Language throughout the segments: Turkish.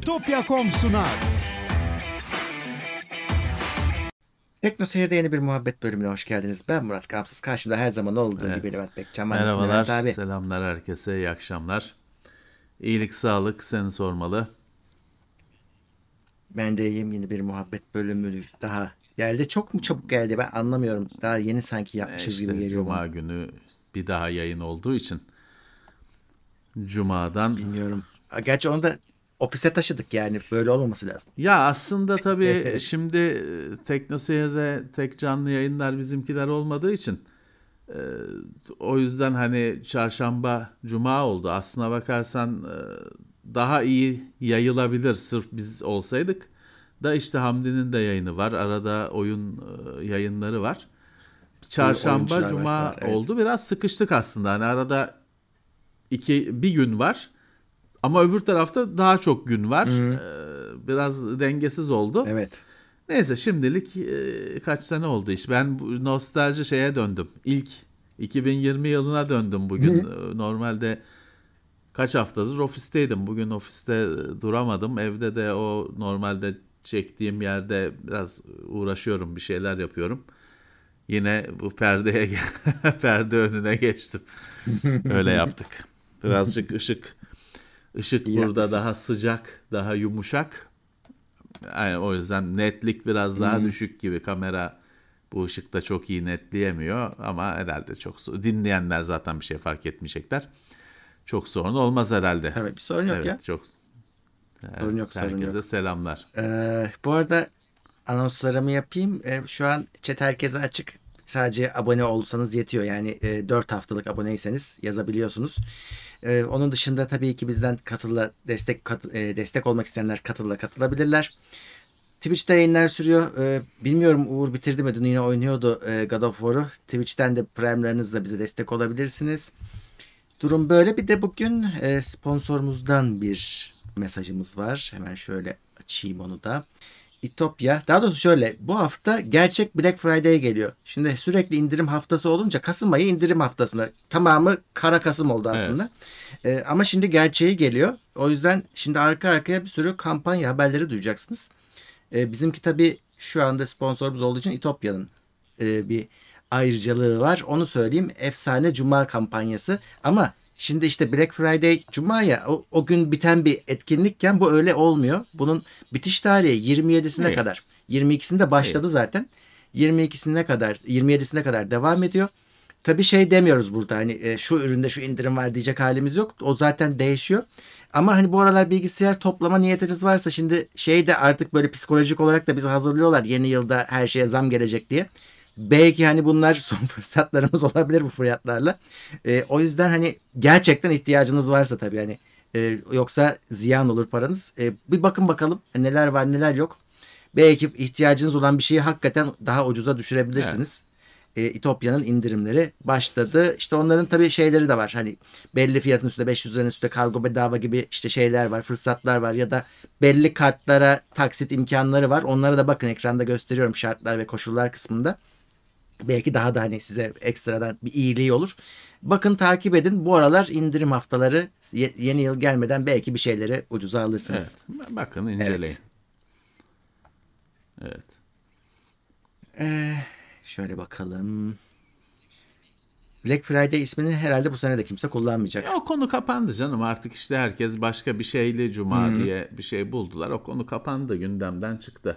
İtopya.com sunar. Tekno Seyir'de yeni bir muhabbet bölümüne hoş geldiniz. Ben Murat Gamsız. Karşımda her zaman olduğu gibi Levent Bekcan. Merhabalar, selamlar herkese, iyi akşamlar. İyilik, sağlık, seni sormalı. Ben de yeni bir muhabbet bölümü daha geldi. Çok mu çabuk geldi, ben anlamıyorum. Daha yeni sanki yapmışız gibi geliyor. Cuma günü bir daha yayın olduğu için. Cuma'dan. Bilmiyorum. Gerçi onu da ofise taşıdık, yani böyle olmaması lazım. Ya aslında tabii şimdi Tekno Seyir'de tek canlı yayınlar bizimkiler olmadığı için o yüzden hani çarşamba cuma oldu. Aslına bakarsan daha iyi yayılabilir sırf biz olsaydık. Da işte Hamdi'nin de yayını var. Arada oyun yayınları var. Çarşamba cuma var, evet. Oldu. Biraz sıkıştık aslında. Hani arada bir gün var. Ama öbür tarafta daha çok gün var. Biraz dengesiz oldu. Evet. Neyse şimdilik kaç sene oldu iş. Ben nostalji şeye döndüm. İlk 2020 yılına döndüm bugün. Normalde kaç haftadır ofisteydim. Bugün ofiste duramadım. Evde de o normalde çektiğim yerde biraz uğraşıyorum. Bir şeyler yapıyorum. Yine bu perde önüne geçtim. Öyle yaptık. Birazcık ışık İyi burada yapmışsın. daha sıcak, daha yumuşak. Yani o yüzden netlik biraz daha düşük gibi. Kamera bu ışıkta çok iyi netleyemiyor ama herhalde dinleyenler zaten bir şey fark etmeyecekler. Çok sorun olmaz herhalde. Evet, bir sorun yok evet, ya. Sorun yok. Herkese selamlar. Bu arada anonslarımı yapayım. Şu an chat herkese açık. Sadece abone olsanız yetiyor. Yani 4 haftalık aboneyseniz yazabiliyorsunuz. Onun dışında tabii ki bizden destek olmak isteyenler katılabilirler. Twitch'te yayınlar sürüyor. Bilmiyorum Uğur bitirdi mi? Dün yine oynuyordu God of War'u. Twitch'ten de Prime'larınızla bize destek olabilirsiniz. Durum böyle. Bir de bugün sponsorumuzdan bir mesajımız var. Hemen şöyle açayım onu da. İtopya. Daha doğrusu şöyle. Bu hafta gerçek Black Friday geliyor. Şimdi sürekli indirim haftası olunca Kasım ayı indirim haftasında. Tamamı kara Kasım oldu aslında. Evet. Ama şimdi gerçeği geliyor. O yüzden şimdi arka arkaya bir sürü kampanya haberleri duyacaksınız. Bizimki tabii şu anda sponsorumuz olduğu için İtopya'nın bir ayrıcalığı var. Onu söyleyeyim. Efsane Cuma kampanyası. Ama şimdi işte Black Friday Cuma ya, o gün biten bir etkinlikken bu öyle olmuyor. Bunun bitiş tarihi 27'sine kadar. 22'sinde başladı zaten. 27'sine kadar devam ediyor. Tabii şey demiyoruz burada, hani şu üründe şu indirim var diyecek halimiz yok. O zaten değişiyor. Ama hani bu aralar bilgisayar toplama niyetiniz varsa, şimdi şey de artık böyle psikolojik olarak da bizi hazırlıyorlar. Yeni yılda her şeye zam gelecek diye. Belki hani bunlar son fırsatlarımız olabilir bu fiyatlarla. O yüzden hani gerçekten ihtiyacınız varsa tabii, hani yoksa ziyan olur paranız. Bir bakın bakalım neler var neler yok. Belki ihtiyacınız olan bir şeyi hakikaten daha ucuza düşürebilirsiniz. İtopya'nın indirimleri başladı. İşte onların tabii şeyleri de var. Hani belli fiyatın üstünde 500 liranın üstünde kargo bedava gibi işte şeyler var, fırsatlar var ya da belli kartlara taksit imkanları var. Onlara da bakın, ekranda gösteriyorum şartlar ve koşullar kısmında. Belki daha da hani size ekstradan bir iyiliği olur. Bakın, takip edin. Bu aralar indirim haftaları, yeni yıl gelmeden belki bir şeyleri ucuza alırsınız. Evet. Bakın, inceleyin. Evet. Şöyle bakalım. Black Friday ismini herhalde bu sene de kimse kullanmayacak. O konu kapandı canım. Artık işte herkes başka bir şeyli Cuma diye bir şey buldular. O konu kapandı. Gündemden çıktı.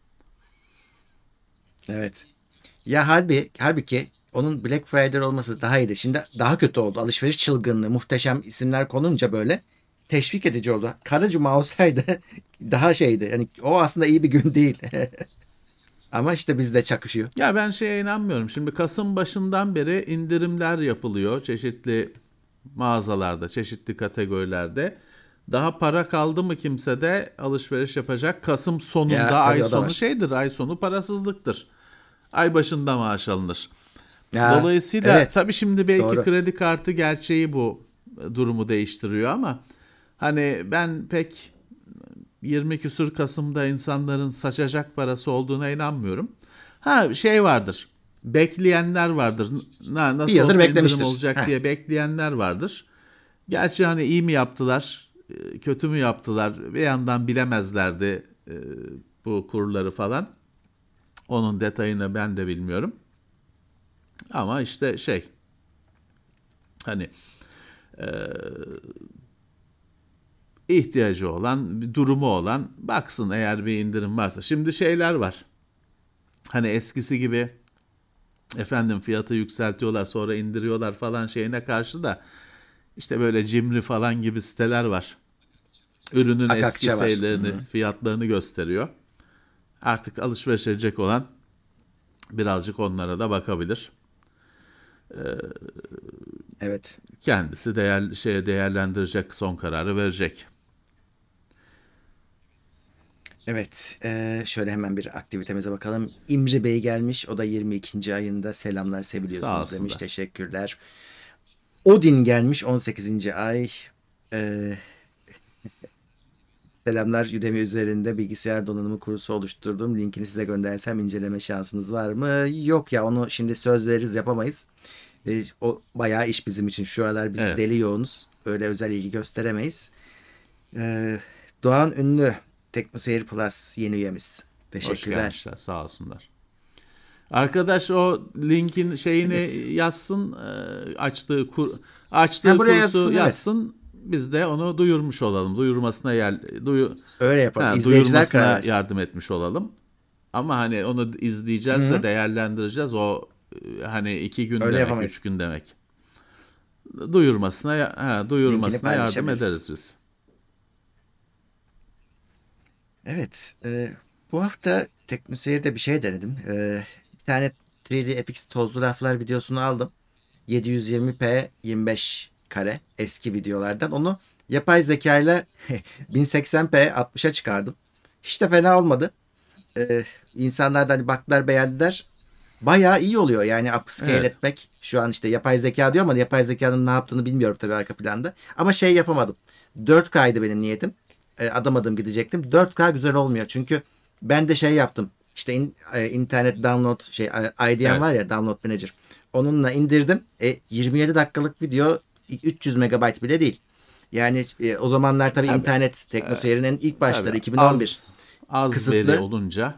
Evet. Ya halbuki onun Black Friday olması daha iyiydi. Şimdi daha kötü oldu. Alışveriş çılgınlığı, muhteşem isimler konunca böyle teşvik edici oldu. Kara Cuma olsaydı daha şeydi. Yani o aslında iyi bir gün değil. Ama işte bizde çakışıyor. Ya ben şeye inanmıyorum. Şimdi Kasım başından beri indirimler yapılıyor. Çeşitli mağazalarda, çeşitli kategorilerde. Daha para kaldı mı kimsede alışveriş yapacak? Kasım sonunda, Ya, ay sonu şeydir. Ay sonu parasızlıktır. Ay başında maaş alınır. Dolayısıyla tabii şimdi belki kredi kartı gerçeği bu durumu değiştiriyor ama hani ben pek 20 küsur Kasım'da insanların saçacak parası olduğuna inanmıyorum. Şey vardır. Bekleyenler vardır. Nasıl olsa indirim olacak diye bekleyenler vardır. Gerçi hani iyi mi yaptılar? kötü mü yaptılar? Bir yandan bilemezlerdi bu kurları falan. Onun detayını ben de bilmiyorum. Ama işte hani ihtiyacı olan, bir durumu olan baksın eğer bir indirim varsa. Şimdi şeyler var. Hani eskisi gibi efendim fiyatı yükseltiyorlar sonra indiriyorlar falan şeyine karşı da işte böyle Cimri falan gibi siteler var. Ürünün eski Akakça var. şeylerini, fiyatlarını gösteriyor. Artık alışveriş edecek olan birazcık onlara da bakabilir. Evet. Kendisi değerlendirecek, son kararı verecek. Evet. Şöyle hemen bir aktivitemize bakalım. İmri Bey gelmiş. O da 22. ayında. Selamlar, Sağ seviliyorsunuz demiş. olsunlar. Teşekkürler. Odin gelmiş 18. ay. Ee, Selamlar, Udemy üzerinde bilgisayar donanımı kursu oluşturdum. Linkini size göndersem inceleme şansınız var mı? Yok ya, onu şimdi söz veririz, yapamayız. O bayağı iş bizim için. Şu aralar biz Evet. deli yoğunuz. Öyle özel ilgi gösteremeyiz. Ee, Doğan Ünlü, TeknoSeyir Plus yeni üyemiz. Hoş Teşekkürler. gelmişler. Sağ olsunlar. Arkadaş o linkin şeyini Evet. yazsın, Ha, açtığı buraya kursu yazsın, evet. yazsın. Biz de onu duyurmuş olalım. Öyle yapalım. İzleyiciler karar Duyurmasına versin. yardım etmiş olalım. Ama hani onu izleyeceğiz de Hı-hı. değerlendireceğiz. O hani 2 gün Öyle demek, 3 yapamayız. gün demek. Linkini Duyurmasına yardım paylaşabiliriz. ederiz biz. Evet. Bu hafta TeknoSeyir'de bir şey denedim. Bir tane 3D FX tozlu raflar videosunu aldım. 720p 25 kare eski videolardan. Onu yapay zeka ile 1080p 60'a çıkardım. Hiç de fena olmadı. İnsanlar da hani baktılar, beğendiler. Bayağı iyi oluyor. Yani upscale Evet. etmek. Şu an işte yapay zeka diyor ama yapay zekanın ne yaptığını bilmiyorum tabii arka planda. Ama şey yapamadım. 4K'ydı benim niyetim. Adım adım gidecektim. 4K güzel olmuyor. Çünkü ben de şey yaptım. İşte internet download IDM var Evet. ya, download manager. Onunla indirdim. 27 dakikalık video 300 megabayt bile değil. Yani o zamanlar tabii Tabii. internet teknoseyirinin ilk Tabii. başları 2011 Az veri kısıtlı. olunca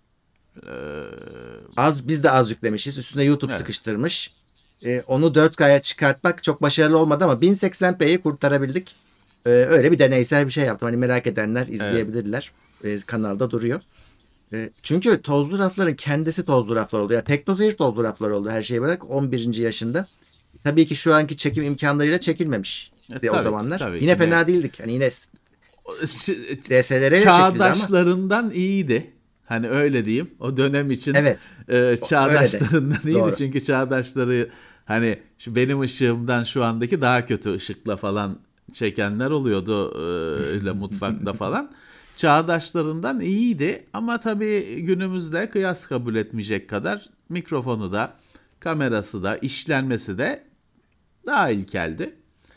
Biz de az yüklemişiz. Üstüne YouTube evet. sıkıştırmış. Onu 4K'ya çıkartmak çok başarılı olmadı ama 1080p'yi kurtarabildik. Öyle bir deneysel bir şey yaptım. Hani merak edenler Evet. izleyebilirler. Kanalda duruyor. Çünkü tozlu rafların kendisi tozlu raflar oldu. Ya TeknoSeyir tozlu raflar oldu, her şeyi bırak, 11. yaşında. Tabii ki şu anki çekim imkanlarıyla çekilmemiş de o Tabii ki. zamanlar. Tabii Yine ki fena değildik. Hani yine Ş- DSLR'ye çekildi ama çağdaşlarından iyiydi. Hani öyle diyeyim. O dönem için evet. Öyle de. çağdaşlarından iyiydi. Doğru. Çünkü çağdaşları hani şu benim ışığımdan şu andaki daha kötü ışıkla falan çekenler oluyordu öyle mutfakta falan. Çağdaşlarından iyiydi ama tabii günümüzde kıyas kabul etmeyecek kadar mikrofonu da kamerası da işlenmesi de daha ilkeldi.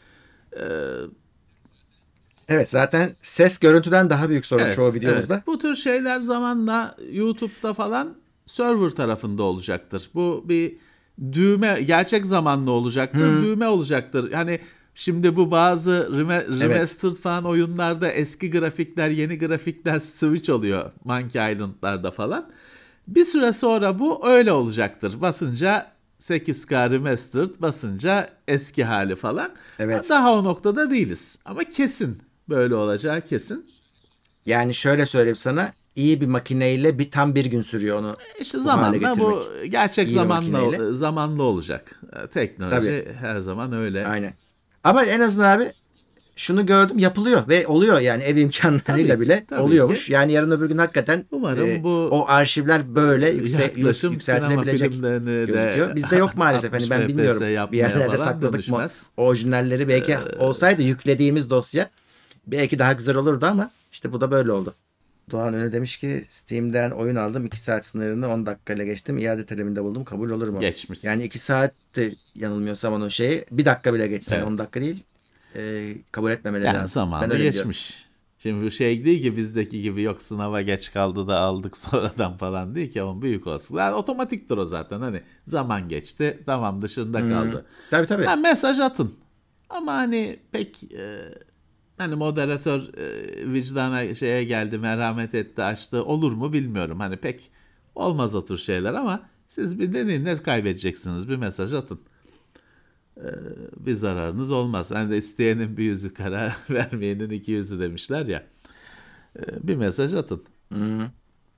Evet, zaten ses görüntüden daha büyük sorun çoğu Evet, evet. videomuzda. Bu tür şeyler zamanla YouTube'da falan server tarafında olacaktır. Bu bir düğme, gerçek zamanlı olacaktır, düğme olacaktır. Yani şimdi bu bazı Evet. remastered falan oyunlarda eski grafikler, yeni grafikler switch oluyor. Monkey Island'larda falan. Bir süre sonra bu öyle olacaktır. Basınca 8K remastered, basınca eski hali falan. Evet. Daha o noktada değiliz. Ama kesin böyle olacağı kesin. Yani şöyle söyleyeyim sana, iyi bir makineyle tam bir gün sürüyor onu İşte bu hale zamanla bu getirmek. gerçek İyi bir makineyle. zamanlı olacak. Tabii. Teknoloji her zaman öyle. Aynen. Ama en azından abi şunu gördüm, yapılıyor ve oluyor, yani ev Tabii imkanlarıyla ki, bile tabii ki. oluyormuş. Yani yarın öbür gün hakikaten Umarım bu o arşivler böyle yaklaşım sinema yükseltilebilecek filmlerini de gözüküyor. Bizde yok maalesef. Hani 60 ben FPS bilmiyorum, bir yapmaya yerlerde falan sakladık mı dönüşmez. orijinalleri, belki olsaydı yüklediğimiz dosya belki daha güzel olurdu ama işte bu da böyle oldu. Doğan Önü demiş ki Steam'den oyun aldım. 2 saat sınırını 10 dakikayla geçtim. İade talebinde buldum. Kabul olur mu? Geçmiş. Yani 2 saatte yanılmıyorsam onun şeyi. 1 dakika bile geçsen, Evet. 10 dakika değil. Kabul etmemeleri Yani lazım. Ben zamanı öyle biliyorum. geçmiş. Şimdi bu şey değil ki bizdeki gibi yok sınava geç kaldı da aldık sonradan falan değil ki onun büyük olasılık. Yani otomatiktir o zaten hani zaman geçti tamam dışında kaldı. Tabii tabii. Ha, mesaj atın ama hani pek hani moderatör vicdana şeye geldi, merhamet etti, açtı. Olur mu bilmiyorum. Hani pek olmaz o tür şeyler ama siz bir deneyin, ne kaybedeceksiniz? Bir mesaj atın. Bir zararınız olmaz. Hani de isteyenin bir yüzü kara, vermeyenin iki yüzü demişler ya. Bir mesaj atın. Hı.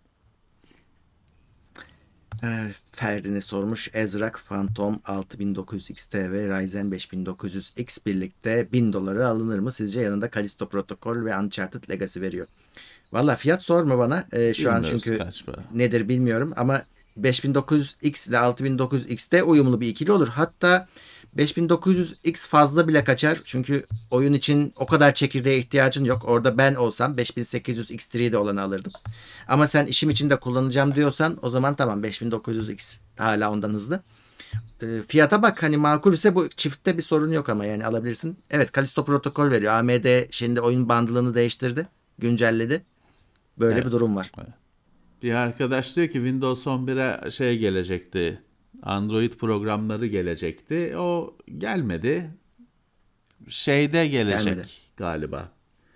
Ferdi ne sormuş? Ezrak Phantom 6900 XT ve Ryzen 5900X birlikte $1000 alınır mı? Sizce yanında Callisto Protocol ve Uncharted Legacy veriyor. Valla fiyat sorma bana. Şu an Bilmiyoruz çünkü kaç para. nedir bilmiyorum ama 5900X ile 6900X'te uyumlu bir ikili olur. Hatta 5900X fazla bile kaçar. Çünkü oyun için o kadar çekirdeğe ihtiyacın yok. Orada ben olsam 5800X3'de olanı alırdım. Ama sen işim için de kullanacağım diyorsan o zaman tamam, 5900X hala ondan hızlı. Fiyata bak, hani makul ise bu çiftte bir sorun yok ama yani alabilirsin. Evet, Callisto Protokol veriyor. AMD şimdi oyun bundle'ını değiştirdi. Güncelledi. Böyle Evet. bir durum var. Bir arkadaş diyor ki Windows 11'e şey gelecekti. Android programları gelecekti. O gelmedi. Şeyde gelecek Gelmedi. galiba.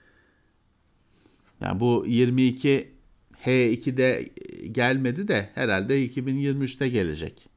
Yani bu 22 H2'de gelmedi de herhalde 2023'te gelecek.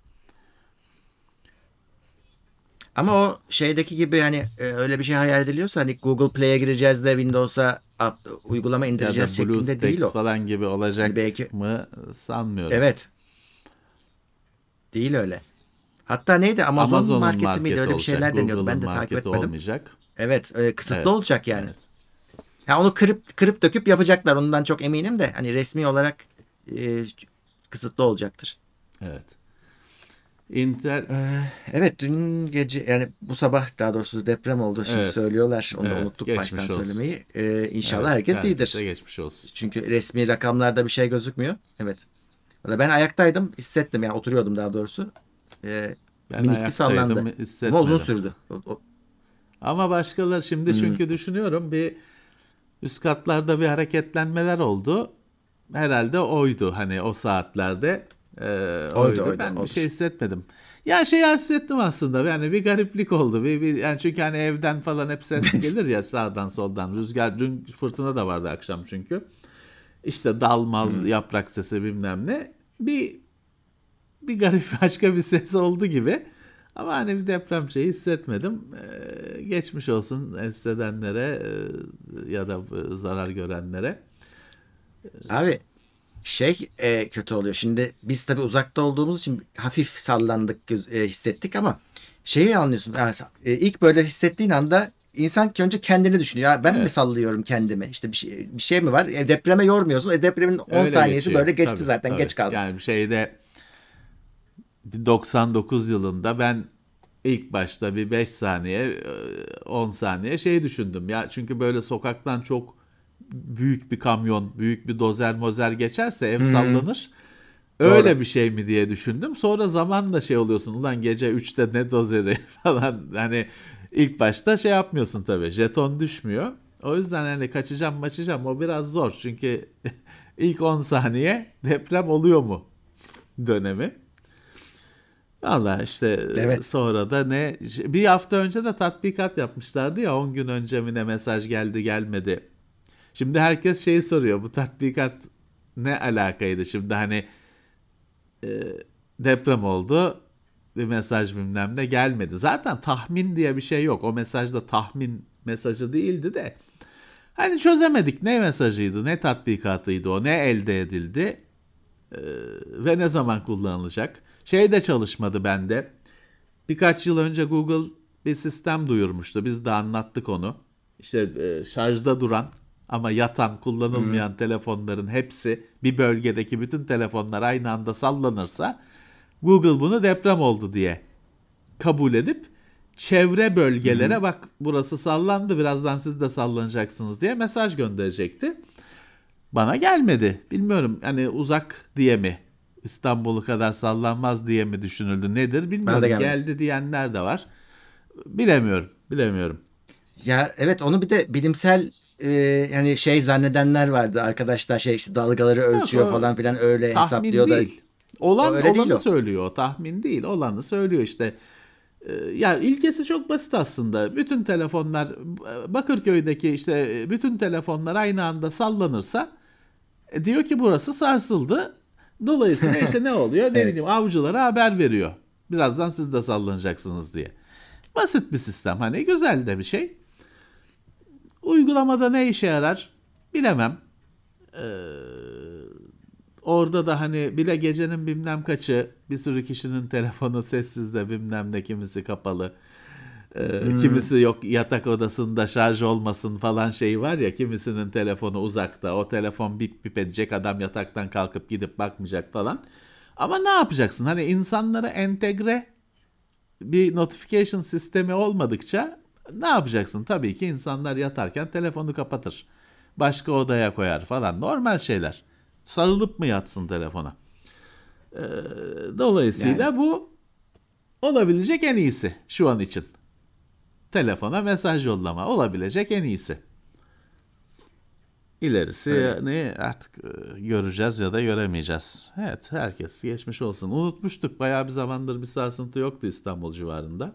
Ama o şeydeki gibi hani öyle bir şey hayal ediliyorsa hani Google Play'e gireceğiz de Windows'a uygulama Ya indireceğiz da şeklinde değil BlueStacks o. falan gibi Hani olacak belki mı sanmıyorum. evet, değil öyle. Hatta neydi, Amazon Amazon'un marketi miydi, marketi öyle bir olacak. şeyler deniyordu. Google'ın Ben de takip marketi etmedim. olmayacak. Evet, kısıtlı Evet. olacak yani. Evet. Ya onu kırıp döküp yapacaklar, ondan çok eminim de hani resmi olarak e, kısıtlı olacaktır. Evet. Intel Evet, dün gece yani bu sabah daha doğrusu deprem oldu. Şimdi evet. söylüyorlar. Onu da Evet. unuttuk baştan Geçmiş olsun. söylemeyi. İnşallah Evet. herkes Herkese iyidir. geçmiş olsun. Çünkü resmi rakamlarda bir şey gözükmüyor. Evet. Valla ben ayaktaydım, hissettim yani, oturuyordum daha doğrusu. Ben Minik bir sallandı. ayaktaydım, Ama uzun hissetmedim. sürdü. Ama başkaları şimdi, çünkü düşünüyorum, bir üst katlarda bir hareketlenmeler oldu. Herhalde oydu, hani o saatlerde Oydu oydu. oydu Ben bir şey odur. hissetmedim. Ya şey hissettim aslında, yani bir gariplik oldu. Yani çünkü hani evden falan hep ses gelir ya, sağdan soldan rüzgar, dün fırtına da vardı akşam çünkü. İşte dalmal yaprak sesi bilmem ne. Bir garip başka bir ses oldu gibi. Ama hani bir deprem şeyi hissetmedim. Geçmiş olsun hissedenlere ya da zarar görenlere. Abi kötü oluyor. Şimdi biz tabii uzakta olduğumuz için hafif sallandık, hissettik ama şeyi anlıyorsun. İlk böyle hissettiğin anda insan önce kendini düşünüyor. Ya ben mi Evet, sallıyorum kendimi? İşte bir şey mi var? Depreme yormuyorsun. Depremin 10 öyle saniyesi geçiyor. böyle geçti, Tabii, zaten tabii. geç kaldın. Yani bir şeyde 99 yılında ben ilk başta bir 5 saniye, 10 saniye şey düşündüm. Ya çünkü böyle sokaktan çok büyük bir kamyon, büyük bir dozer mozer geçerse ev sallanır. Doğru. Öyle bir şey mi diye düşündüm. Sonra zamanla şey oluyorsun. Ulan gece 3'te ne dozeri falan. Hani ilk başta şey yapmıyorsun tabii. Jeton düşmüyor. O yüzden hani kaçacağım o biraz zor. Çünkü ilk 10 saniye deprem oluyor mu dönemi. Valla işte Evet. sonra da bir hafta önce de tatbikat yapmışlardı ya, 10 gün önce mi ne, mesaj geldi gelmedi. Şimdi herkes şeyi soruyor, bu tatbikat ne alakaydı şimdi, hani deprem oldu, bir mesaj bilmem ne gelmedi. Zaten tahmin diye bir şey yok. O mesajda tahmin mesajı değildi de. Hani çözemedik, ne mesajıydı, ne tatbikatıydı o, ne elde edildi ve ne zaman kullanılacak. Şey de çalışmadı bende. Birkaç yıl önce Google bir sistem duyurmuştu. Biz de anlattık onu. İşte şarjda duran ama yatan, kullanılmayan telefonların hepsi, bir bölgedeki bütün telefonlar aynı anda sallanırsa Google bunu deprem oldu diye kabul edip çevre bölgelere, bak burası sallandı, birazdan siz de sallanacaksınız diye mesaj gönderecekti. Bana gelmedi. Bilmiyorum, hani uzak diye mi, İstanbul'u kadar sallanmaz diye mi düşünüldü, nedir Bana da bilmiyorum. gelmedi. Geldi diyenler de var. Bilemiyorum. Ya evet, onu bir de bilimsel yani zannedenler vardı arkadaşlar, işte dalgaları Yok, ölçüyor o falan filan, öyle tahmin hesaplıyor da değil. o öyle değil Olanı o. söylüyor. O tahmin değil. Olanı söylüyor işte. Ya ilkesi çok basit aslında. Bütün telefonlar Bakırköy'deki işte bütün telefonlar aynı anda sallanırsa diyor ki burası sarsıldı. Dolayısıyla işte ne oluyor? Ne Evet. bileyim avcılara haber veriyor. Birazdan siz de sallanacaksınız diye. Basit bir sistem. Hani güzel de bir şey. Uygulamada ne işe yarar bilemem. Orada da hani bile gecenin bilmem kaçı bir sürü kişinin telefonu sessizde bilmem ne kimisi kapalı. Kimisi yok yatak odasında şarj olmasın falan şey var ya kimisinin telefonu uzakta o telefon bip bip edecek adam yataktan kalkıp gidip bakmayacak falan. Ama ne yapacaksın hani insanlara entegre bir notification sistemi olmadıkça ne yapacaksın? Tabii ki insanlar yatarken telefonu kapatır. Başka odaya koyar falan normal şeyler. Sarılıp mı yatsın telefona? Dolayısıyla Yani bu olabilecek en iyisi şu an için. Telefona mesaj yollama olabilecek en iyisi. İlerisi öyle. ne artık göreceğiz ya da göremeyeceğiz. Evet herkes geçmiş olsun. Unutmuştuk bayağı bir zamandır bir sarsıntı yoktu İstanbul civarında.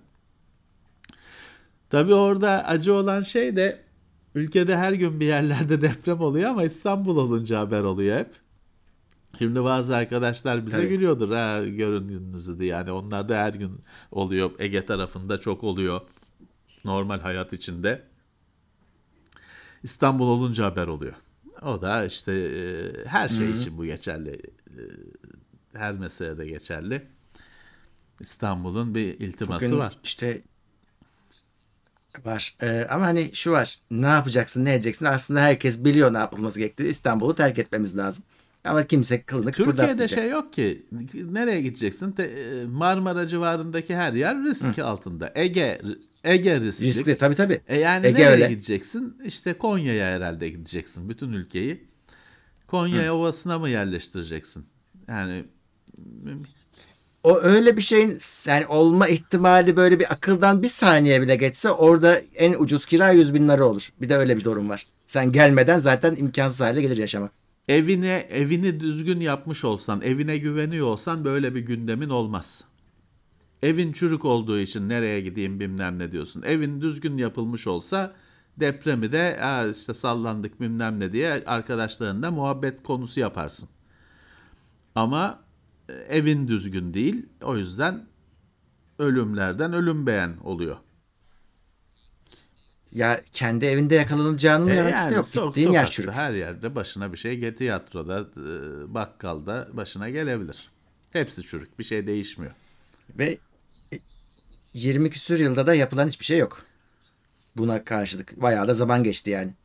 Tabii orada acı olan şey de ülkede her gün bir yerlerde deprem oluyor ama İstanbul olunca haber oluyor hep. Şimdi bazı arkadaşlar bize Tabii. gülüyordur ha göründüğünüzü diye. Yani onlar da her gün oluyor. Ege tarafında çok oluyor. Normal hayat içinde. İstanbul olunca haber oluyor. O da işte her şey Hı. için bu geçerli. Her meselede geçerli. İstanbul'un bir iltiması Bugün var. işte var. Ama hani şu var. Ne yapacaksın, ne edeceksin? Aslında herkes biliyor ne yapılması gerektiği. İstanbul'u terk etmemiz lazım. Ama kimse kılını Türkiye'de kıpırdatmayacak. şey yok ki. Nereye gideceksin? Marmara civarındaki her yer Hı. risk altında. Ege riskli. Riskli tabii tabii. Yani Ege nereye öyle. gideceksin? İşte Konya'ya herhalde gideceksin. Bütün ülkeyi. Hı. Konya Ovası'na mı yerleştireceksin? Yani O öyle bir şeyin yani olma ihtimali böyle bir akıldan bir saniye bile geçse orada en ucuz kira 100 bin lira olur. Bir de öyle bir durum var. Sen gelmeden zaten imkansız hale gelir yaşamak. evini düzgün yapmış olsan, evine güveniyor olsan böyle bir gündemin olmaz. Evin çürük olduğu için nereye gideyim bilmem ne diyorsun. Evin düzgün yapılmış olsa depremi de işte sallandık bilmem ne diye arkadaşlarınla muhabbet konusu yaparsın. Ama evin düzgün değil. O yüzden ölümlerden ölüm beğen oluyor. Ya kendi evinde yakalanacağının garantisi de Yani yok. Gittiğin yer sokakta çürük. her yerde başına bir şey, tiyatroda, bakkalda başına gelebilir. Hepsi çürük, bir şey değişmiyor. Ve 20 küsür yılda da yapılan hiçbir şey yok. Buna karşılık. Bayağı da zaman geçti yani.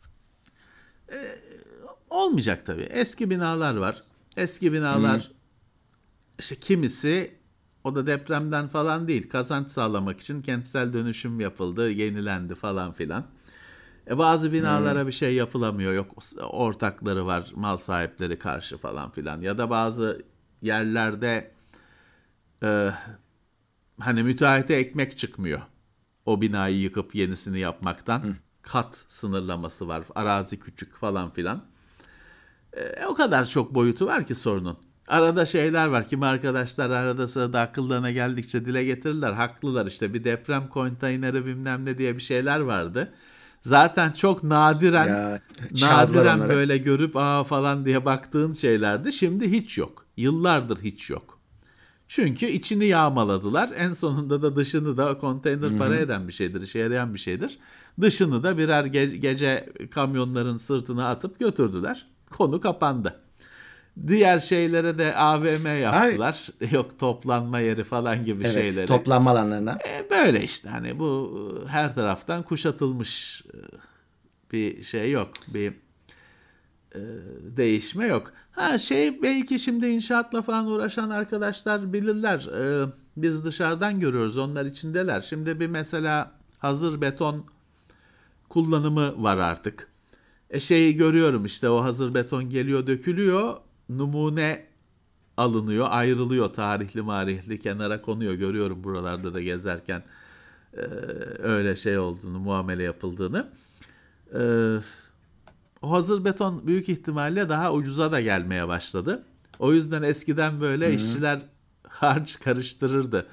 Olmayacak tabii. Eski binalar var. Eski Hı. binalar işte kimisi o da depremden falan değil. Kazanç sağlamak için kentsel dönüşüm yapıldı, yenilendi falan filan. Bazı Hı. binalara bir şey yapılamıyor. Yok ortakları var, mal sahipleri karşı falan filan. Ya da bazı yerlerde e, hani müteahhite ekmek çıkmıyor. O binayı yıkıp yenisini yapmaktan. Hı. Kat sınırlaması var. Arazi küçük falan filan. O kadar çok boyutu var ki sorunun. Arada şeyler var. Kimi arkadaşlar arada sırada akıllarına geldikçe dile getirirler. Haklılar işte bir deprem konteyneri bilmem ne diye bir şeyler vardı. Zaten çok nadiren Ya çaldılar nadiren onları. böyle görüp falan diye baktığın şeylerdi. Şimdi hiç yok. Yıllardır hiç yok. Çünkü içini yağmaladılar. En sonunda da dışını da konteyner Hı para hı. eden bir şeydir, işe yarayan bir şeydir. Dışını da birer gece kamyonların sırtına atıp götürdüler. Konu kapandı. Diğer şeylere de AVM Ay, yaptılar. Yok toplanma yeri falan gibi evet, şeyleri. toplanma alanlarına. Böyle işte hani bu her taraftan kuşatılmış bir şey yok. Bir değişme yok. Ha şey belki şimdi inşaatla falan uğraşan arkadaşlar bilirler. Biz dışarıdan görüyoruz onlar içindeler. Şimdi bir mesela hazır beton kullanımı var artık. Şeyi görüyorum işte o hazır beton geliyor dökülüyor. Numune alınıyor ayrılıyor tarihli marihli kenara konuyor. Görüyorum buralarda da gezerken e, öyle şey olduğunu muamele yapıldığını. E, O hazır beton büyük ihtimalle daha ucuza da gelmeye başladı. O yüzden eskiden böyle Hı hı. işçiler harç karıştırırdı.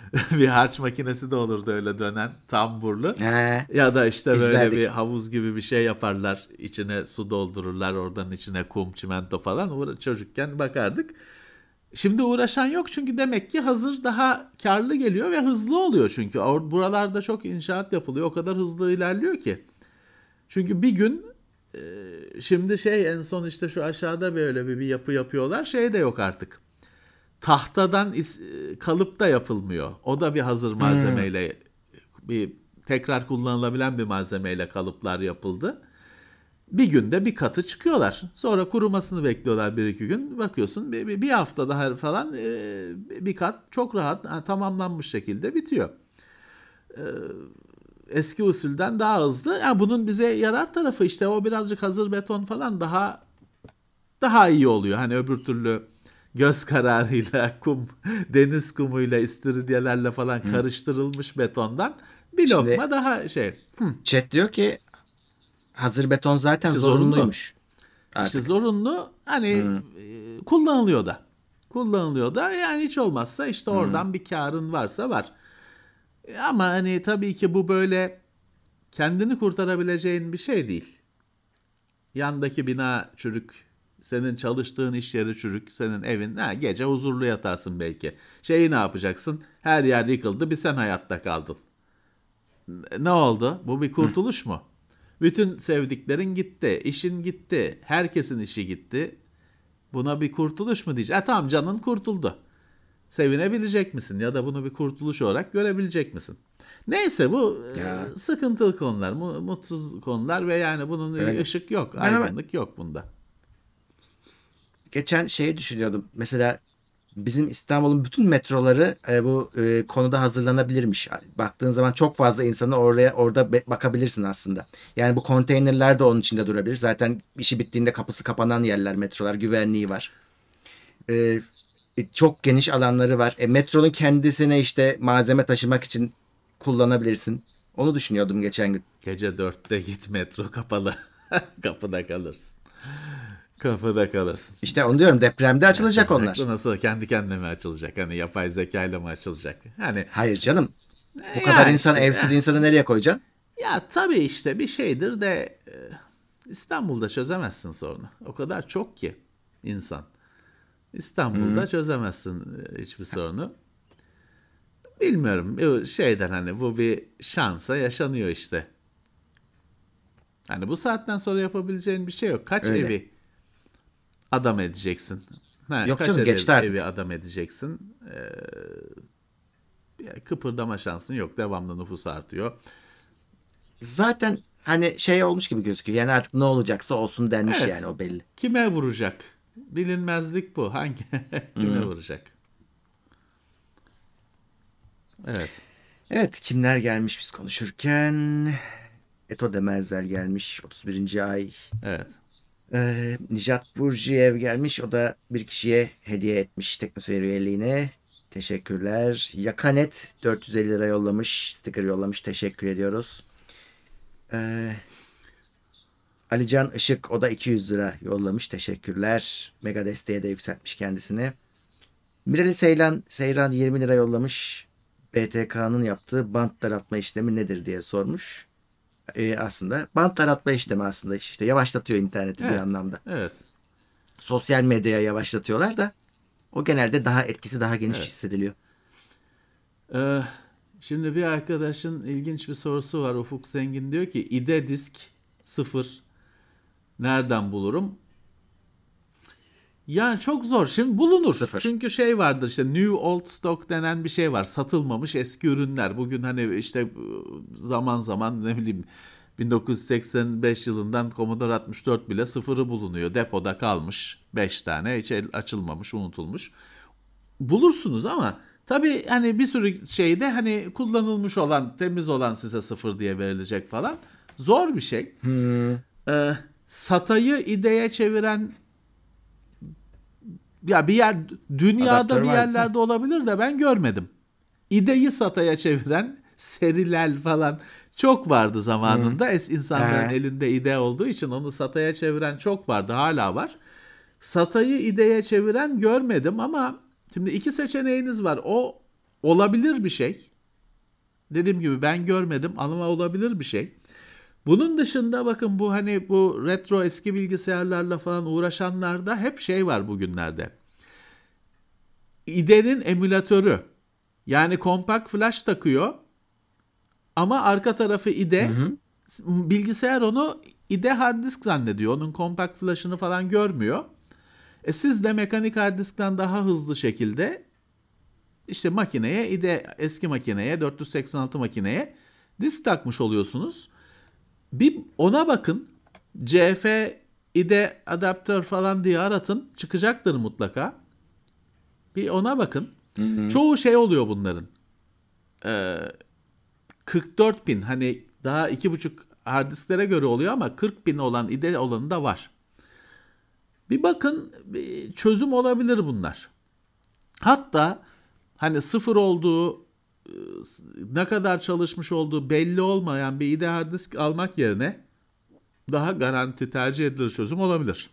Bir harç makinesi de olurdu öyle dönen, tamburlu. He, Ya da işte böyle izlerdik. bir havuz gibi bir şey yaparlar. İçine su doldururlar. Oradan içine kum, çimento falan. Çocukken bakardık. Şimdi uğraşan yok çünkü demek ki hazır daha karlı geliyor ve hızlı oluyor çünkü. Buralarda çok inşaat yapılıyor. O kadar hızlı ilerliyor ki. Çünkü bir gün şimdi en son işte şu aşağıda böyle bir yapı yapıyorlar. Şey de yok artık. Tahtadan kalıp da yapılmıyor. O da bir hazır malzemeyle, bir tekrar kullanılabilen bir malzemeyle kalıplar yapıldı. Bir günde bir katı çıkıyorlar. Sonra kurumasını bekliyorlar 1-2 gün. Bakıyorsun bir hafta daha falan bir kat çok rahat tamamlanmış şekilde bitiyor. Eski usulden daha hızlı. Yani bunun bize yarar tarafı işte o birazcık hazır beton falan daha iyi oluyor. Hani öbür türlü göz kararıyla deniz kumuyla, istiridyelerle falan karıştırılmış betondan bir Şimdi lokma daha chat diyor ki hazır beton zaten İşte zorunlu. zorunluymuş İşte artık. zorunlu kullanılıyor da. Kullanılıyor da yani hiç olmazsa işte oradan bir karın varsa var. Ama hani tabii ki bu böyle kendini kurtarabileceğin bir şey değil. Yandaki bina çürük, senin çalıştığın iş yeri çürük, senin evin gece huzurlu yatarsın belki. Ne yapacaksın? Her yer yıkıldı, bir sen hayatta kaldın. Ne oldu? Bu bir kurtuluş mu? Bütün sevdiklerin gitti, işin gitti, herkesin işi gitti. Buna bir kurtuluş mu diyeceğiz? Tamam canın kurtuldu. Sevinebilecek misin ya da bunu bir kurtuluş olarak görebilecek misin? Neyse bu Ya. sıkıntılı konular, mutsuz konular ve yani bunun Evet. ışık yok, Ben ama aydınlık yok bunda. geçen şeyi düşünüyordum. Mesela bizim İstanbul'un bütün metroları bu konuda hazırlanabilirmiş. Baktığın zaman çok fazla insanı orada bakabilirsin aslında. Yani bu konteynerler de onun içinde durabilir. Zaten işi bittiğinde kapısı kapanan yerler, metrolar, güvenliği var. E, Çok geniş alanları var. Metronun kendisine işte malzeme taşımak için kullanabilirsin. Onu düşünüyordum geçen gün. Gece 4'te git, metro kapalı. Kapıda kalırsın. Kapıda kalırsın. İşte onu diyorum, depremde açılacak onlar. Açılacak da nasıl, kendi kendine mi açılacak? Hani yapay zekayla mı açılacak? Hani Hayır canım. Bu kadar insan, işte, evsiz insanı nereye koyacaksın? ya tabii işte bir şeydir de İstanbul'da çözemezsin sorunu. O kadar çok ki insan. İstanbul'da çözemezsin hiçbir sorunu. Bilmiyorum. Hani bu bir şansa yaşanıyor işte. Hani bu saatten sonra yapabileceğin bir şey yok. Kaç Öyle. evi adam edeceksin? Yok Kaç canım, geçti artık. evi adam edeceksin? Kıpırdama şansın yok. Devamlı nüfus artıyor. Zaten hani şey olmuş gibi gözüküyor. Yani artık ne olacaksa olsun denmiş, Evet. yani o belli. Kime vuracak? Bilinmezlik bu. Kime vuracak? Evet. Evet, kimler gelmiş biz konuşurken? Eto Demerzel gelmiş, 31. ay. Evet. Nijat Burjiyev gelmiş. O da bir kişiye hediye etmiş TeknoSeyir üyeliğine. Teşekkürler. Yakanet 450 lira yollamış. Sticker yollamış. Teşekkür ediyoruz. Alican Işık, o da 200 lira yollamış. Teşekkürler. Mega desteğe de yükseltmiş kendisini. Mirali Seyran 20 lira yollamış. BTK'nın yaptığı bant daraltma işlemi nedir diye sormuş. Aslında bant daraltma işlemi aslında işte yavaşlatıyor interneti bir Evet. anlamda. Evet. Sosyal medyaya yavaşlatıyorlar da o genelde daha etkisi daha geniş hissediliyor. Şimdi bir arkadaşın ilginç bir sorusu var. Ufuk Zengin diyor ki IDE disk 0 nereden bulurum? Yani çok zor. Şimdi bulunur. 0. Çünkü vardır işte, new old stock denen bir şey var. Satılmamış eski ürünler. Bugün hani işte zaman zaman ne bileyim 1985 yılından Commodore 64 bile sıfırı bulunuyor. Depoda kalmış 5 tane, hiç açılmamış, unutulmuş. Bulursunuz ama tabii hani bir sürü şeyde hani kullanılmış olan, temiz olan size sıfır diye verilecek falan. Zor bir şey. SATA'yı IDE'ye çeviren ya bir yer dünyada Adaptör bir var, yerlerde olabilir de ben görmedim. IDE'yi SATA'ya çeviren seriler falan çok vardı zamanında. İnsanların elinde IDE olduğu için onu SATA'ya çeviren çok vardı, hala var. SATA'yı IDE'ye çeviren görmedim ama şimdi iki seçeneğiniz var. O olabilir bir şey. Dediğim gibi ben görmedim ama olabilir bir şey. Bunun dışında bakın bu hani bu retro eski bilgisayarlarla falan uğraşanlarda hep şey var bugünlerde. IDE'nin emülatörü. Yani compact flash takıyor ama arka tarafı Hı IDE. hı. Bilgisayar onu IDE hard disk zannediyor. Onun compact flash'ını falan görmüyor. Siz de mekanik hard diskten daha hızlı şekilde işte makineye IDE eski makineye 486 makineye disk takmış oluyorsunuz. Bir ona bakın. CF IDE adaptör falan diye aratın. Çıkacaktır mutlaka. Bir ona bakın. Hı hı. Çoğu şey oluyor bunların. 44 pin hani daha 2.5 hard disklere göre oluyor ama 40 pin olan IDE olanı da var. Bir bakın bir çözüm olabilir bunlar. Hatta hani sıfır olduğu ne kadar çalışmış olduğu belli olmayan bir IDE hard disk almak yerine daha garanti tercih edilir çözüm olabilir.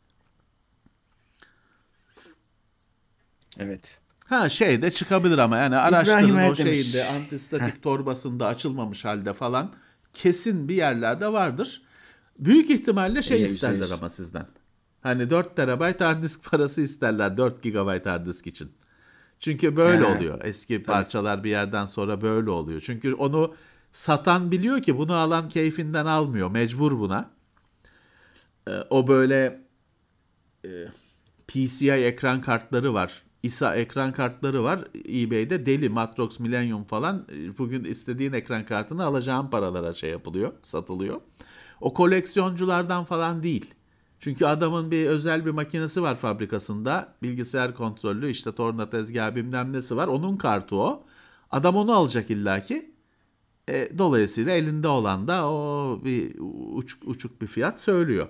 Evet. Ha şey de çıkabilir ama yani İbrahim araştırın o Erdemiş. şeyinde antistatik torbasında açılmamış halde falan kesin bir yerlerde vardır. Büyük ihtimalle şey isterler %100. ama sizden. Hani 4 TB hard disk parası isterler 4 GB hard disk için. Çünkü böyle Ha, oluyor. Eski tabii. parçalar bir yerden sonra böyle oluyor. Çünkü onu satan biliyor ki bunu alan keyfinden almıyor. Mecbur buna. O böyle PCI ekran kartları var. ISA ekran kartları var. eBay'de deli Matrox Millennium falan. Bugün istediğin ekran kartını alacağın paralara şey yapılıyor, satılıyor. O koleksiyonculardan falan değil. Çünkü adamın bir özel bir makinesi var fabrikasında. Bilgisayar kontrollü işte torna tezgahı bilmem nesi var. Onun kartı o. Adam onu alacak illaki. Dolayısıyla elinde olan da o bir uçuk bir fiyat söylüyor.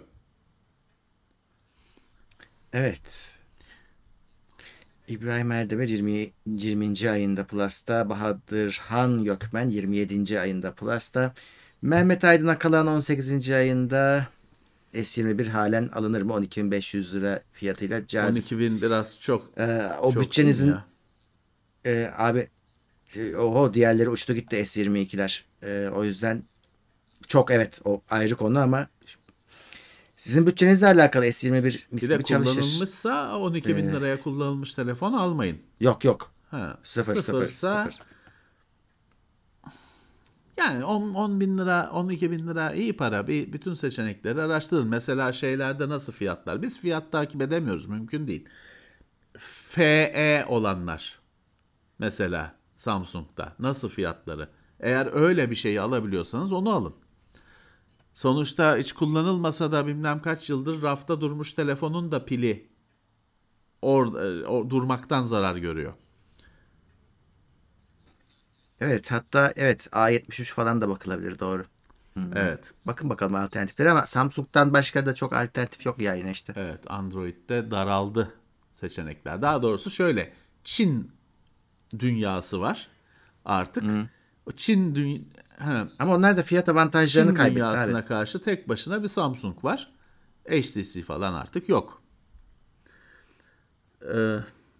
Evet. İbrahim Erdemir 20. ayında Plus'ta. Bahadır Han Gökmen 27. ayında Plus'ta. Mehmet Aydın Akalan 18. ayında. S21 halen alınır mı? 12.500 lira fiyatıyla cazip. 12 bin biraz çok O çok değil mi bütçenizin ya? abi oho diğerleri uçtu gitti S22'ler. O yüzden çok evet o ayrı konu ama sizin bütçenizle alakalı S21 Bir mis de gibi çalışır. kullanılmışsa 12 bin Ee, liraya kullanılmış telefon almayın. yok yok. Ha, Sıfır sıfır sıfırsa sıfır. yani 10 bin lira 12 bin lira iyi para. Bütün seçenekleri araştırın. Mesela şeylerde nasıl fiyatlar? Biz fiyat takip edemiyoruz. Mümkün değil. FE olanlar mesela Samsung'da nasıl fiyatları? Eğer öyle bir şeyi alabiliyorsanız onu alın. Sonuçta hiç kullanılmasa da bilmem kaç yıldır rafta durmuş telefonun da pili durmaktan zarar görüyor. Evet hatta evet A73 falan da bakılabilir doğru. Evet. Bakın bakalım alternatifleri ama Samsung'dan başka da çok alternatif yok ya yine işte. Evet, Android'de daraldı seçenekler. Daha doğrusu şöyle, Çin dünyası var artık. O Ama onlar da fiyat avantajlarını Çin kaybetti abi. dünyasına karşı tek başına bir Samsung var. HTC falan artık yok. Ee,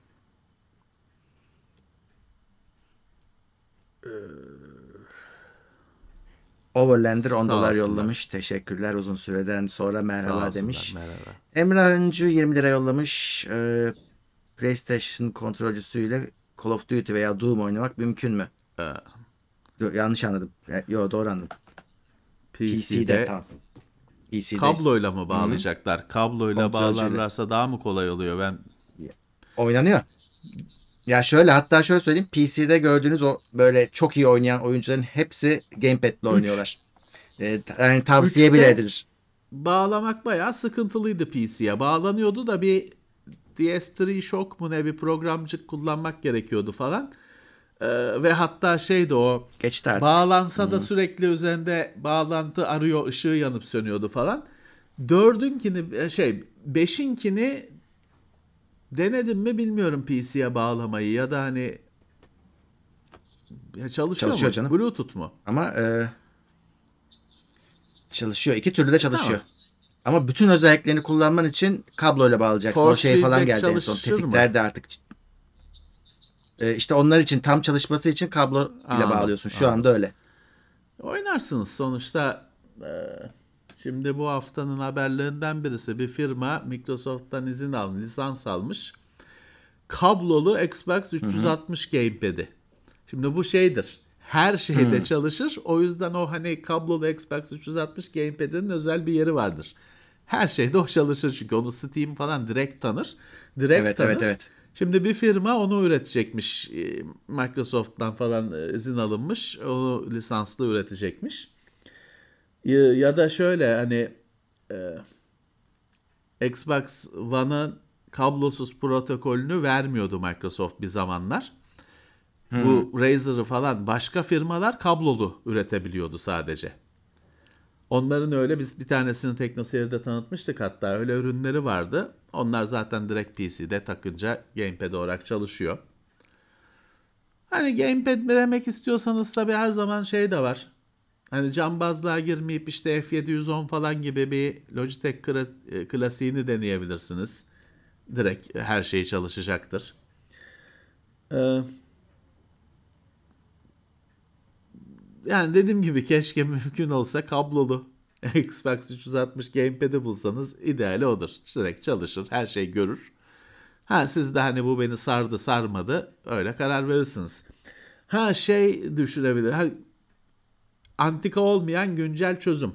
Overlander 10 Sağ dolar olsunlar. yollamış. Teşekkürler uzun süreden sonra Sağ merhaba olsunlar. demiş. Merhaba. Emrah Öncü 20 lira yollamış. PlayStation kontrolcüsüyle Call of Duty veya Doom oynamak mümkün mü? Ee, Yanlış anladım. Yo doğru anladım. PC'de PC'de tamam. PC'deyiz. kabloyla mı Hı-hı. bağlayacaklar? Kabloyla Kontrolcüyle. bağlarlarsa daha mı kolay oluyor? Ben Oynanıyor. Ya şöyle hatta şöyle söyleyeyim. PC'de gördüğünüz o böyle çok iyi oynayan oyuncuların hepsi gamepad'le 3 oynuyorlar. Yani tavsiye bile 3'te edilir. bağlamak bayağı sıkıntılıydı PC'ye. Bağlanıyordu da bir DS3 Shock mu ne bir programcık kullanmak gerekiyordu falan. Ve hatta şeydi o Geçti artık. bağlansa da sürekli üzerinde bağlantı arıyor, ışığı yanıp sönüyordu falan. Beşinkini denedim mi bilmiyorum PC'ye bağlamayı ya da hani çalışıyor Çalışıyor mu? canım. Bluetooth mu? Ama çalışıyor. İki türlü de çalışıyor. Tamam. Ama bütün özelliklerini kullanman için kabloyla bağlayacaksın. O Force şey falan feedback geldi en son. çalışır mı? Tetikler de artık. işte onlar için tam çalışması için kablo ile Anladım, bağlıyorsun. Şu anladım. anda öyle. Oynarsınız sonuçta. Şimdi bu haftanın haberlerinden birisi, bir firma Microsoft'tan izin almış, lisans almış. Kablolu Xbox 360 Gamepad'i. Şimdi bu şeydir. Her şeyde çalışır. O yüzden o hani kablolu Xbox 360 Gamepad'in özel bir yeri vardır. Her şeyde o çalışır çünkü onu Steam falan direkt tanır. Direkt tanır. Evet. Şimdi bir firma onu üretecekmiş. Microsoft'tan falan izin alınmış. Onu lisanslı üretecekmiş. Ya da şöyle hani Xbox One'ın kablosuz protokolünü vermiyordu Microsoft bir zamanlar. Bu Razer'ı falan başka firmalar kablolu üretebiliyordu sadece. Onların öyle, biz bir tanesini TeknoSeyir'de tanıtmıştık hatta, öyle ürünleri vardı. Onlar zaten direkt PC'de takınca gamepad olarak çalışıyor. Hani gamepad demek istiyorsanız tabii her zaman şey de var. Hani cambazlığa girmeyip işte F710 falan gibi bir Logitech klasiğini deneyebilirsiniz. Direkt her şey çalışacaktır. Yani dediğim gibi keşke mümkün olsa kablolu Xbox 360 Gamepad'i bulsanız ideali odur. Direkt çalışır, her şey görür. Ha siz de hani bu beni sardı sarmadı öyle karar verirsiniz. Ha şey düşünebilir. Ha, antika olmayan güncel çözüm.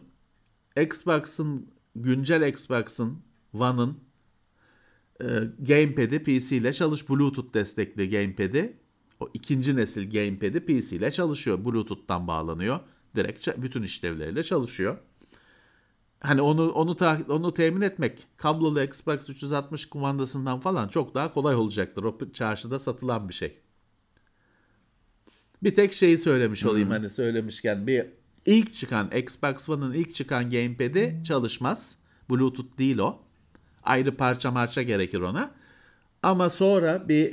Güncel Xbox'ın One'ın Gamepad'i PC ile Bluetooth destekli Gamepad'i, o ikinci nesil Gamepad'i PC ile çalışıyor. Bluetooth'tan bağlanıyor. Direkt bütün işlevleriyle çalışıyor. Hani onu temin etmek kablolu Xbox 360 kumandasından falan çok daha kolay olacaktır. O çarşıda satılan bir şey. Bir tek şeyi söylemiş olayım hani söylemişken, bir ilk çıkan Xbox One'ın ilk çıkan Gamepad'i çalışmaz. Bluetooth değil o. Ayrı parça gerekir ona. Ama sonra bir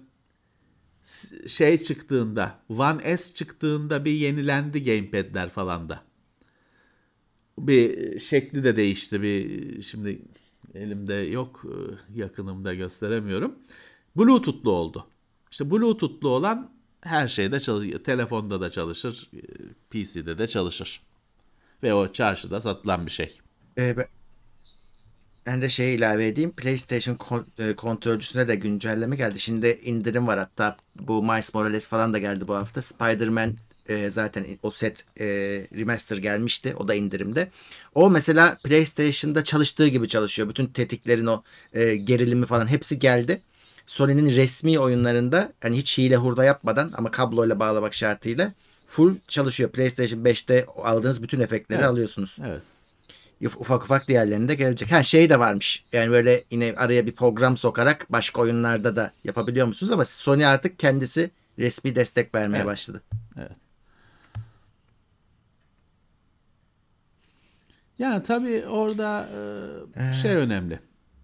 şey çıktığında, One S çıktığında bir yenilendi gamepad'ler falan da. Bir şekli de değişti. Şimdi elimde yok, yakınımda gösteremiyorum. Bluetooth'lu oldu. İşte Bluetooth'lu olan her şeyde çalışır. Telefonda da çalışır, PC'de de çalışır. Ve o çarşıda satılan bir şey. Ben de şey ilave edeyim. PlayStation kontrolcüsüne de güncelleme geldi. Şimdi indirim var hatta. Bu Miles Morales falan da geldi bu hafta. Spider-Man zaten o set remaster gelmişti. O da indirimde. O mesela PlayStation'da çalıştığı gibi çalışıyor. Bütün tetiklerin o gerilimi falan hepsi geldi. Sony'nin resmi oyunlarında hani hiç hile hurda yapmadan ama kabloyla bağlamak şartıyla full çalışıyor. PlayStation 5'te aldığınız bütün efektleri Evet. alıyorsunuz. Evet. Ufak diğerlerinde gelecek. Ha şey de varmış. Yani böyle yine araya bir program sokarak başka oyunlarda da yapabiliyor musunuz ama Sony artık kendisi resmi destek vermeye Evet. başladı. Evet. Yani tabii orada şey önemli.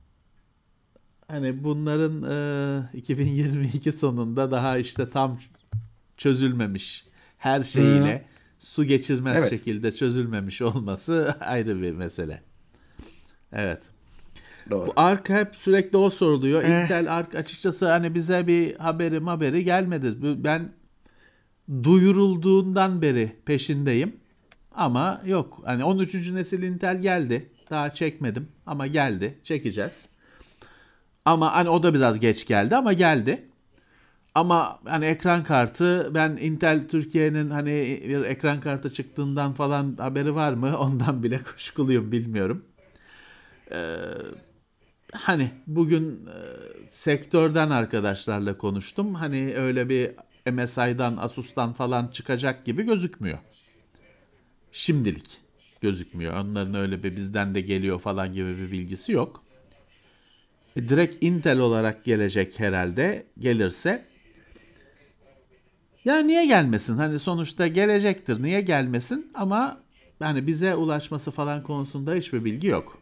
Hani bunların 2022 sonunda daha işte tam çözülmemiş, her şeyiyle su geçirmez Evet. şekilde çözülmemiş olması ayrı bir mesele. Evet. Bu Doğru. Ark hep sürekli o soruluyor. Intel Ark açıkçası hani bize bir haberi gelmedi. Ben duyurulduğundan beri peşindeyim. Ama yok. Hani 13. nesil Intel geldi. Daha çekmedim ama geldi. Çekeceğiz. Ama hani o da biraz geç geldi ama geldi. Ama hani ekran kartı, ben Intel Türkiye'nin hani bir ekran kartı çıktığından falan haberi var mı? Ondan bile kuşkuluyum, bilmiyorum. Hani bugün sektörden arkadaşlarla konuştum. Hani öyle bir MSI'dan, Asus'tan falan çıkacak gibi gözükmüyor. Şimdilik gözükmüyor. Onların öyle bir bizden de geliyor falan gibi bir bilgisi yok. Direkt Intel olarak gelecek herhalde, gelirse. Ya niye gelmesin? Hani sonuçta gelecektir. Niye gelmesin? Ama hani bize ulaşması falan konusunda hiçbir bilgi yok.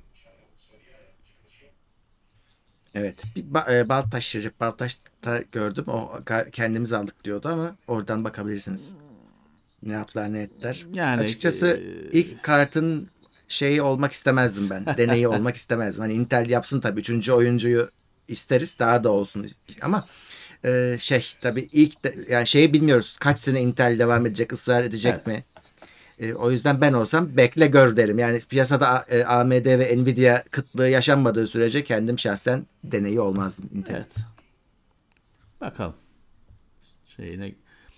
Evet. Bir Recep Baltaş'ta gördüm. O kendimiz aldık diyordu ama oradan bakabilirsiniz. Ne yaptılar ne ettiler. Yani Açıkçası ilk kartın şeyi olmak istemezdim ben. Deneyi olmak istemezdim. Hani Intel yapsın tabii. Üçüncü oyuncuyu isteriz. Daha da olsun. Ama Tabii yani şeyi bilmiyoruz. Kaç sene Intel devam edecek, ısrar edecek Evet. mi? O yüzden ben olsam bekle gör derim. Yani piyasada AMD ve Nvidia kıtlığı yaşanmadığı sürece kendim şahsen deneyi olmazdım Intel'in. Evet. Bakalım. Şeyine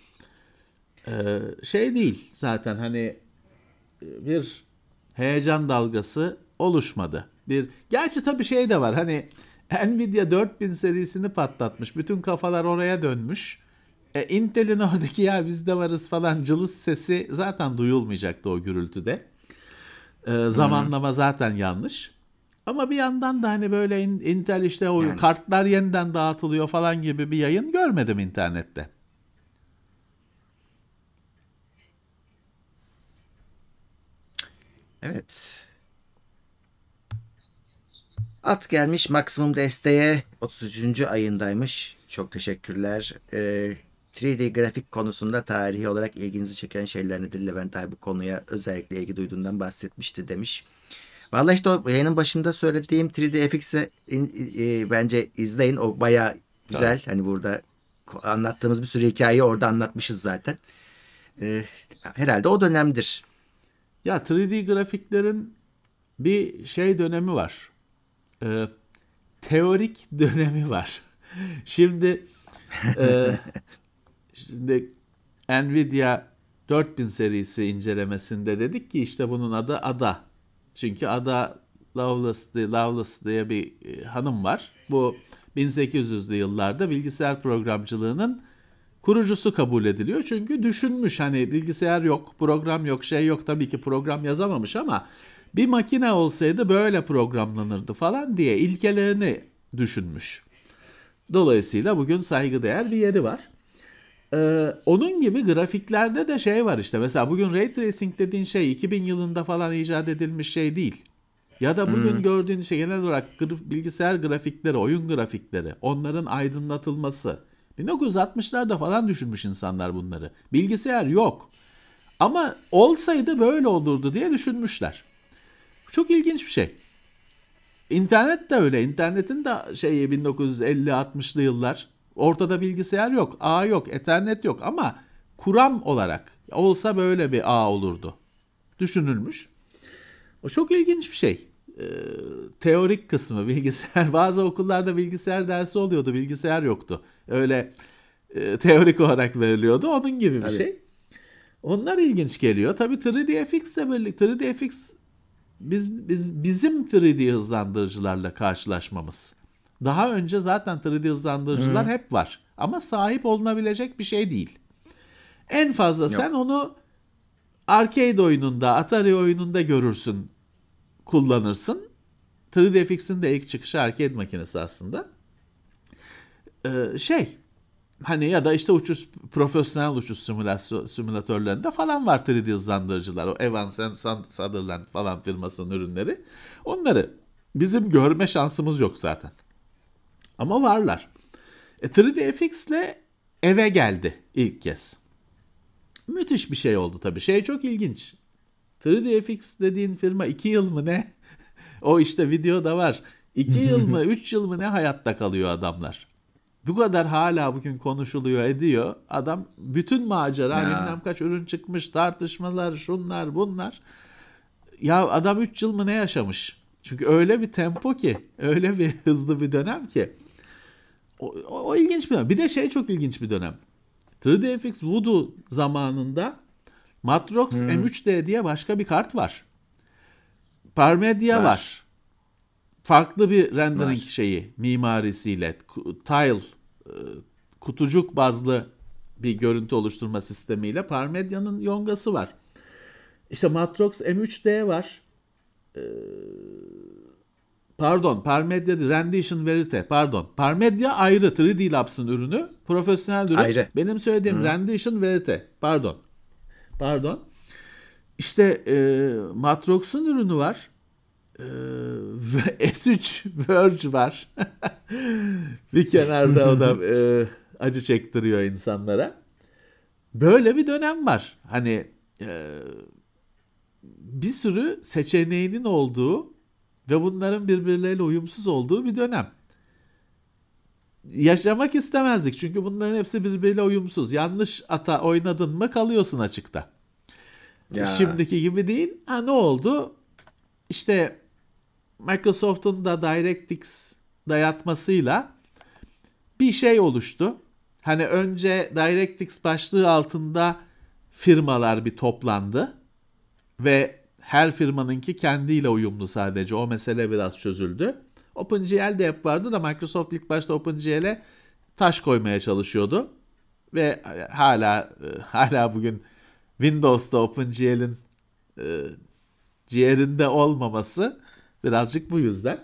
şey değil zaten hani bir heyecan dalgası oluşmadı. Gerçi tabii şey de var. Hani Nvidia 4000 serisini patlatmış. Bütün kafalar oraya dönmüş. Intel'in oradaki ya biz de varız falan cılız sesi zaten duyulmayacaktı o gürültüde. Zamanlama zaten yanlış. Ama bir yandan da hani böyle Intel işte o Yani kartlar yeniden dağıtılıyor falan gibi bir yayın görmedim internette. evet. At gelmiş maksimum desteğe 33. ayındaymış. Çok teşekkürler. 3D grafik konusunda tarihi olarak ilginizi çeken şeyler nedir? Levent abi bu konuya özellikle ilgi duyduğundan bahsetmişti demiş. Vallahi işte o yayının başında söylediğim 3D FX'i bence izleyin. O baya Tabii. güzel. Hani burada anlattığımız bir sürü hikayeyi orada anlatmışız zaten. Herhalde o dönemdir. Ya 3D grafiklerin bir şey dönemi var. Ee, teorik dönemi var. Şimdi e, şimdi Nvidia 4000 serisi incelemesinde dedik ki işte bunun adı Ada. Çünkü Ada Lovelace diye bir hanım var. Bu 1800'lü yıllarda bilgisayar programcılığının kurucusu kabul ediliyor. Çünkü düşünmüş hani bilgisayar yok, program yok, şey yok. Tabii ki program yazamamış ama bir makine olsaydı böyle programlanırdı falan diye ilkelerini düşünmüş. Dolayısıyla bugün saygıdeğer bir yeri var. Onun gibi grafiklerde de şey var işte. Mesela bugün Ray Tracing dediğin şey 2000 yılında falan icat edilmiş şey değil. Ya da bugün gördüğün şey genel olarak bilgisayar grafikleri, oyun grafikleri, onların aydınlatılması. 1960'larda falan düşünmüş insanlar bunları. Bilgisayar yok. Ama olsaydı böyle olurdu diye düşünmüşler. Çok ilginç bir şey. İnternet de öyle. İnternetin de şeyi 1950-60'lı yıllar. Ortada bilgisayar yok, ağ yok, ethernet yok ama kuram olarak olsa böyle bir ağ olurdu. Düşünülmüş. O çok ilginç bir şey. Ee, teorik kısmı bilgisayar. Bazı okullarda bilgisayar dersi oluyordu. Bilgisayar yoktu. Öyle teorik olarak veriliyordu. Onun gibi bir Tabii. şey. Onlar ilginç geliyor. Tabii 3ds ile birlikte 3DFX bizim 3D hızlandırıcılarla karşılaşmamız. Daha önce zaten 3D hızlandırıcılar Hı, hep var. Ama sahip olunabilecek bir şey değil. En fazla sen yok. onu arcade oyununda, Atari oyununda görürsün, kullanırsın. 3DFX'in de ilk çıkışı arcade makinesi aslında. Şey, hani ya da işte profesyonel uçuş simülatörlerinde falan var 3D hızlandırıcılar. O Evans Sutherland falan firmasının ürünleri. Onları bizim görme şansımız yok zaten. Ama varlar. 3DFX ile eve geldi ilk kez. Müthiş bir şey oldu tabii. Şey çok ilginç. 3DFX dediğin firma 2 yıl mı ne? O işte videoda var. 2 yıl mı 3 yıl mı ne hayatta kalıyor adamlar. Bu kadar hala bugün konuşuluyor ediyor. Adam bütün macera Ya, bilmem kaç ürün çıkmış tartışmalar şunlar bunlar. Ya adam 3 yıl mı ne yaşamış. Çünkü öyle bir tempo ki öyle bir hızlı bir dönem ki. O ilginç bir dönem. Bir de şey çok ilginç bir dönem. 3DFX Voodoo zamanında Matrox hı, M3D diye başka bir kart var. Parmedia var. var. Farklı bir rendering Var. şeyi mimarisiyle tile kutucuk bazlı bir görüntü oluşturma sistemiyle Parmedia'nın yongası var. İşte Matrox M3D var. Pardon, Parmedia değil, Rendition Verite. Pardon. Parmedia ayrı 3D Labs'ın ürünü. Profesyonel ürün. Ayrı. Benim söylediğim Hı. Rendition Verite. Pardon. Pardon. İşte Matrox'un ürünü var. S3 Verge var. Bir kenarda o da acı çektiriyor insanlara. Böyle bir dönem var. Hani bir sürü seçeneğinin olduğu ve bunların birbirleriyle uyumsuz olduğu bir dönem. yaşamak istemezdik. Çünkü bunların hepsi birbiriyle uyumsuz. Yanlış ata oynadın mı kalıyorsun açıkta. Ya Şimdiki gibi değil. Ha, ne oldu? İşte Microsoft'un da DirectX dayatmasıyla bir şey oluştu. Hani önce DirectX başlığı altında firmalar bir toplandı ve her firmanınki kendiyle uyumlu sadece. O mesele biraz çözüldü. OpenGL de hep vardı da Microsoft ilk başta OpenGL'e taş koymaya çalışıyordu. Ve hala bugün Windows'ta OpenGL'in ciğerinde olmaması birazcık bu yüzden.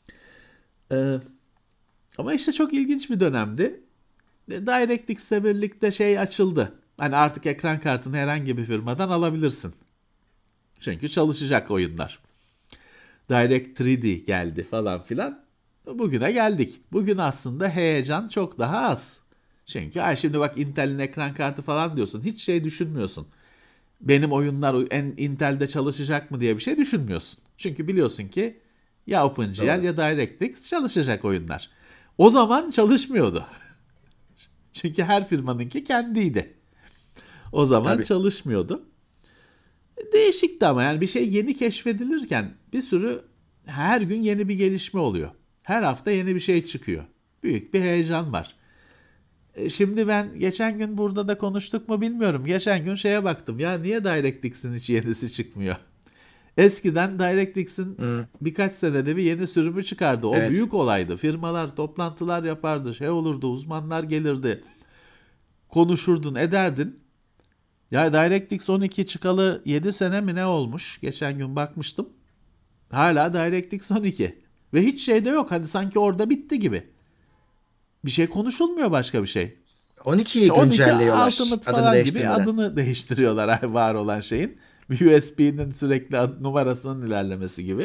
Ama işte çok ilginç bir dönemdi. DirectX'le birlikte şey açıldı. Hani artık ekran kartını herhangi bir firmadan alabilirsin. Çünkü çalışacak oyunlar. Direct 3D geldi falan filan. Bugüne geldik. Bugün aslında heyecan çok daha az. Çünkü şimdi bak Intel'in ekran kartı falan diyorsun. Hiç şey düşünmüyorsun. Benim oyunlar Intel'de çalışacak mı diye bir şey düşünmüyorsun. Çünkü biliyorsun ki ya OpenGL doğru. ya DirectX çalışacak oyunlar. O zaman çalışmıyordu. Çünkü her firmanınki kendiydi. O zaman Tabii. çalışmıyordu. Değişikti ama yani bir şey yeni keşfedilirken bir sürü her gün yeni bir gelişme oluyor. Her hafta yeni bir şey çıkıyor. Büyük bir heyecan var. Şimdi ben geçen gün burada da konuştuk mu bilmiyorum. Geçen gün şeye baktım. Ya niye DirectX'in hiç yenisi çıkmıyor? Eskiden DirectX'in Hı, birkaç senede bir yeni sürümü çıkardı. O evet. büyük olaydı. Firmalar toplantılar yapardı. Şey olurdu, uzmanlar gelirdi. Konuşurdun, ederdin. Ya DirectX 12 çıkalı 7 sene mi ne olmuş? Geçen gün bakmıştım. Hala DirectX 12. Ve hiç şey de yok. Hani sanki orada bitti gibi. Bir şey konuşulmuyor, başka bir şey. İşte 12'yi 12 güncelliyorlar Ultimate adını falan gibi değiştirmeden. adını değiştiriyorlar var olan şeyin. USB'nin sürekli numarasının ilerlemesi gibi.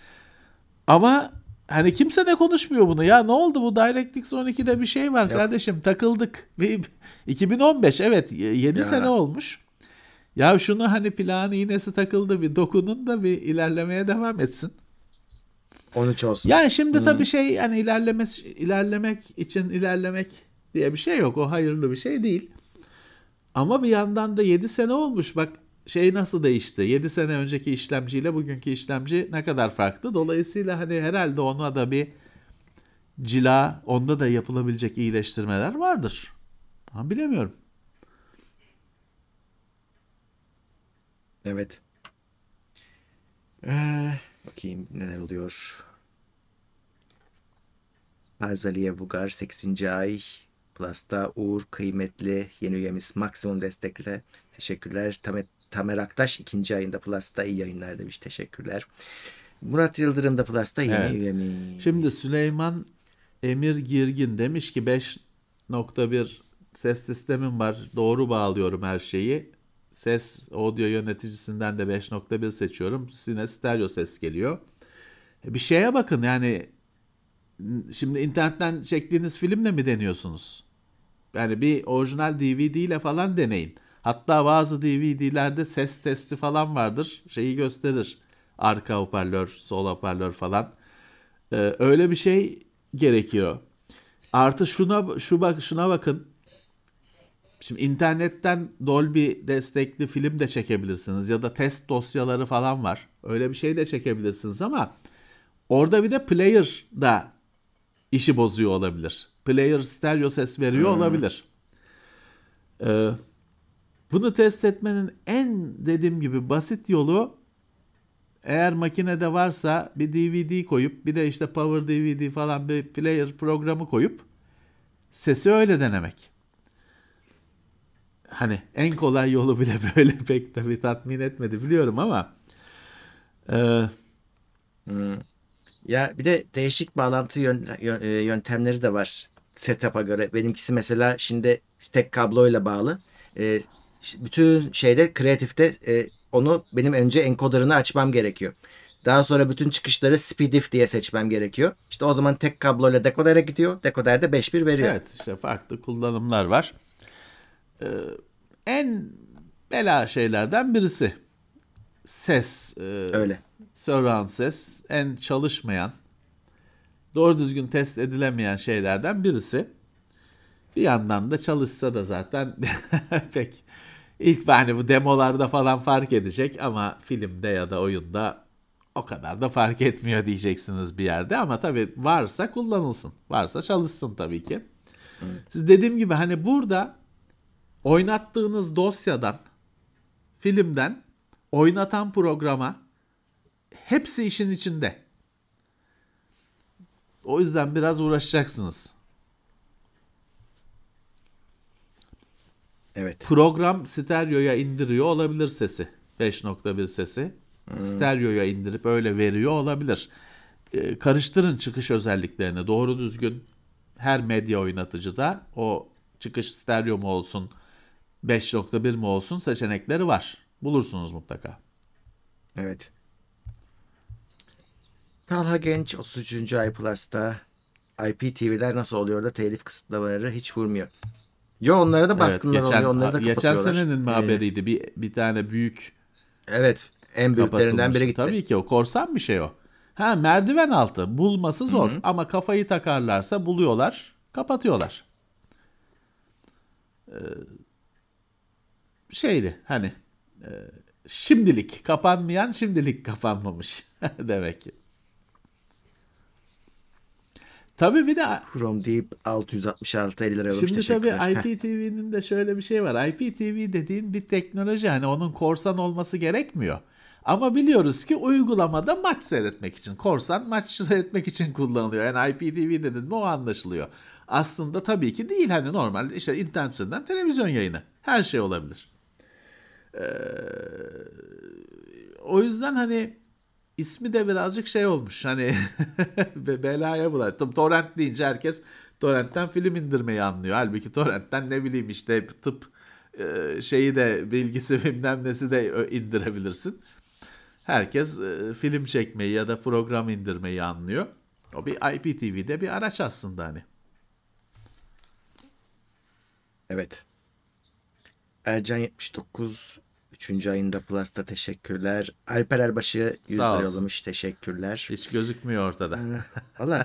Ama hani kimse de konuşmuyor bunu. Ya ne oldu, bu DirectX 12'de bir şey var Yok. kardeşim, takıldık. 2015, evet, 7 sene Ya olmuş. Ya şunu hani plağın iğnesi takıldı, bir dokunun da bir ilerlemeye devam etsin. 13 olsun. Yani şimdi tabii Hı. şey, hani ilerlemek için ilerlemek diye bir şey yok. O hayırlı bir şey değil. Ama bir yandan da 7 sene olmuş. Bak şey nasıl değişti. 7 sene önceki işlemciyle bugünkü işlemci ne kadar farklı. Dolayısıyla hani herhalde ona da bir cila, onda da yapılabilecek iyileştirmeler vardır. Ama bilemiyorum. Evet. Bakayım neler oluyor. Farzaliye Vugar 8. ay. Plus'ta Uğur kıymetli yeni üyemiz maksimum destekle. Teşekkürler. Tamer Aktaş 2. ayında Plus'ta iyi yayınlar demiş. Teşekkürler. Murat Yıldırım da Plus'ta yeni Evet. Şimdi üyemiz. Süleyman Emir Girgin demiş ki 5.1 ses sistemim var. Doğru bağlıyorum her şeyi. Ses audio yöneticisinden de 5.1 seçiyorum. Size stereo ses geliyor. Bir şeye bakın yani, şimdi internetten çektiğiniz filmle mi deniyorsunuz? Yani bir orijinal DVD ile falan deneyin. Hatta bazı DVD'lerde ses testi falan vardır. Şeyi gösterir. Arka hoparlör, sol hoparlör falan. Öyle bir şey gerekiyor. Artı şuna bakın. Şimdi internetten Dolby destekli film de çekebilirsiniz ya da test dosyaları falan var. Öyle bir şey de çekebilirsiniz ama orada bir de player da işi bozuyor olabilir. Player stereo ses veriyor Hmm, olabilir. Ee, Bunu test etmenin en, dediğim gibi, basit yolu, eğer makinede varsa bir DVD koyup bir de işte Power DVD falan bir player programı koyup sesi öyle denemek. Hani en kolay yolu bile böyle pek tabii tatmin etmedi biliyorum ama e, hmm. Ya bir de değişik bağlantı yöntemleri de var setup'a göre. Benimkisi mesela şimdi tek kabloyla bağlı. E, Bütün şeyde Creative'de onu benim önce encoder'ını açmam gerekiyor. Daha sonra bütün çıkışları SPDIF diye seçmem gerekiyor. İşte o zaman tek kabloyla dekodere gidiyor. Dekoder de 5.1 veriyor. evet, işte farklı kullanımlar var. En bela şeylerden birisi ses, Öyle. surround ses en çalışmayan. doğru düzgün test edilemeyen şeylerden birisi. Bir yandan da çalışsa da zaten pek ilk hani bu demolarda falan fark edecek ama filmde ya da oyunda o kadar da fark etmiyor diyeceksiniz bir yerde, ama tabii varsa kullanılsın. Varsa çalışsın tabii ki. Siz dediğim gibi hani burada oynattığınız dosyadan, filmden, oynatan programa hepsi işin içinde. O yüzden biraz uğraşacaksınız. Evet. Program stereoya indiriyor olabilir sesi. 5.1 sesi. Stereoya indirip öyle veriyor olabilir. Karıştırın çıkış özelliklerini. Doğru düzgün her medya oynatıcıda o çıkış stereo mu olsun, 5.1 mi olsun seçenekleri var. Bulursunuz mutlaka. Evet. Talha Genç 33. Ay Plus'ta IPTV'ler nasıl oluyor da telif kısıtlamaları hiç vurmuyor. Yo, onlara da baskınlar oluyor. Onları da Geçen kapatıyorlar. senenin mi haberiydi? Bir tane büyük Evet. En büyüklerinden biri kapatılmıştı. gitti. Tabii ki o korsan bir şey o. Ha, merdiven altı. Bulması zor. Ama kafayı takarlarsa buluyorlar, kapatıyorlar. Şeydi hani şimdilik kapanmayan şimdilik kapanmamış demek ki. Tabii bir de Chrome deyip 666 50 lira olmuş. şimdi tabii Teşekkürler. IPTV'nin de şöyle bir şey var. IPTV dediğin bir teknoloji, hani onun korsan olması gerekmiyor. Ama biliyoruz ki uygulamada maç seyretmek için, korsan maç seyretmek için kullanılıyor. Yani IPTV dedin mi o anlaşılıyor. Aslında tabii ki değil, hani normal işte internet üzerinden televizyon yayını. Her şey olabilir. O yüzden hani ismi de birazcık şey olmuş, hani belaya bulaştım. Torrent deyince herkes torrentten film indirmeyi anlıyor. Halbuki torrentten ne bileyim işte tıp şeyi de, bilgisi bilmem nesi de indirebilirsin. Herkes film çekmeyi ya da program indirmeyi anlıyor. O bir IPTV'de bir araç aslında hani. Evet. Ercan 79 3. ayında Plus'ta teşekkürler. Alper Erbaşı 100 Sağ lira olsun. yollamış. Teşekkürler. Hiç gözükmüyor ortada. Valla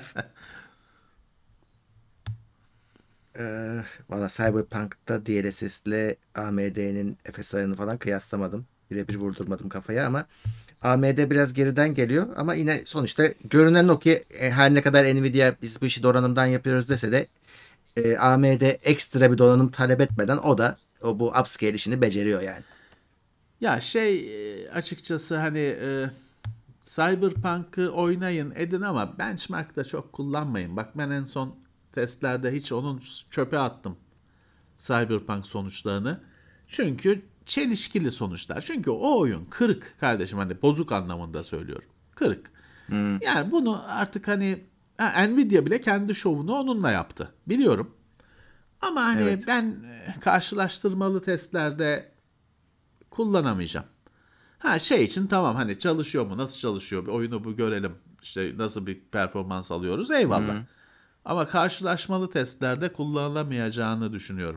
valla Cyberpunk'ta DLSS'le AMD'nin FSR'ını falan kıyaslamadım. Birebir vurdurmadım kafaya ama AMD biraz geriden geliyor ama yine sonuçta görünen o ki her ne kadar Nvidia biz bu işi donanımdan yapıyoruz dese de AMD ekstra bir donanım talep etmeden o da bu upscale işini beceriyor yani. Ya açıkçası hani Cyberpunk'ı oynayın edin ama benchmark'ta çok kullanmayın. Bak ben en son testlerde hiç onun çöpe attım Cyberpunk sonuçlarını. Çünkü çelişkili sonuçlar. Çünkü o oyun kırık kardeşim, hani bozuk anlamında söylüyorum. Kırık. Yani bunu artık hani Nvidia bile kendi şovunu onunla yaptı. Biliyorum. Ama hani Evet. ben karşılaştırmalı testlerde kullanamayacağım. Ha şey için tamam, hani çalışıyor mu, nasıl çalışıyor, bir oyunu bu görelim, işte nasıl bir performans alıyoruz, eyvallah. Ama karşılaşmalı testlerde kullanılamayacağını düşünüyorum.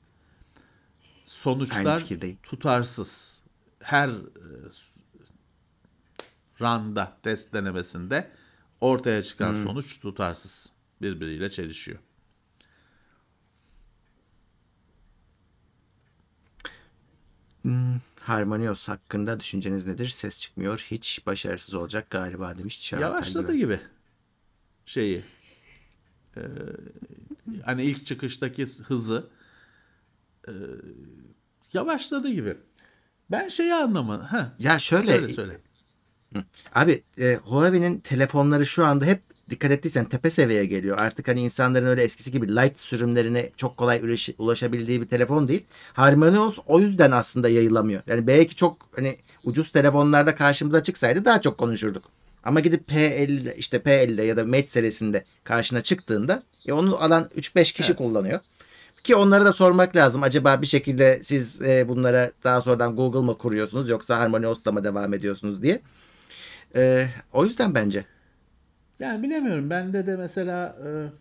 Aynı Sonuçlar fikirdeyim. tutarsız. Her randa, test denemesinde ortaya çıkan sonuç tutarsız. Birbiriyle çelişiyor. Harmonios hakkında düşünceniz nedir? Ses çıkmıyor. Hiç başarısız olacak galiba demiş Çağatay Yavaşladı Güven. gibi şeyi. Hani ilk çıkıştaki hızı yavaşladı gibi. Ben şeyi anlamadım. Ya şöyle Söyle. abi Huawei'nin telefonları şu anda hep dikkat ettiysen tepe seviyeye geliyor. Artık hani insanların öyle eskisi gibi light sürümlerine çok kolay ulaşabildiği bir telefon değil. HarmonyOS o yüzden aslında yayılamıyor. Yani belki çok hani ucuz telefonlarda karşımıza çıksaydı daha çok konuşurduk. Ama gidip P50 işte P50 ya da Mate serisinde karşına çıktığında onu alan 3-5 kişi Evet. kullanıyor. Ki onlara da sormak lazım. Acaba bir şekilde siz bunlara daha sonradan Google mı kuruyorsunuz yoksa HarmonyOS'la mı devam ediyorsunuz diye. O yüzden bence. Yani bilemiyorum. Bende de mesela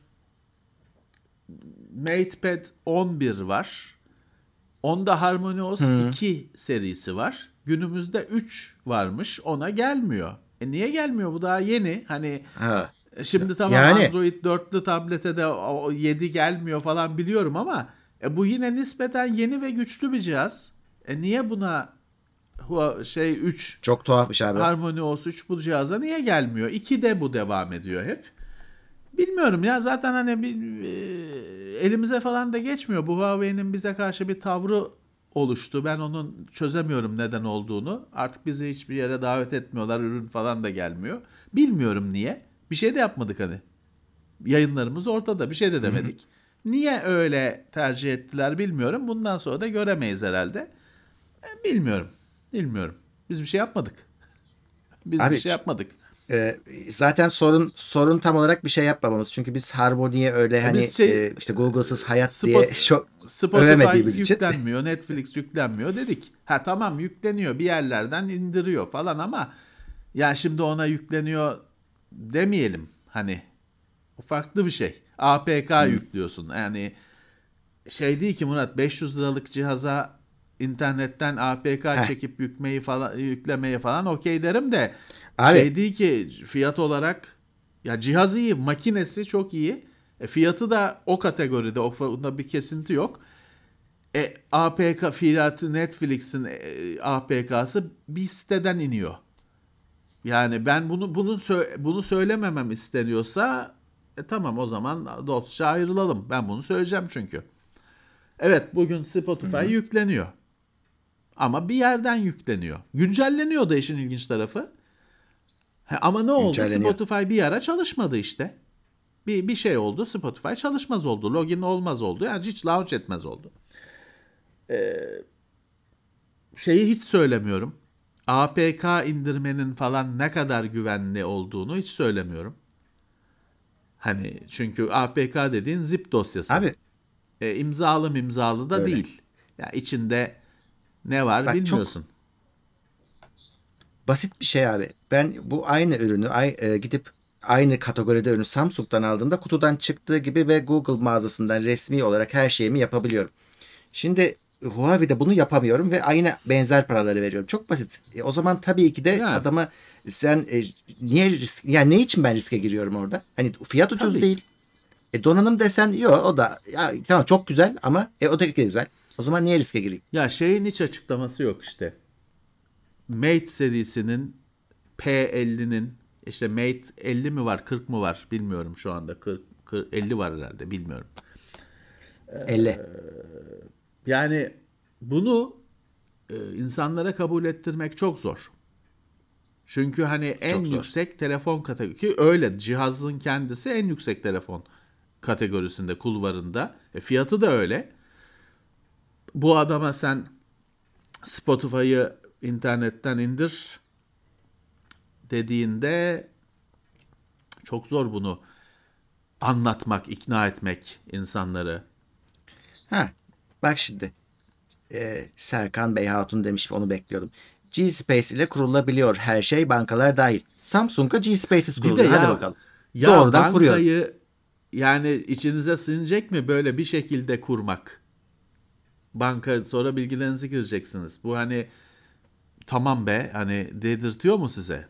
MatePad 11 var. Onda HarmonyOS 2 serisi var. Günümüzde 3 varmış. Ona gelmiyor. Niye gelmiyor? Bu daha yeni. Hani Ha. Şimdi tamam, Yani Android 4'lü tablete de o 7 gelmiyor falan biliyorum ama bu yine nispeten yeni ve güçlü bir cihaz. Niye buna 3 çok tuhafmış abi. HarmonyOS 3 bu cihaza niye gelmiyor? 2'de bu devam ediyor hep. Bilmiyorum ya, zaten hani elimize falan da geçmiyor. Bu Huawei'nin bize karşı bir tavrı oluştu. Ben onun çözemiyorum neden olduğunu. Artık bizi hiçbir yere davet etmiyorlar. Ürün falan da gelmiyor. Bilmiyorum niye. Bir şey de yapmadık hani. Yayınlarımız ortada. Bir şey de demedik. Niye öyle tercih ettiler bilmiyorum. Bundan sonra da göremeyiz herhalde. Bilmiyorum. Bilmiyorum. Biz bir şey yapmadık. Biz bir Abi şey yapmadık. zaten sorun tam olarak bir şey yapmamamız. Çünkü biz Harmony'ye öyle hani Biz işte Google'sız hayat diye Spot, çok Spotify övemediğimiz için. yüklenmiyor, Netflix yüklenmiyor dedik. Ha tamam, yükleniyor, bir yerlerden indiriyor falan ama ya şimdi ona yükleniyor demeyelim. Hani o farklı bir şey. APK yüklüyorsun. Yani şey değil ki Murat, 500 liralık cihaza internetten APK Heh, çekip yüklemeye falan okey derim de abi şey değil ki fiyat olarak, ya cihaz iyi, makinesi çok iyi. Fiyatı da o kategoride, onda bir kesinti yok. APK fiyatı, Netflix'in APK'sı bir siteden iniyor. Yani ben bunu söylememem isteniyorsa tamam, o zaman dostça ayrılalım. Ben bunu söyleyeceğim çünkü. Evet, bugün Spotify yükleniyor. Ama bir yerden yükleniyor. Güncelleniyor da işin ilginç tarafı. Ama ne oldu? güncelleniyor. Spotify bir ara çalışmadı işte. Bir şey oldu. Spotify çalışmaz oldu. Login olmaz oldu. Yani hiç launch etmez oldu. Şeyi hiç söylemiyorum. APK indirmenin falan ne kadar güvenli olduğunu hiç söylemiyorum. Hani çünkü APK dediğin zip dosyası. Abi İmzalı da öyle. değil. Ya içinde ne var Bak çok bilmiyorsun. basit bir şey abi. Ben bu aynı ürünü gidip aynı kategoride ürünü Samsung'dan aldığımda kutudan çıktığı gibi ve Google mağazasından resmi olarak her şeyimi yapabiliyorum. Şimdi Huawei'de bunu yapamıyorum ve aynı benzer paraları veriyorum. Çok basit. O zaman tabii ki de Yani adama sen niye risk, yani ne için ben riske giriyorum orada? Hani fiyat ucuz tabii ki. değil. Donanım desen yok, o da ya, tamam çok güzel ama o da güzel. O zaman niye riske gireyim? Ya şeyin hiç açıklaması yok işte. Mate serisinin P50'nin, işte Mate 50 mi var 40 mı var bilmiyorum şu anda, 50 var herhalde, bilmiyorum. 50. Yani bunu insanlara kabul ettirmek çok zor. Çünkü hani en Çok zor. yüksek telefon kategorisi, ki öyle, cihazın kendisi en yüksek telefon kategorisinde, kulvarında. Fiyatı da öyle. Bu adama sen Spotify'ı internetten indir dediğinde çok zor bunu anlatmak, ikna etmek insanları. Ha, bak şimdi. Serkan Bey Hatun demiş, onu bekliyordum. G-Space ile kurulabiliyor her şey, bankalar dahil. Samsung'a G-Space'siz Bir de kuruluyor. Hadi ya bakalım. ya Doğrudan kuruyorum. bankayı yani içinize sinecek mi böyle bir şekilde kurmak? Banka sonra bilgilerinizi gireceksiniz. Bu hani tamam be, hani dedirtiyor mu size?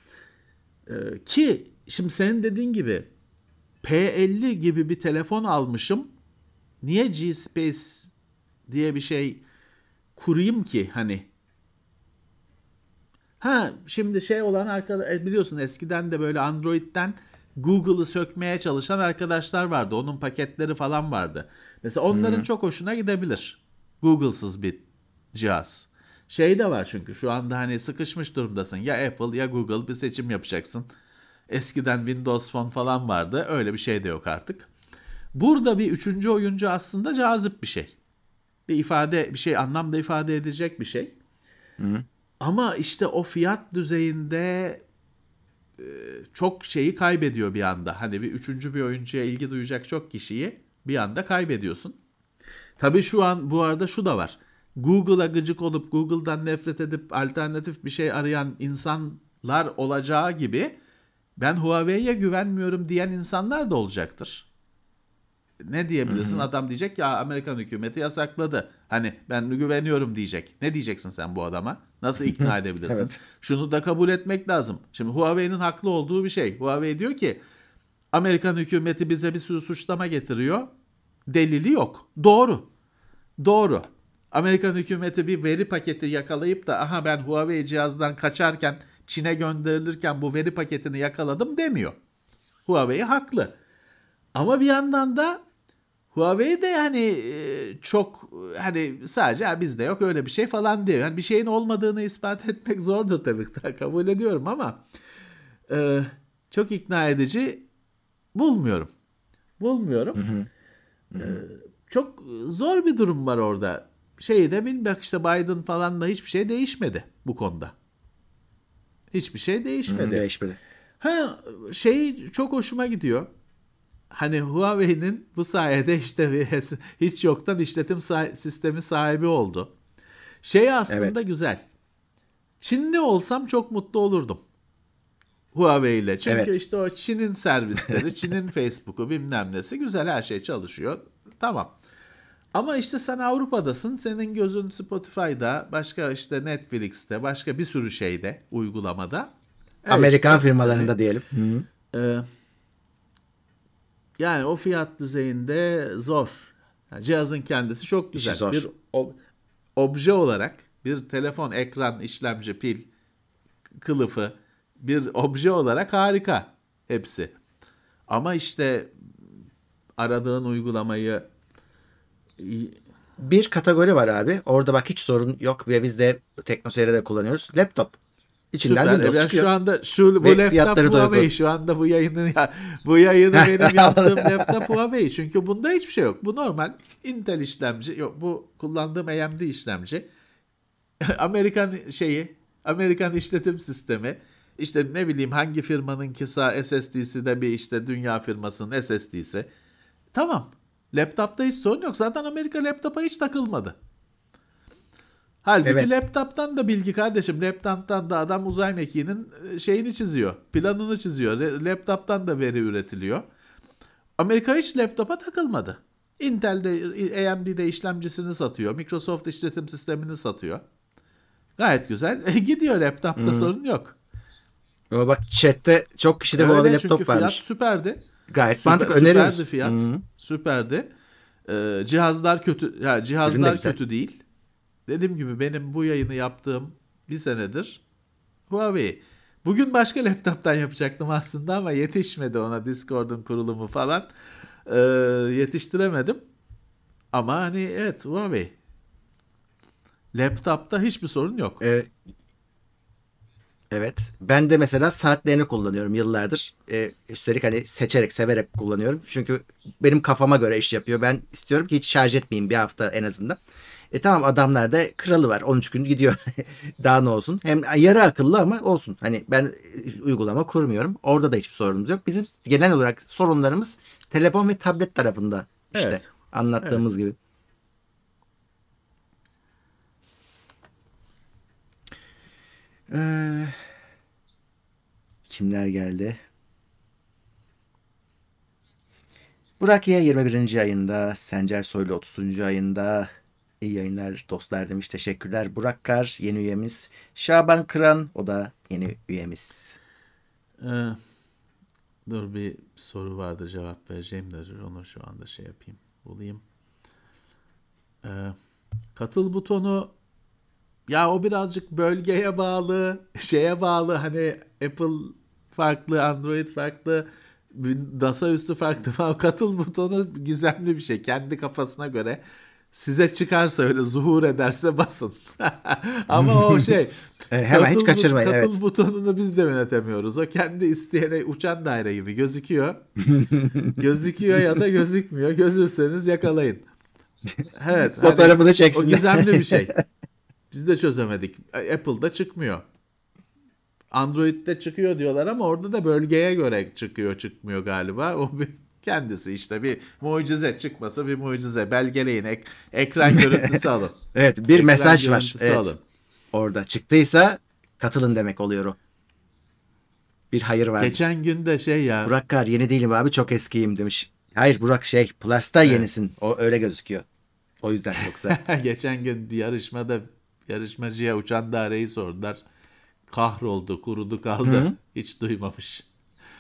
Ki şimdi senin dediğin gibi P50 gibi bir telefon almışım. Niye G-Space diye bir şey kurayım ki hani? Ha şimdi şey olan arkadaş, biliyorsun eskiden de böyle Android'den Google'ı sökmeye çalışan arkadaşlar vardı. Onun paketleri falan vardı. Mesela onların çok hoşuna gidebilir. Google'sız bir cihaz. Şey de var çünkü şu anda hani sıkışmış durumdasın. Ya Apple ya Google, bir seçim yapacaksın. Eskiden Windows Phone falan vardı. Öyle bir şey de yok artık. Burada bir üçüncü oyuncu aslında cazip bir şey. Bir şey, anlamda ifade edecek bir şey. Hı. Ama işte o fiyat düzeyinde çok şeyi kaybediyor bir anda. Hani bir üçüncü bir oyuncuya ilgi duyacak çok kişiyi bir anda kaybediyorsun. Tabii şu an bu arada şu da var. Google'a gıcık olup Google'dan nefret edip alternatif bir şey arayan insanlar olacağı gibi ben Huawei'ye güvenmiyorum diyen insanlar da olacaktır. Ne Hı diyebilirsin? hı. Adam diyecek ya Amerikan hükümeti yasakladı. Hani ben güveniyorum diyecek. Ne diyeceksin sen bu adama? Nasıl ikna edebilirsin? Evet. Şunu da kabul etmek lazım. Şimdi Huawei'nin haklı olduğu bir şey. Huawei diyor ki Amerikan hükümeti bize bir sürü suçlama getiriyor. Delili yok. Doğru. Doğru. Amerikan hükümeti bir veri paketi yakalayıp da aha ben Huawei cihazdan kaçarken Çin'e gönderilirken bu veri paketini yakaladım demiyor. Huawei haklı. Ama bir yandan da Huawei de hani çok hani sadece bizde yok öyle bir şey falan diyor. Yani bir şeyin olmadığını ispat etmek zordur tabii. Kabul ediyorum ama çok ikna edici bulmuyorum. Bulmuyorum. Çok zor bir durum var orada. Şeyi de bilmem işte Biden falan da hiçbir şey değişmedi bu konuda. Hiçbir şey değişmedi. Değişmedi. Şey çok hoşuma gidiyor. Hani Huawei'nin bu sayede işte hiç yoktan işletim sistemi sahibi oldu. Şey aslında güzel. Çinli olsam çok mutlu olurdum. Huawei ile. Çünkü işte o Çin'in servisleri, Çin'in Facebook'u bilmem nesi güzel her şey çalışıyor. Tamam. Ama işte sen Avrupa'dasın. Senin gözün Spotify'da, başka işte Netflix'te, başka bir sürü şeyde, uygulamada. Amerikan firmalarında diyelim. Yani o fiyat düzeyinde zor. Yani cihazın kendisi çok güzel. Zor. Bir obje olarak bir telefon, ekran, işlemci, pil, kılıfı bir obje olarak harika hepsi. Ama işte aradığın uygulamayı bir kategori var abi. Orada bak hiç sorun yok ve biz de TeknoSeyir'de kullanıyoruz. Laptop. İçinden süper. Windows çıkıyor. Şu anda bu laptop Huawei. Şu anda bu yayını benim yaptığım laptop Huawei. Çünkü bunda hiçbir şey yok. Bu normal Intel işlemci. Yok, bu kullandığım AMD işlemci. Amerikan işletim sistemi. İşte ne bileyim hangi firmanınki SSD'si de bir işte dünya firmasının SSD'si. Tamam. Laptopta hiç sorun yok. Zaten Amerika laptopa hiç takılmadı. Halbuki laptoptan da bilgi kardeşim. Laptoptan da adam uzay mekiğinin şeyini çiziyor. Planını çiziyor. Laptoptan da veri üretiliyor. Amerika hiç laptopa takılmadı. Intel'de, AMD'de işlemcisini satıyor. Microsoft işletim sistemini satıyor. Gayet güzel. Gidiyor laptopta sorun yok. Ama bak chatte çok kişide Huawei laptop çünkü varmış. Fiyat süperdi. Gayet mantıklı öneriyoruz. Süperdi fiyat. Süperdi. Cihazlar kötü. Yani cihazlar kötü değil. Dediğim gibi benim bu yayını yaptığım bir senedir Huawei. Bugün başka laptoptan yapacaktım aslında ama yetişmedi ona Discord'un kurulumu falan. Yetiştiremedim. Ama hani evet Huawei. Laptopta hiçbir sorun yok. Evet. Ben de mesela saatlerini kullanıyorum yıllardır. Üstelik hani seçerek, severek kullanıyorum. Çünkü benim kafama göre iş yapıyor. Ben istiyorum ki hiç şarj etmeyeyim bir hafta en azından. Tamam adamlar da kralı var. 13 gün gidiyor. Daha ne olsun. Hem yarı akıllı ama olsun. Hani ben uygulama kurmuyorum. Orada da hiçbir sorunumuz yok. Bizim genel olarak sorunlarımız telefon ve tablet tarafında. İşte anlattığımız gibi. Kimler geldi? Burak Ya 21. ayında, Sencer Soylu 30. ayında. İyi yayınlar dostlar demiş. Teşekkürler. Burak Kar yeni üyemiz. Şaban Kıran o da yeni üyemiz. Dur bir soru vardı cevap vereceğim de onu şu anda şey yapayım. Bulayım. Katıl butonu ya o birazcık bölgeye bağlı, şeye bağlı hani Apple farklı, Android farklı, masaüstü farklı. O katıl butonu gizemli bir şey. Kendi kafasına göre size çıkarsa öyle zuhur ederse basın. Ama o şey hemen hiç kaçırmayın. Katıl butonunu biz de yönetemiyoruz. O kendi isteyene uçan daire gibi gözüküyor. Gözüküyor ya da gözükmüyor. Gözürseniz yakalayın. Evet. Fotoğrafını çeksin. O gizemli bir şey. Biz de çözemedik. Apple'da çıkmıyor. Android'de çıkıyor diyorlar ama orada da bölgeye göre çıkmıyor galiba. O bir kendisi işte bir mucize çıkması bir mucize. Belgeleyin. Ekran görüntüsü alın. Evet bir ekran mesaj var. Evet. Alın. Orada çıktıysa katılın demek oluyor o. Bir hayır var. Geçen gün de Burak Kar yeni değilim abi çok eskiyim demiş. Hayır Burak Plus'ta yenisin. O öyle gözüküyor. O yüzden yoksa. Geçen gün bir yarışmada yarışmacıya uçan daireyi sordular. Kahroldu, kurudu kaldı. Hiç duymamış.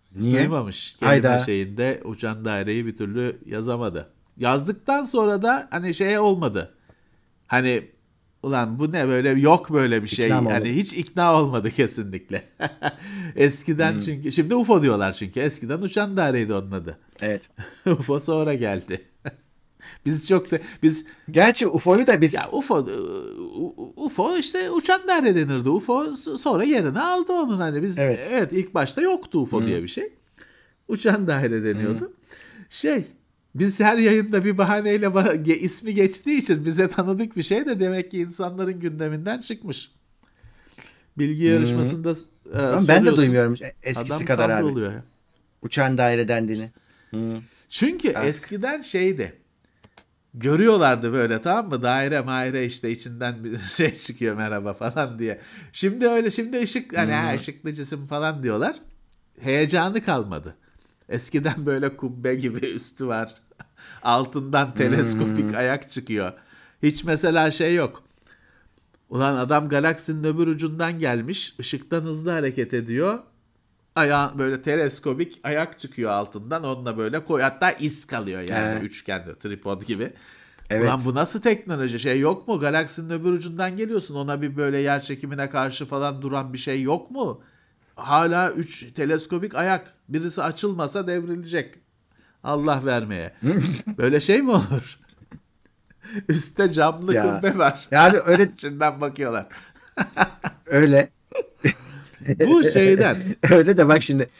Hiç Niye? duymamış. Kelime Hayda. şeyinde uçan daireyi bir türlü yazamadı. Yazdıktan sonra da hani şey olmadı. Hani ulan bu ne böyle, yok böyle bir İkna şey. mı Hani olmadı? hiç ikna olmadı kesinlikle. Eskiden Hmm, çünkü şimdi UFO diyorlar çünkü. Eskiden uçan daireydi onun adı. evet. UFO sonra geldi. Biz Gerçi UFO'yu da ya biz UFO işte uçan daire denirdi. UFO sonra yerini aldı onun, hani biz evet. evet ilk başta yoktu UFO Hmm, diye bir şey. Uçan daire hmm. deniyordu. Şey, biz her yayında bir bahaneyle ismi geçtiği için bize tanıdık bir şey de demek ki insanların gündeminden çıkmış. Bilgi Hmm. yarışmasında Ama ben de soruyorsun. duymuyorum eskisi Adam kadar abi. kavruluyor ya. Uçan daire dendiğini. Hmm, Çünkü artık. eskiden şeydi. Görüyorlardı böyle, tamam mı? Daire maire işte içinden bir şey çıkıyor merhaba falan diye. Şimdi öyle, şimdi ışık hani ha, Hmm, ışıklı cisim falan diyorlar. Heyecanı kalmadı. Eskiden böyle kubbe gibi üstü var. Altından teleskopik hmm. ayak çıkıyor. Hiç mesela şey yok. Ulan adam galaksinin öbür ucundan gelmiş. Işıktan hızlı hareket ediyor. Ayağı böyle teleskopik ayak çıkıyor altından. Onunla böyle koy. Hatta iz kalıyor yerde He, üçgende, tripod gibi. Ulan evet. bu nasıl teknoloji? Şey yok mu? Galaksinin öbür ucundan geliyorsun. Ona bir böyle yer çekimine karşı falan duran bir şey yok mu? Hala 3 teleskopik ayak. Birisi açılmasa devrilecek. Allah vermeye. Böyle şey mi olur? Üstte camlı Ya. kubbe var. Ya abi öyle İçinden bakıyorlar. öyle. Bu şeyden. Öyle de bak şimdi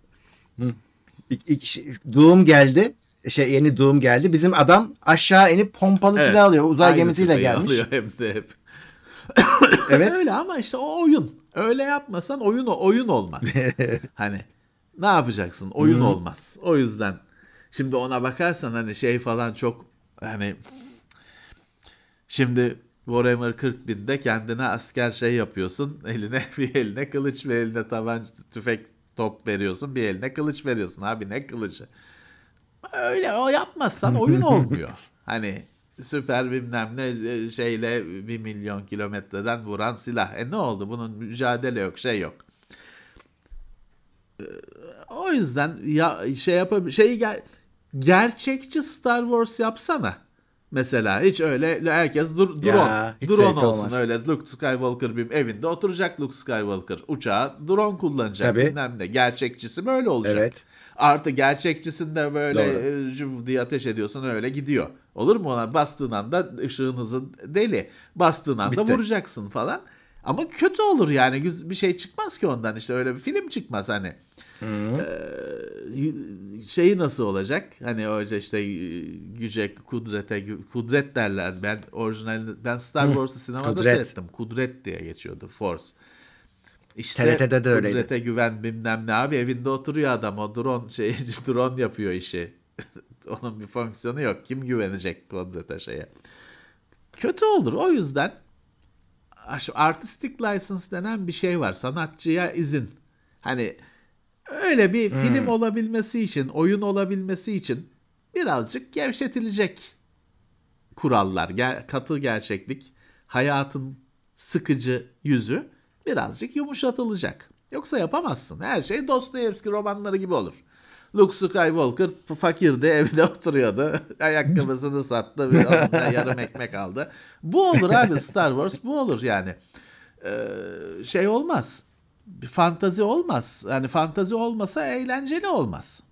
doğum geldi. Yeni doğum geldi. Bizim adam aşağı inip pompalı silah Evet. alıyor. Uzay Aynı gemisiyle tüfeği gelmiş. alıyor hem de hep. Evet. Öyle ama işte o oyun. Öyle yapmasan oyun olmaz. Hani ne yapacaksın? Oyun Hmm. olmaz. O yüzden şimdi ona bakarsan hani şey falan çok, hani şimdi Warhammer 40.000'de kendine asker şey yapıyorsun. Eline bir eline kılıç ve eline tabanca, tüfek, top veriyorsun. Bir eline kılıç veriyorsun. Abi ne kılıcı? Öyle o yapmazsan oyun olmuyor. Hani süper bilmem ne şeyle 1 milyon kilometreden vuran silah. Ne oldu? Bunun mücadele yok, şey yok. O yüzden ya şey gerçekçi Star Wars yapsana. Mesela hiç öyle herkes drone. Ya hiç Drone zevkli olsun olmaz. öyle. Luke Skywalker bir evinde oturacak, Luke Skywalker. Uçağı drone kullanacak Tabii. bilmem ne. Gerçekçisi böyle olacak. Evet. Artı gerçekçisinde böyle Doğru. cıv diye ateş ediyorsun, öyle gidiyor. Olur mu ona? Bastığın anda ışığın hızı deli. Bastığın anda Bitti. vuracaksın falan. Ama kötü olur yani, bir şey çıkmaz ki ondan, işte öyle bir film çıkmaz hani. Hı. Şeyi nasıl olacak? Hani o işte güce, kudret derler. Ben orijinalini, ben Star Hı. Wars'ı sinemada Kudret. seyrettim. Kudret diye geçiyordu, Force. İşte TRT'de de öyleydi. kudrete güven bilmem ne, abi evinde oturuyor adam, o drone şey drone yapıyor işi. Onun bir fonksiyonu yok. Kim güvenecek kudrete şeye? Kötü olur. O yüzden artistic license denen bir şey var. Sanatçıya izin. Hani öyle bir film Hı. olabilmesi için, oyun olabilmesi için birazcık gevşetilecek kurallar, katı gerçeklik, hayatın sıkıcı yüzü birazcık yumuşatılacak. Yoksa yapamazsın. Her şey Dostoyevski romanları gibi olur. Luke Skywalker fakirdi, evde oturuyordu. Ayakkabısını sattı ve onunla yarım ekmek aldı. Bu olur abi, Star Wars bu olur yani. Şey olmaz. Bir fantazi olmaz. Yani fantazi olmasa eğlenceli olmaz.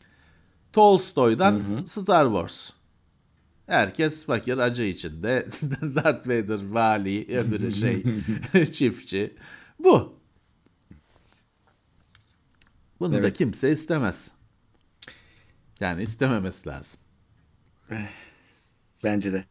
Hı Tolstoy'dan hı. Star Wars. Herkes fakir, acı içinde. Darth Vader vali, öbürü şey çiftçi. Bu. Bunu da Evet. kimse istemez. Yani istememesi lazım. Bence de.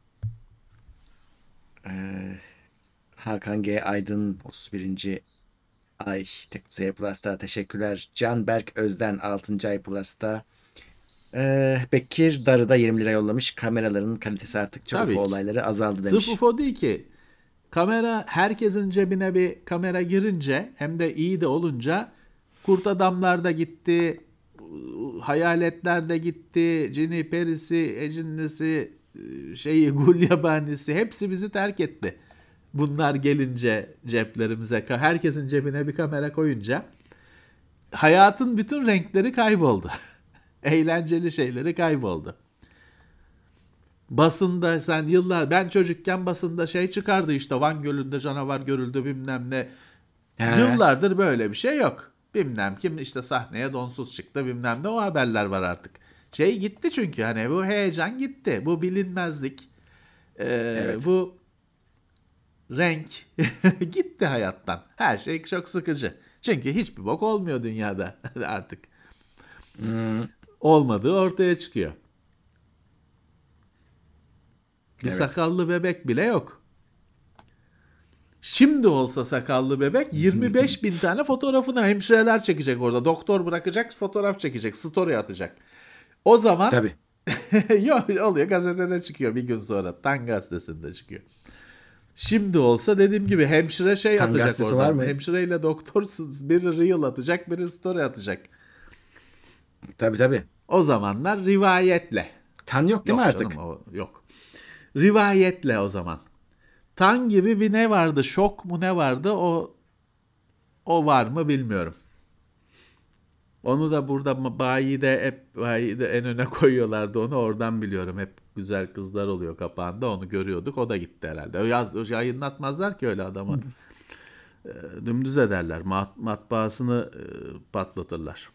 Ee, Hakan G. Aydın 31. ay Teknoseyir Plus'ta teşekkürler. Canberk Özden 6. ay Plus'ta. Bekir Darı'da 20 lira yollamış. Kameraların kalitesi arttıkça UFO Tabii ki. olayları azaldı Sırf demiş. UFO değil ki. Kamera, herkesin cebine bir kamera girince, hem de iyi de olunca, kurt adamlar da gitti, hayaletler de gitti, cini perisi, ecinnisi, şeyi gulyabanisi, hepsi bizi terk etti. Bunlar gelince ceplerimize, herkesin cebine bir kamera koyunca hayatın bütün renkleri kayboldu. Eğlenceli şeyleri kayboldu. Basında sen ben çocukken basında şey çıkardı işte, Van Gölü'nde canavar görüldü bilmem ne. He. Yıllardır böyle bir şey yok. Bilmem kim işte sahneye donsuz çıktı bilmem ne, o haberler var artık. Şey gitti çünkü, hani bu heyecan gitti. Bu bilinmezlik, Evet. bu renk gitti hayattan. Her şey çok sıkıcı. Çünkü hiçbir bok olmuyor dünyada artık. Olmadığı ortaya çıkıyor. Bir Evet. sakallı bebek bile yok. Şimdi olsa sakallı bebek 25 bin tane fotoğrafını hemşireler çekecek orada. Doktor bırakacak, fotoğraf çekecek, story atacak. O zaman Tabii. yok oluyor, gazetede çıkıyor bir gün sonra. Tan gazetesinde çıkıyor. Şimdi olsa dediğim gibi hemşire şey Tan atacak gazetesi oradan. var mı? Hemşireyle doktor biri reel atacak, biri story atacak. Tabii. O zamanlar rivayetle. Tan yok değil mi Yok artık? canım, o yok. Rivayetle o zaman. Tan gibi bir ne vardı? Şok mu ne vardı? O var mı bilmiyorum. Onu da burada bayide en öne koyuyorlardı onu. Oradan biliyorum. Hep güzel kızlar oluyor kapağında. Onu görüyorduk. O da gitti herhalde. O yayınlatmazlar ki öyle adamı. Dümdüz ederler. Matbaasını patlatırlar.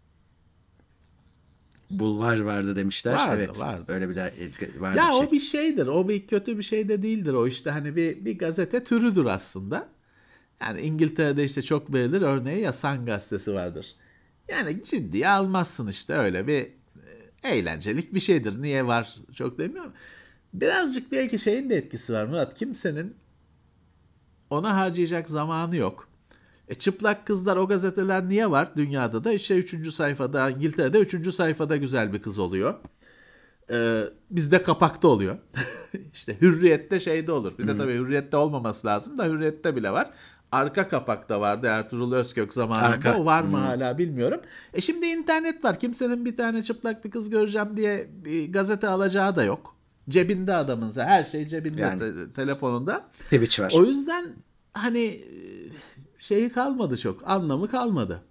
Bulvar vardı demişler. Vardı, Evet. vardı. Öyle bir vardı Ya bir şey. o bir şeydir. O bir kötü bir şey de değildir. O işte hani bir gazete türüdür aslında. Yani İngiltere'de işte çok verilir. Örneği ya Sun gazetesi vardır. Yani ciddiye almazsın işte, öyle bir eğlencelik bir şeydir. Niye var çok demiyorum. Birazcık belki şeyin de etkisi var Murat. Kimsenin ona harcayacak zamanı yok. Çıplak kızlar, o gazeteler niye var dünyada da? İşte 3. sayfada, İngiltere'de 3. sayfada güzel bir kız oluyor. Bizde kapakta oluyor. İşte Hürriyet'te şeyde olur. Bir de tabii Hürriyet'te olmaması lazım da Hürriyet'te bile var. Arka kapakta vardı Ertuğrul Özkök zamanında. Arka. O var mı hala bilmiyorum. Şimdi internet var. Kimsenin bir tane çıplak bir kız göreceğim diye bir gazete alacağı da yok. Cebinde adamınsa, her şey cebinde, Yani. telefonunda. Twitch var. O yüzden hani şeyi kalmadı çok. Anlamı kalmadı.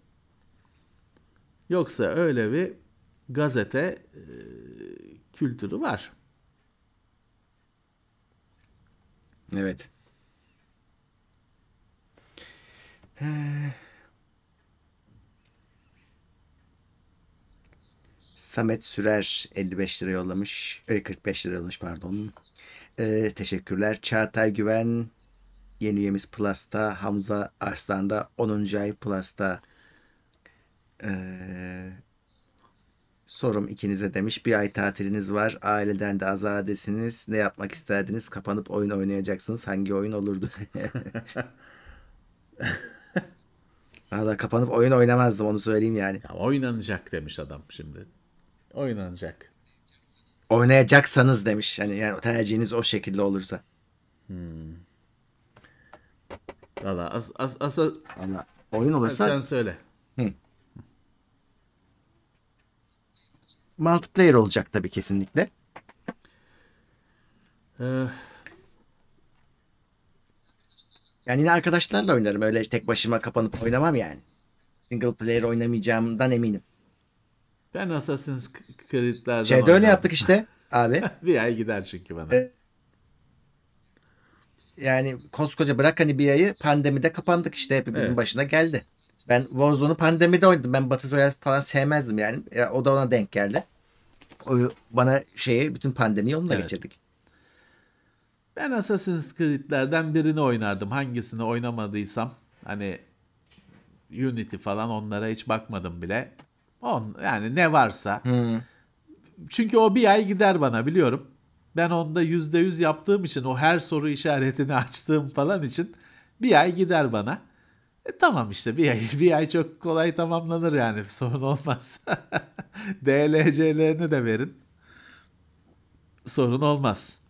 Yoksa öyle bir gazete kültürü var. Evet. Samet Sürer 55 lira yollamış. 45 lira yollamış pardon. Teşekkürler. Çağatay Güven yeni üyemiz Plus'ta. Hamza Arslan da 10. ay Plus'ta. Sorum ikinize demiş. Bir ay tatiliniz var. Aileden de azadesiniz. Ne yapmak isterdiniz? Kapanıp oyun oynayacaksınız. Hangi oyun olurdu? Valla kapanıp oyun oynamazdım, onu söyleyeyim yani. Ya oynanacak demiş adam şimdi. Oynanacak. Oynayacaksanız demiş. Yani tercihiniz o şekilde olursa. Valla Valla oyun olursa sen söyle. multiplayer olacak tabii, kesinlikle. Ee, Yani yine arkadaşlarla oynarım. Öyle tek başıma kapanıp oynamam yani. Single player oynamayacağımdan eminim. Ben Assassin's Creed'lerden Şeyde öyle oynarım. yaptık işte abi. Bir ay gider çünkü bana. Yani koskoca bırak hani bir ayı, pandemide kapandık işte, hepimizin Evet. başına geldi. Ben Warzone'u pandemide oynadım. Ben Battle Royale falan sevmezdim yani. O da ona denk geldi. Bana bütün pandemiyi onunla Evet. geçirdik. Ben Assassin's Creed'lerden birini oynardım. Hangisini oynamadıysam, hani Unity falan, onlara hiç bakmadım bile. Yani ne varsa. Çünkü o bir ay gider bana, biliyorum. Ben onda %100 yaptığım için, o her soru işaretini açtığım falan için bir ay gider bana. Tamam işte, bir ay çok kolay tamamlanır yani, sorun olmaz. DLC'lerini de verin. Sorun olmaz.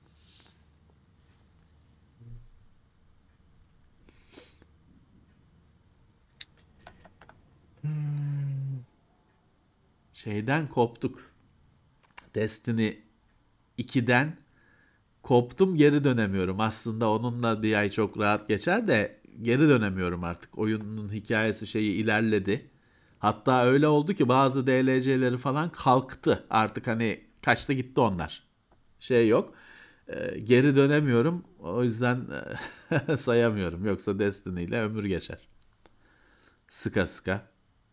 Şeyden koptuk. Destiny 2'den koptum, geri dönemiyorum. Aslında onunla bir ay çok rahat geçer de geri dönemiyorum artık. Oyunun hikayesi ilerledi. Hatta öyle oldu ki bazı DLC'leri falan kalktı. Artık hani kaçtı gitti onlar. Şey yok. Geri dönemiyorum. O yüzden sayamıyorum. Yoksa Destiny ile ömür geçer. Sıka sıka.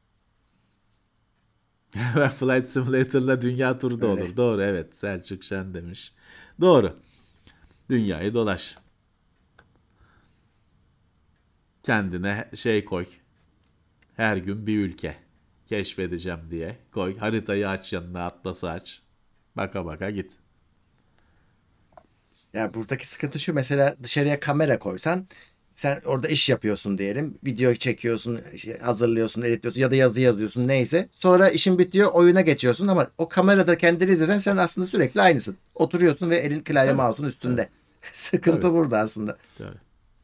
Flight Simulator'la dünya turu da Öyle. olur. Doğru, evet. Selçuk Şen demiş. Doğru. Dünyayı dolaş. Kendine şey koy. Her gün bir ülke keşfedeceğim diye koy. Haritayı aç, yanına atlası aç. Baka baka git. Ya buradaki sıkıntı şu, mesela dışarıya kamera koysan, sen orada iş yapıyorsun diyelim. Video çekiyorsun, hazırlıyorsun, editliyorsun ya da yazı yazıyorsun, neyse. Sonra işin bitiyor, oyuna geçiyorsun ama o kamerada kendini izlesen sen aslında sürekli aynısın. Oturuyorsun ve elin klavye Tabii. mouse'un Tabii. üstünde. Tabii. Sıkıntı burada aslında. Tabii.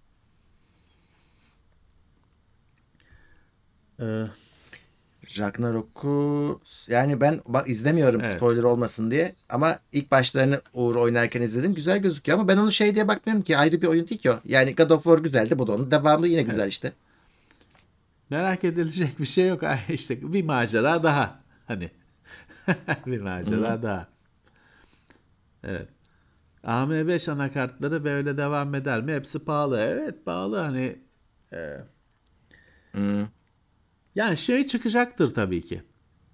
Ee, Ragnarok'u yani ben izlemiyorum evet. spoiler olmasın diye, ama ilk başlarını Uğur oynarken izledim. Güzel gözüküyor ama ben onu şey diye bakmıyorum ki, ayrı bir oyun değil ki o. Yani God of War güzeldi, bu da onun devamı, yine Evet. güzel işte. Merak edilecek bir şey yok. Ay, İşte bir macera daha. Hani bir Hı. macera daha. Evet. AM5 anakartları böyle devam eder mi? Hepsi pahalı. Evet, pahalı hani. e, Hı. Yani şey çıkacaktır tabii ki.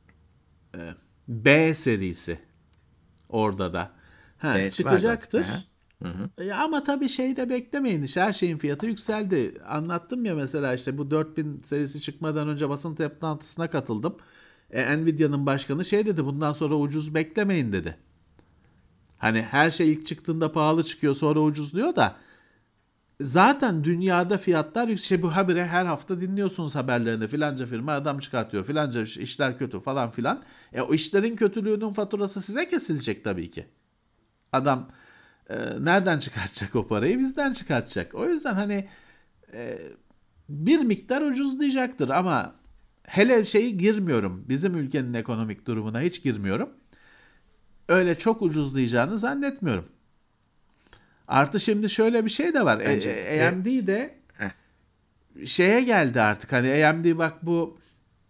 B serisi orada da. Ha, Evet, var zaten. Aha. çıkacaktır. Hı hı. Ama tabii şey de beklemeyin. İşte her şeyin fiyatı yükseldi. Anlattım ya, mesela işte bu 4000 serisi çıkmadan önce basın toplantısına katıldım. Nvidia'nın başkanı şey dedi, bundan sonra ucuz beklemeyin dedi. Hani her şey ilk çıktığında pahalı çıkıyor, sonra ucuzluyor da zaten dünyada fiyatlar yüksek. Bu habire her hafta dinliyorsunuz haberlerinde, filanca firma adam çıkartıyor, filanca işler kötü falan filan. O işlerin kötülüğünün faturası size kesilecek tabii ki. Adam nereden çıkartacak o parayı? Bizden çıkartacak. O yüzden hani bir miktar ucuzlayacaktır ama hele şeyi girmiyorum. Bizim ülkenin ekonomik durumuna hiç girmiyorum. Öyle çok ucuzlayacağını zannetmiyorum. Artı şimdi şöyle bir şey de var. Bence AMD de heh. şeye geldi artık. Hani AMD bak bu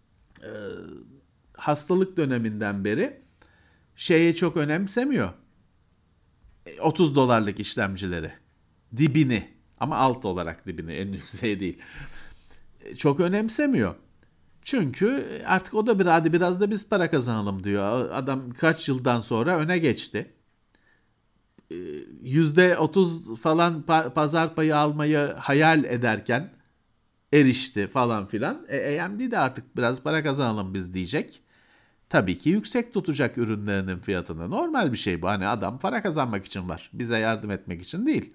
hastalık döneminden beri şeyi çok önemsemiyor. 30 dolarlık işlemcileri. Dibini, ama alt olarak dibini, en yükseği değil. Çok önemsemiyor. Çünkü artık o da hadi biraz da biz para kazanalım diyor. Adam kaç yıldan sonra öne geçti. %30 falan pazar payı almayı hayal ederken erişti falan filan. AMD de artık biraz para kazanalım biz diyecek. Tabii ki yüksek tutacak ürünlerinin fiyatını. Normal bir şey bu. Hani adam para kazanmak için var. Bize yardım etmek için değil.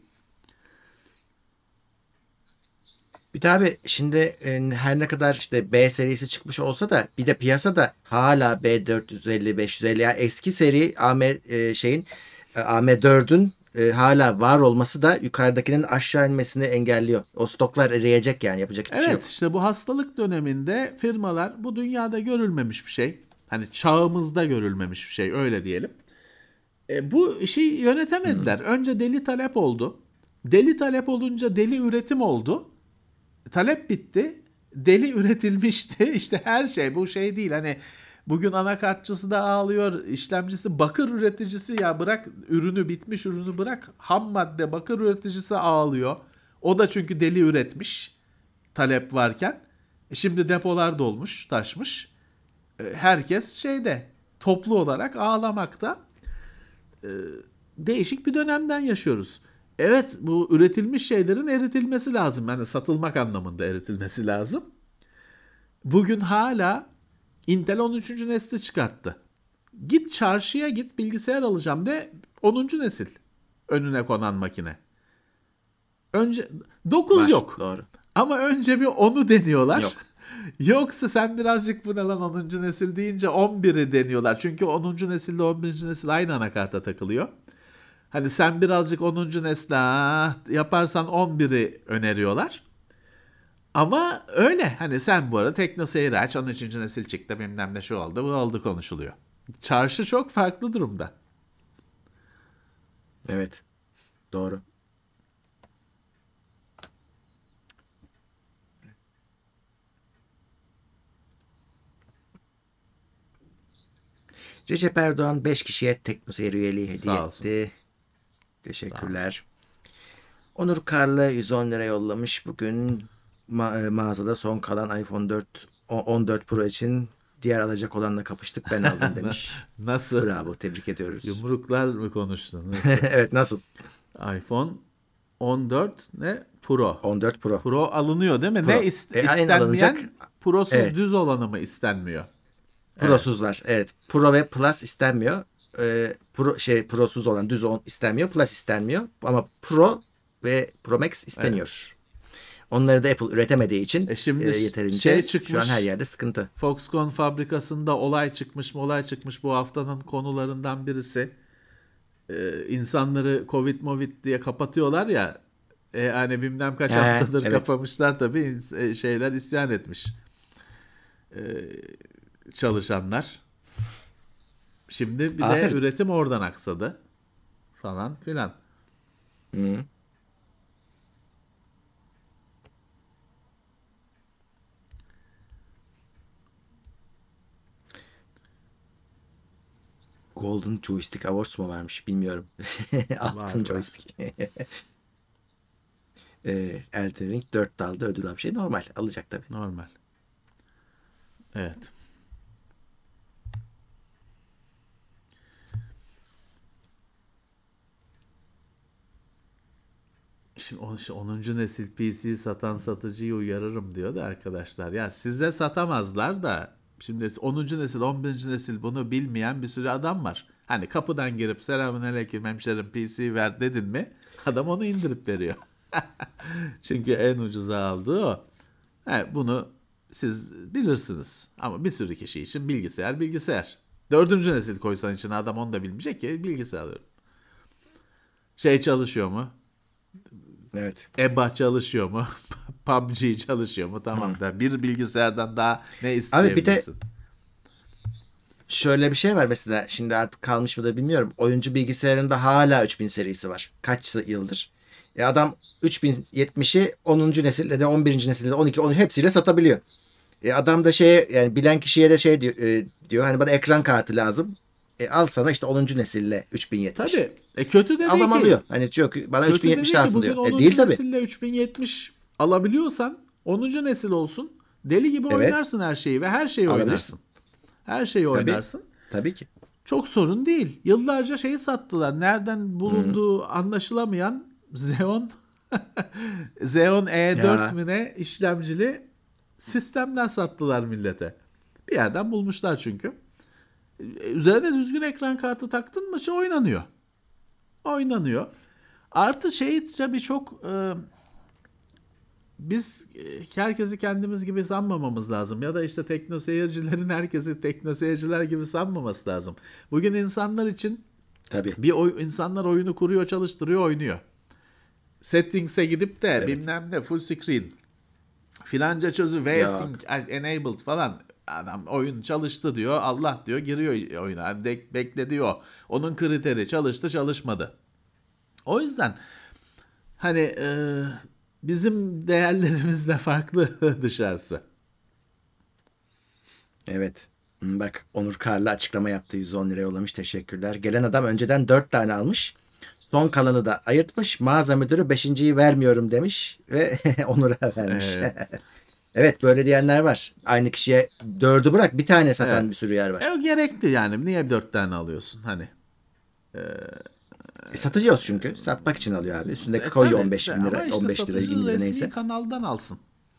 Bir de abi şimdi her ne kadar işte B serisi çıkmış olsa da bir de piyasada hala B450, 550, yani eski seri AM4'ün hala var olması da yukarıdakinin aşağı inmesini engelliyor. O stoklar eriyecek, yani yapacak hiçbir şey Evet, yok. işte bu hastalık döneminde firmalar, bu dünyada görülmemiş bir şey. Hani çağımızda görülmemiş bir şey, öyle diyelim. Bu işi Hı. yönetemediler. Önce deli talep oldu. Deli talep olunca deli üretim oldu. Talep bitti. Deli üretilmişti. İşte her şey bu şey değil. Hani bugün anakartçısı da ağlıyor, işlemcisi, bakır üreticisi, ya bırak ürünü, bitmiş ürünü bırak. Ham madde bakır üreticisi ağlıyor. O da çünkü deli üretmiş talep varken. Şimdi depolar dolmuş, taşmış. Herkes şeyde, toplu olarak ağlamakta. Değişik bir dönemden yaşıyoruz. Evet, bu üretilmiş şeylerin eritilmesi lazım. Yani satılmak anlamında eritilmesi lazım. Bugün hala Intel 13. nesli çıkarttı. Git çarşıya git, bilgisayar alacağım de, 10. nesil önüne konan makine. Önce 9 Var. yok. Doğru. Ama önce bir 10'u deniyorlar. Yok. Yoksa sen birazcık bu ne lan 10. nesil deyince 11'i deniyorlar. Çünkü 10. nesilde 11. nesil aynı anakarta takılıyor. Hani sen birazcık 10. nesle yaparsan 11'i öneriyorlar. Ama öyle. Hani sen bu arada TeknoSeyir'i aç, 13. nesil çıktı bilmem ne, şu oldu bu oldu konuşuluyor. Çarşı çok farklı durumda. Evet. Doğru. Recep Erdoğan 5 kişiye Teknoseyir üyeliği hediye Sağ olsun. etti. Teşekkürler. Onur Karlı 110 lira yollamış. Bugün mağazada son kalan iPhone 14 Pro için diğer alacak olanla kapıştık, ben aldım demiş. Nasıl? Bravo, tebrik ediyoruz. Yumruklar mı konuştun? Nasıl? Evet, nasıl? iPhone 14 ne? Pro. 14 Pro. Pro alınıyor değil mi? Pro. Ne Aynen istenmeyen? alınacak. Prosuz Evet. düz olanı mı istenmiyor? Prosuzlar. Evet. Pro ve Plus istenmiyor. Prosuz olan düz olan istenmiyor. Plus istenmiyor. Ama Pro ve Pro Max isteniyor. Onları da Apple üretemediği için Şimdi yeterince şey çıkmış, şu an her yerde sıkıntı. Foxconn fabrikasında olay çıkmış bu haftanın konularından birisi. İnsanları Covid diye kapatıyorlar ya, hani bilmem kaç haftadır evet. kapamışlar tabii, şeyler isyan etmiş. Çalışanlar. Şimdi bir de üretim oradan aksadı falan filan. Hı. Golden Joystick Awards mu varmış bilmiyorum. Altın joystick. Elden Ring 4 dalda ödül almış. Normal. Alacak tabii. Normal. Evet. Şimdi 10. nesil PC satan satıcıyı uyarırım diyor da arkadaşlar. Ya size satamazlar da şimdi 10. nesil 11. nesil bunu bilmeyen bir sürü adam var. Hani kapıdan girip selamünaleyküm hemşerim PC ver dedin mi adam onu indirip veriyor. Çünkü en ucuza aldığı o. Bunu siz bilirsiniz ama bir sürü kişi için bilgisayar. 4. nesil koysan içine adam onu da bilmeyecek ki bilgisayar alıyorum. Şey çalışıyor mu? Evet. EBA çalışıyor mu? PUBG çalışıyor mu? Tamam da bir bilgisayardan daha ne isteyebilirsin? Abi bir de şöyle bir şey var mesela, şimdi artık kalmış mı da bilmiyorum. Oyuncu bilgisayarında hala 3000 serisi var. Kaç yıldır? Adam 3070'i 10. nesilde de 11. nesilde de 12 13 hepsiyle satabiliyor. Adam da yani bilen kişiye de diyor hani bana ekran kartı lazım. Al sana işte 10. nesille 3070. Tabii. Kötü de değil Adam ki. alıyor. Hani çok bana Kötü 3070 lazım diyor. Bugün 10. Değil tabii. nesille 3070 alabiliyorsan 10. nesil olsun. Deli gibi oynarsın her şeyi ve her şeyi oynarsın. Her şeyi oynarsın. Tabii ki. Çok sorun değil. Yıllarca şeyi sattılar. Nereden bulunduğu anlaşılamayan Xeon Xeon E4 mi ne işlemcili sistemler sattılar millete. Bir yerden bulmuşlar çünkü. Üzerine düzgün ekran kartı taktın mı oynanıyor. Artı tabii çok biz herkesi kendimiz gibi sanmamamız lazım. Ya da işte teknoseyircilerin herkesi teknoseyirciler gibi sanmaması lazım. Bugün insanlar için tabii. insanlar oyunu kuruyor, çalıştırıyor, oynuyor. Settings'e gidip de bilmem ne full screen filanca çözü V-Sync enabled falan, adam oyun çalıştı diyor, Allah diyor, giriyor oyuna. Yani bekle diyor. Onun kriteri çalıştı çalışmadı. O yüzden hani bizim değerlerimiz de farklı dışarısı. Evet. Bak, Onur Karlı açıklama yaptı. 110 lira yollamış. Teşekkürler. Gelen adam önceden 4 tane almış. Son kalanı da ayırtmış. Mağaza müdürü 5.'yi vermiyorum demiş ve Onur'a vermiş. Evet, böyle diyenler var. Aynı kişiye 4'ü bırak bir tane satan bir sürü yer var. O gerekli yani. Niye 4 tane alıyorsun hani? Satacağız çünkü. Satmak için alıyor abi. Üstünde koyuyor 15 bin lira, işte 15 lira, 20 lira resmi neyse. kanaldan alsın.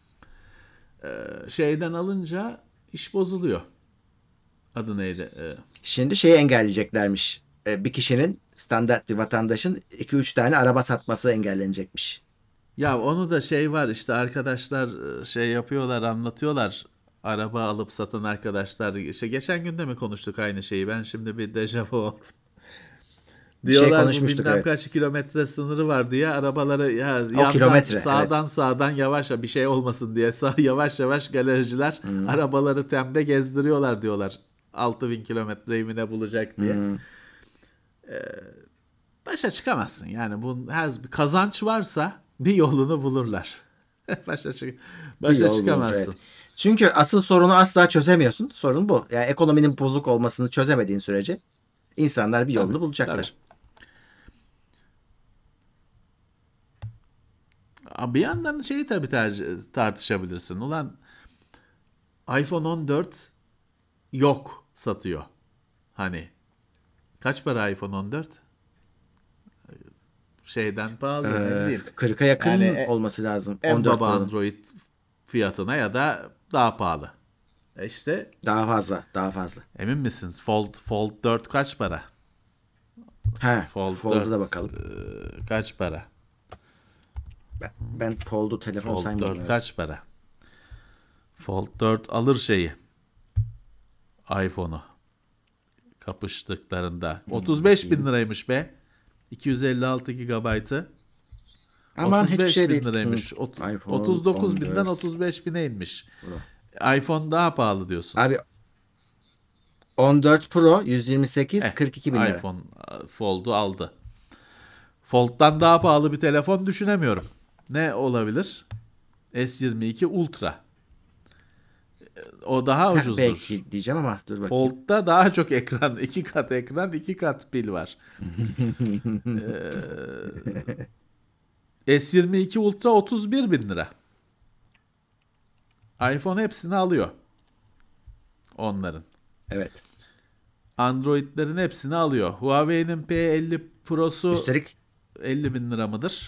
Şeyden alınca iş bozuluyor. Adı neydi? Şimdi şeyi engelleyeceklermiş. Bir kişinin, standart bir vatandaşın 2-3 tane araba satması engellenecekmiş. Ya onu da var işte, arkadaşlar yapıyorlar, anlatıyorlar. Araba alıp satan arkadaşlar. İşte geçen gün de mi konuştuk aynı şeyi? Ben şimdi bir dejavu oldum. Diyorlar Konuşmuştuk, bilmem kaç kilometre sınırı var diye arabaları yandan kilometre, sağdan yavaş bir şey olmasın diye yavaş yavaş galericiler arabaları temde gezdiriyorlar diyorlar. 6.000 kilometreyi mi ne bulacak diye. Başa çıkamazsın yani, bu her bir kazanç varsa bir yolunu bulurlar. Başa çıkamazsın. Çünkü asıl sorunu asla çözemiyorsun. Sorun bu. Yani ekonominin bozuk olmasını çözemediğin sürece insanlar bir Tabii, yolunu tabii. bulacaklar. Bir yandan şeyi tabii tartışabilirsin. Ulan iPhone 14 yok satıyor. Hani kaç para iPhone 14? Şeyden pahalı, ne bileyim. 40'a Yani yakın olması lazım en 14 baba Pro'nun. Android fiyatına ya da daha pahalı. İşte Daha fazla, daha fazla. emin misiniz? Fold 4 kaç para? Ha, Fold Fold'a 4 da bakalım. kaç para? Ben Fold'u telefon Fold saymadım. 4 Evet. kaç para? Fold 4 alır şeyi. iPhone'u kapıştıklarında. 35 bin liraymış be. 256 GB'ı. Aman hiçbir 35 şey bin değil. liraymış. iPhone 39 binden 14 35 bine inmiş. Pro. iPhone daha pahalı diyorsun. Abi 14 Pro 128 Eh, 42 bin lira. iPhone Fold'u aldı. Fold'dan daha pahalı bir telefon düşünemiyorum. Ne olabilir? S22 Ultra. O daha ucuzdur. Belki diyeceğim ama dur bakayım. Fold'da daha çok ekran. 2 kat ekran, 2 kat pil var. S22 Ultra 31 bin lira. iPhone hepsini alıyor. Onların. Evet. Android'lerin hepsini alıyor. Huawei'nin P50 Pro'su Üstelik 50 bin lira mıdır?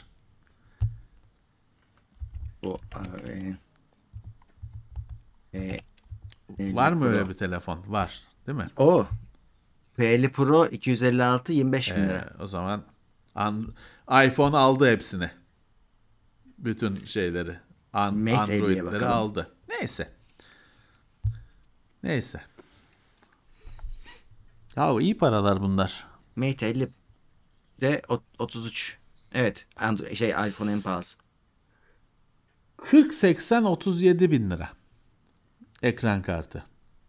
bu e, 50 Var mı Pro. öyle bir telefon? Var. Değil mi? O P50 Pro 256 25 bin lira. O zaman iPhone aldı hepsini. Bütün şeyleri. Mate 50'ye Android'leri bakalım. aldı. Neyse. Neyse. Ya iyi paralar bunlar. Mate 50 de 33. Evet, iPhone en pahalısı. 40-80-37 bin lira. Ekran kartı.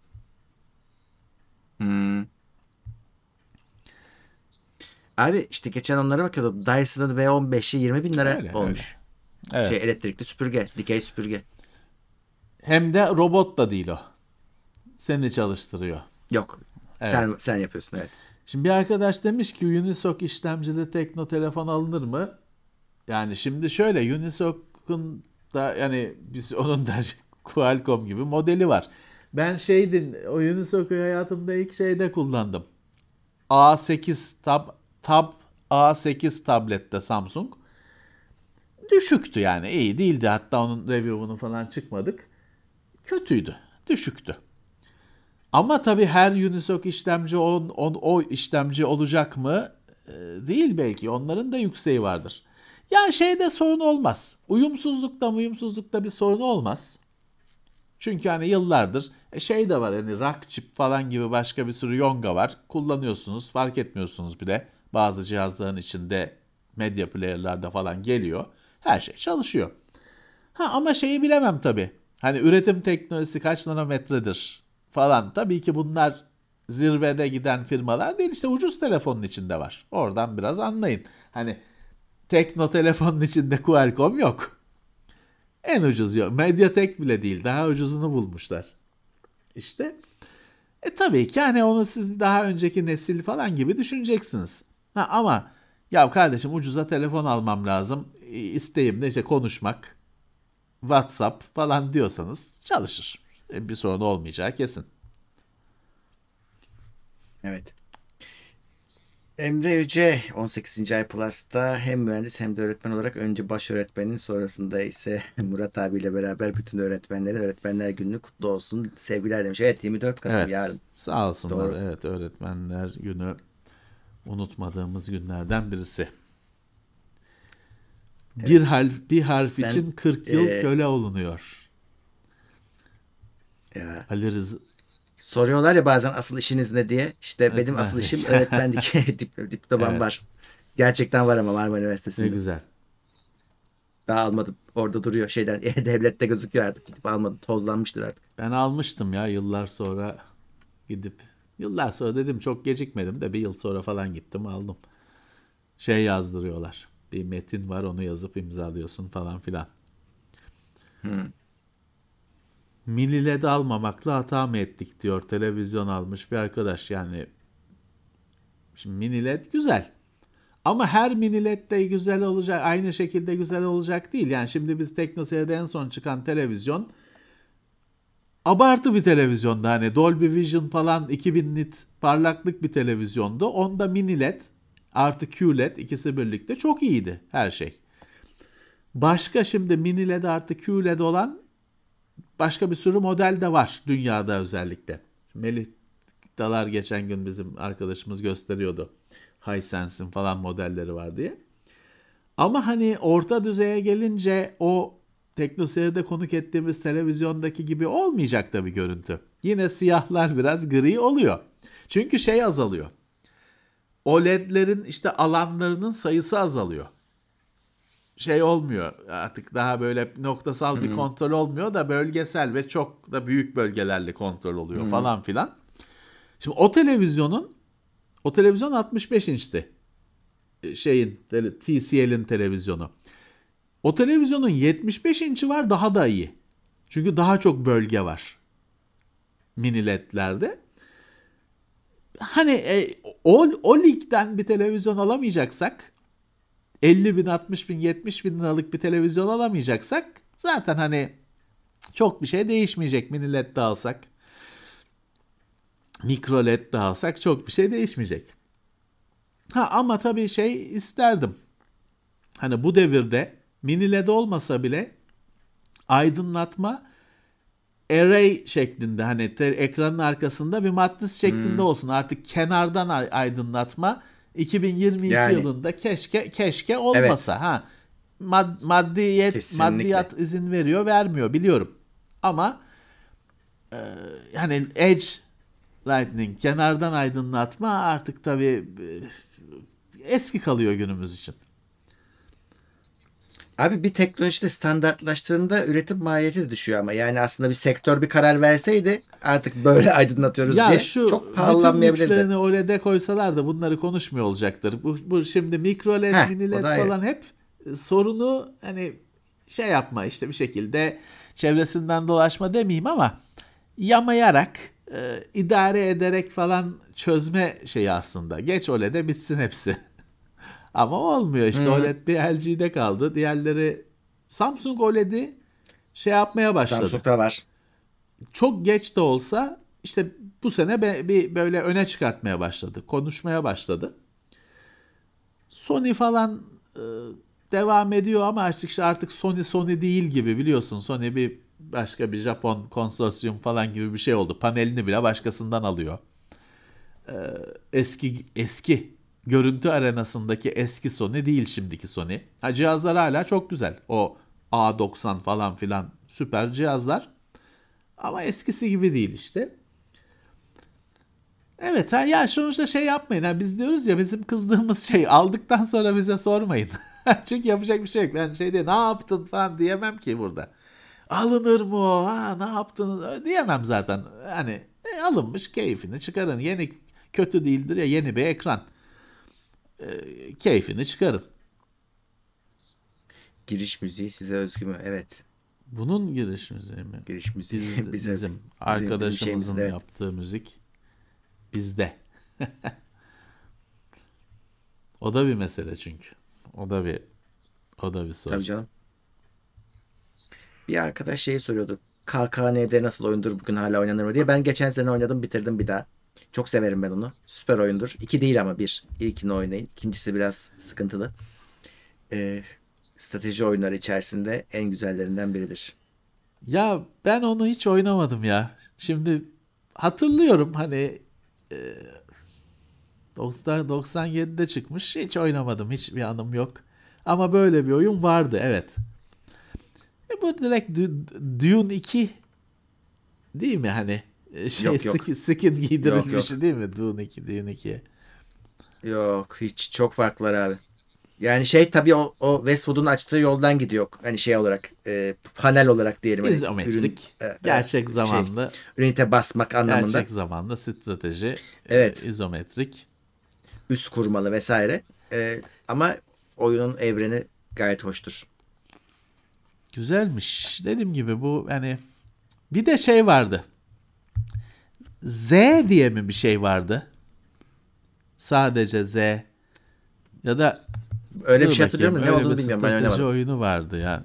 Abi işte geçen onlara bakıyordum. Dyson'ın V15'i 20 bin lira Öyle, olmuş. öyle. Evet. Elektrikli süpürge, dikey süpürge. Hem de robot da değil o. Seni çalıştırıyor. Yok. Evet. Sen yapıyorsun, evet. Şimdi bir arkadaş demiş ki Unisoc işlemcili Tekno telefon alınır mı? Yani şimdi şöyle Unisoc'un da yani biz onun da Qualcomm gibi modeli var. Ben o Unisoc'u hayatımda ilk şeyde kullandım. A8 Tab A8 tablette Samsung. Düşüktü yani, iyi değildi. Hatta onun review'unu falan çıkmadık. Kötüydü. Düşüktü. Ama tabii her Unisoc işlemci o işlemci olacak mı? Değil belki. Onların da yükseği vardır. Yani şeyde sorun olmaz. Uyumsuzlukta bir sorun olmaz. Çünkü hani yıllardır şey de var, hani Rockchip falan gibi başka bir sürü yonga var. Kullanıyorsunuz, fark etmiyorsunuz bile. Bazı cihazların içinde medya player'larda falan geliyor. Her şey çalışıyor. Ama şeyi bilemem tabii. Hani üretim teknolojisi kaç nanometredir falan. Tabii ki bunlar zirvede giden firmalar değil. İşte ucuz telefonun içinde var. Oradan biraz anlayın. Hani Tekno telefonun içinde Qualcomm yok. En ucuz yok. MediaTek bile değil. Daha ucuzunu bulmuşlar. İşte. Tabii ki hani onu siz daha önceki nesil falan gibi düşüneceksiniz. Ama ya kardeşim ucuza telefon almam lazım. İsteğim de işte konuşmak, WhatsApp falan diyorsanız çalışır. Bir sorun olmayacağı kesin. Evet. Emre Yüce 18. Ay Plus'ta hem mühendis hem de öğretmen olarak önce baş öğretmenin, sonrasında ise Murat abiyle beraber bütün öğretmenlere Öğretmenler Günü kutlu olsun. Sevgiler demiş. Evet, 24 Kasım Evet, yarın. sağ olsunlar. Doğru. Evet, Öğretmenler Günü unutmadığımız günlerden birisi. Bir harf Ben için 40 yıl köle olunuyor. ya, Ali Rıza soruyorlar ya bazen asıl işiniz ne diye. İşte benim asıl öğretmenlik. işim öğretmenlik. Diplomam Evet, var. Gerçekten var ama Marmara ne Üniversitesi'nde. güzel. Daha almadım. Orada duruyor şeyden. Devlette gözüküyor artık. Gidip almadım. Tozlanmıştır artık. Ben almıştım ya yıllar sonra gidip. Yıllar sonra dedim, çok gecikmedim de bir yıl sonra falan gittim aldım. Şey yazdırıyorlar. Bir metin var, onu yazıp imzalıyorsun falan filan. mini LED almamakla hata mı ettik diyor televizyon almış bir arkadaş. Yani şimdi mini LED güzel. Ama her mini LED de güzel olacak, aynı şekilde güzel olacak değil. Yani şimdi biz TeknoSeyir'de en son çıkan televizyon abartı bir televizyondu. Hani Dolby Vision falan 2000 nit parlaklık bir televizyondu. Onda mini LED artı QLED ikisi birlikte çok iyiydi her şey. Başka şimdi mini LED artı QLED olan başka bir sürü model de var dünyada özellikle. Melih Dalar geçen gün bizim arkadaşımız gösteriyordu. Hisense'in falan modelleri var diye. Ama hani orta düzeye gelince o TeknoSeyir'de konuk ettiğimiz televizyondaki gibi olmayacak tabii görüntü. Yine siyahlar biraz gri oluyor. Çünkü şey azalıyor. OLED'lerin işte alanlarının sayısı azalıyor. Şey olmuyor artık, daha böyle noktasal bir kontrol olmuyor da bölgesel ve çok da büyük bölgelerle kontrol oluyor falan filan. Şimdi o televizyon 65 inçti. TCL'in televizyonu. O televizyonun 75 inçi var, daha da iyi. Çünkü daha çok bölge var mini LED'lerde. Hani o ligden bir televizyon alamayacaksak, 50 bin, 60 bin, 70 bin liralık bir televizyon alamayacaksak zaten hani çok bir şey değişmeyecek. Mini LED de alsak, mikro LED de alsak çok bir şey değişmeyecek. Ama tabii şey isterdim. Hani bu devirde mini LED olmasa bile aydınlatma array şeklinde, hani ekranın arkasında bir matris şeklinde olsun. Artık kenardan aydınlatma 2022 Yani yılında keşke evet, olmasa. kesinlikle. Maddiyat izin veriyor, vermiyor biliyorum. Ama hani edge lightning, kenardan aydınlatma artık tabii eski kalıyor günümüz için. Abi bir teknolojide standartlaştığında üretim maliyeti de düşüyor ama. Yani aslında bir sektör bir karar verseydi artık böyle aydınlatıyoruz Ya diye şu çok bütün pahalanmayabilirdi. güçlerini OLED'e koysalar da bunları konuşmuyor olacaktır. Bu şimdi mikro LED, Heh, mini o LED da ayrı. falan hep sorunu hani şey yapma, işte bir şekilde çevresinden dolaşma demeyeyim ama yamayarak, idare ederek falan çözme şeyi aslında. Geç OLED'e bitsin hepsi. Ama olmuyor işte, Hı. OLED bir LG'de kaldı. Diğerleri, Samsung OLED'i şey yapmaya başladı. Samsung'da var. Çok geç de olsa işte bu sene bir böyle öne çıkartmaya başladı. Konuşmaya başladı. Sony falan devam ediyor ama artık Sony değil gibi, biliyorsun. Sony bir başka bir Japon konsorsiyum falan gibi bir şey oldu. Panelini bile başkasından alıyor. Eski görüntü arenasındaki eski Sony değil şimdiki Sony. Cihazlar hala çok güzel. O A90 falan filan süper cihazlar. Ama eskisi gibi değil işte. Evet, ya sonuçta şey yapmayın. Biz diyoruz ya, bizim kızdığımız şey, aldıktan sonra bize sormayın. Çünkü yapacak bir şey yok. Ben şey diye ne yaptın falan diyemem ki burada. Alınır mı o? Ne yaptınız? Diyemem zaten. Hani alınmış, keyfini çıkarın. Yeni kötü değildir ya, yeni bir ekran. Keyfini çıkarın. Giriş müziği size özgü mü? Evet. Bunun giriş müziği mi? Giriş müziği bize özgü. Bizim Bizim şeyimizde, arkadaşımızın evet. yaptığı müzik bizde. O da bir mesele çünkü. O da bir o da bir Tabii sorun. canım. Bir arkadaş şeyi soruyordu. KKN'de nasıl oyundur, bugün hala oynanır mı diye. Ben geçen sene oynadım, bitirdim bir daha. Çok severim ben onu. Süper oyundur. İki değil ama bir. İlkini oynayın. İkincisi biraz sıkıntılı. Ee, Strateji oyunları içerisinde en güzellerinden biridir. Ya ben onu hiç oynamadım ya. Şimdi hatırlıyorum, hani 97'de çıkmış. Hiç oynamadım. Hiçbir anım yok. Ama böyle bir oyun vardı, evet. Bu direkt Dune 2 değil mi, hani Yok yok. skin Yok giydirilmiş yok. değil mi Dune 2'ye? Yok, hiç çok farklılar abi. Yani şey, tabii o Westwood'un açtığı yoldan gidiyor. Hani şey olarak, panel olarak diyelim, hani ürün, İzometrik, gerçek şey, zamanlı, ünite basmak anlamında. gerçek zamanlı strateji, Evet. izometrik. Üst kurmalı vesaire. Ama oyunun evreni gayet hoştur. Güzelmiş. Dediğim gibi bu hani Bir de şey vardı. Z diye mi bir şey vardı? Sadece Z. Ya da Öyle bir dur şey hatırlıyorum da ne bakayım, öyle olduğunu bir bilmiyorum. Ben strateji oynamadım. oyunu vardı ya.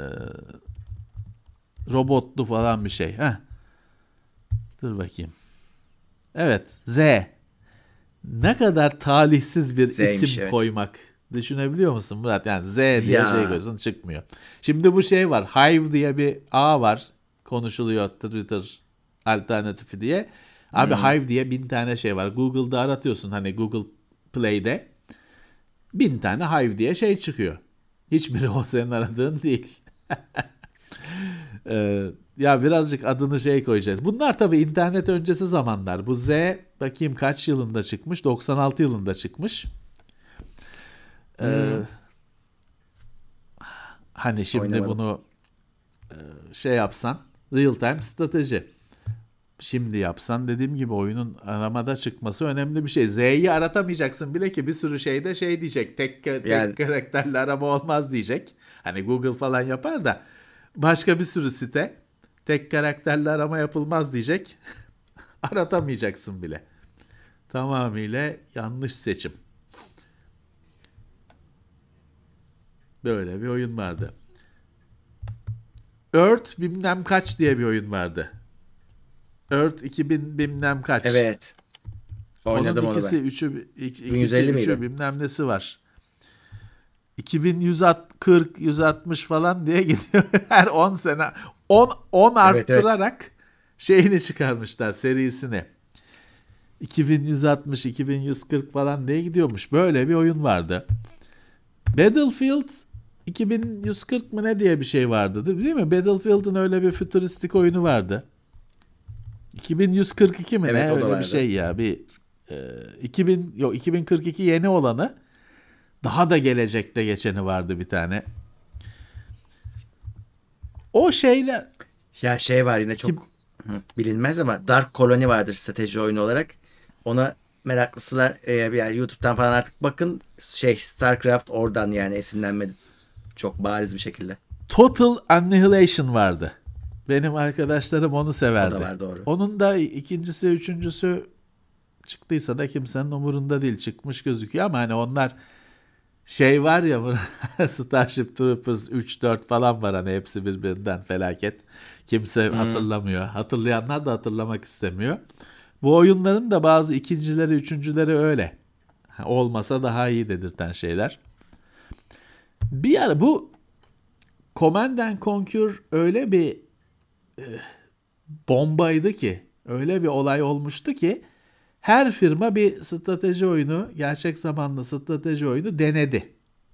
Robotlu falan bir şey. Heh. Dur bakayım. Evet, Z. Ne kadar talihsiz bir Z'ymiş, isim evet. koymak. Düşünebiliyor musun Murat? Yani Z diye şey Ya. koyuyorsun, çıkmıyor. Şimdi bu şey var. Hive diye bir ağ var. Konuşuluyor Twitter alternatifi diye. Abi Hive diye 1000 tane şey var. Google'da aratıyorsun, hani Google Play'de 1000 tane Hive diye şey çıkıyor. Hiçbiri o senin aradığın değil. Ya birazcık adını şey koyacağız. Bunlar tabii internet öncesi zamanlar. Bu Z bakayım kaç yılında çıkmış? 96 yılında çıkmış. Ee, Hani şimdi Oynamadım. bunu şey yapsan, real time strateji. Şimdi yapsan, dediğim gibi, oyunun aramada çıkması önemli bir şey. Z'yi aratamayacaksın bile ki bir sürü şeyde şey diyecek. Tek Yani karakterli arama olmaz diyecek. Hani Google falan yapar da başka bir sürü site tek karakterli arama yapılmaz diyecek. Aratamayacaksın bile. Tamamıyla yanlış seçim. Böyle bir oyun vardı. Earth bilmem kaç diye bir oyun vardı. Earth 2000 bilmem kaç. evet. Onun Oynadım onu ben. ikisi 1150 üçü miydi? bilmem nesi var. 2140 160 falan diye gidiyor. Her 10 sene 10 Evet, evet. arttırarak şeyini çıkarmışlar, serisini. 2160 2140 falan diye gidiyormuş. Böyle bir oyun vardı. Battlefield 2140 mı ne diye bir şey vardı, değil mi? Battlefield'ın öyle bir fütüristik oyunu vardı. 2142 mi Evet, ne, o da öyle bir vardı. şey ya. Bir 2042 yeni olanı, daha da gelecekte geçeni vardı bir tane. O şeyler Ya şey var yine kim çok bilinmez ama Dark Colony vardır strateji oyunu olarak. Ona meraklısılar yani YouTube'dan falan artık bakın, şey StarCraft oradan yani esinlenme çok bariz bir şekilde. Total Annihilation vardı. Benim arkadaşlarım onu O da severdi. var, doğru. Onun da ikincisi, üçüncüsü çıktıysa da kimsenin umurunda değil. Çıkmış gözüküyor ama hani onlar şey var ya, Starship Troopers 3 4 falan var, hani hepsi birbirinden felaket. Kimse Hmm. hatırlamıyor. Hatırlayanlar da hatırlamak istemiyor. Bu oyunların da bazı ikincileri, üçüncüleri öyle. Olmasa daha iyi dedirten şeyler. Bir ara bu Command and Conquer öyle bir bombaydı ki, öyle bir olay olmuştu ki her firma bir strateji oyunu, gerçek zamanlı strateji oyunu denedi.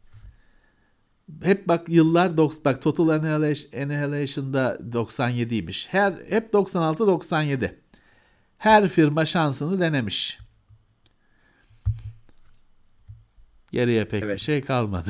Hep bak yıllar bak Total Annihilation'da 97'ymiş. Hep 96 97. Her firma şansını denemiş. Geriye pek bir Evet. şey kalmadı.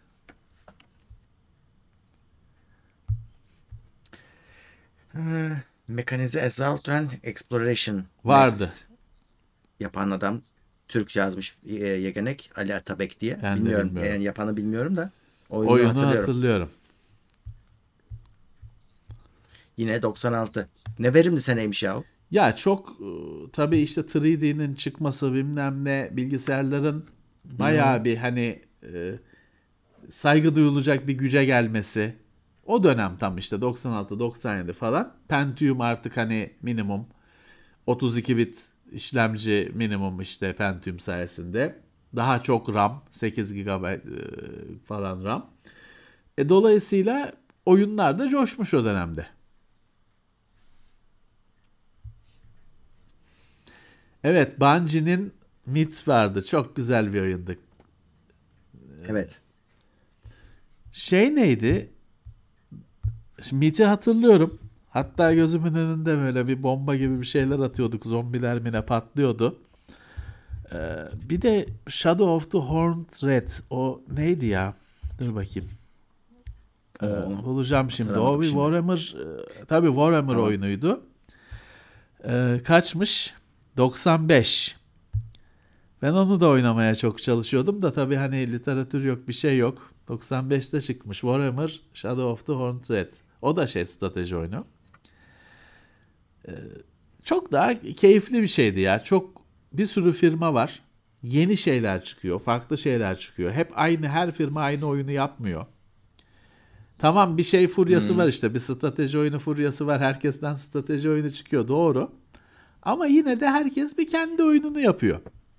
Mechanize Assault and Exploration Vardı. Max yapan adam Türk yazmış, yegenek Ali Atabek diye. Ben de Bilmiyorum bilmiyorum. yani, yapanı bilmiyorum da oyunu Oyunu hatırlıyorum. hatırlıyorum. Yine 96. Ne verimli seneymiş ya o. Ya çok tabii işte 3D'nin çıkması, bilmem ne, bilgisayarların Hmm. bayağı bir hani saygı duyulacak bir güce gelmesi. O dönem tam işte 96 97 falan. Pentium artık hani minimum 32 bit işlemci minimum işte Pentium sayesinde. Daha çok RAM, 8 GB falan RAM. Dolayısıyla oyunlar da coşmuş o dönemde. Evet, Bungie'nin Myth vardı. Çok güzel bir oyundu. Evet. Şey neydi? Şimdi Myth'i hatırlıyorum. Hatta gözümün önünde böyle bir bomba gibi bir şeyler atıyorduk. Zombiler mi ne patlıyordu. Bir de Shadow of the Horned Red. O neydi ya? Dur bakayım. Onu Bulacağım şimdi. O hatırlamadım bir şimdi. Warhammer, tabii Warhammer Tamam. oyunuydu. Kaçmış? 95. Ben onu da oynamaya çok çalışıyordum da tabii hani literatür yok, bir şey yok. 95'te çıkmış Warhammer Shadow of the Horned Red. O da şey, strateji oyunu. Çok daha keyifli bir şeydi ya. Çok bir sürü firma var. Yeni şeyler çıkıyor, farklı şeyler çıkıyor. Hep aynı, her firma aynı oyunu yapmıyor. Tamam, bir şey furyası var işte. Bir strateji oyunu furyası var. Herkesten strateji oyunu çıkıyor. Doğru. Ama yine de herkes bir kendi oyununu yapıyor.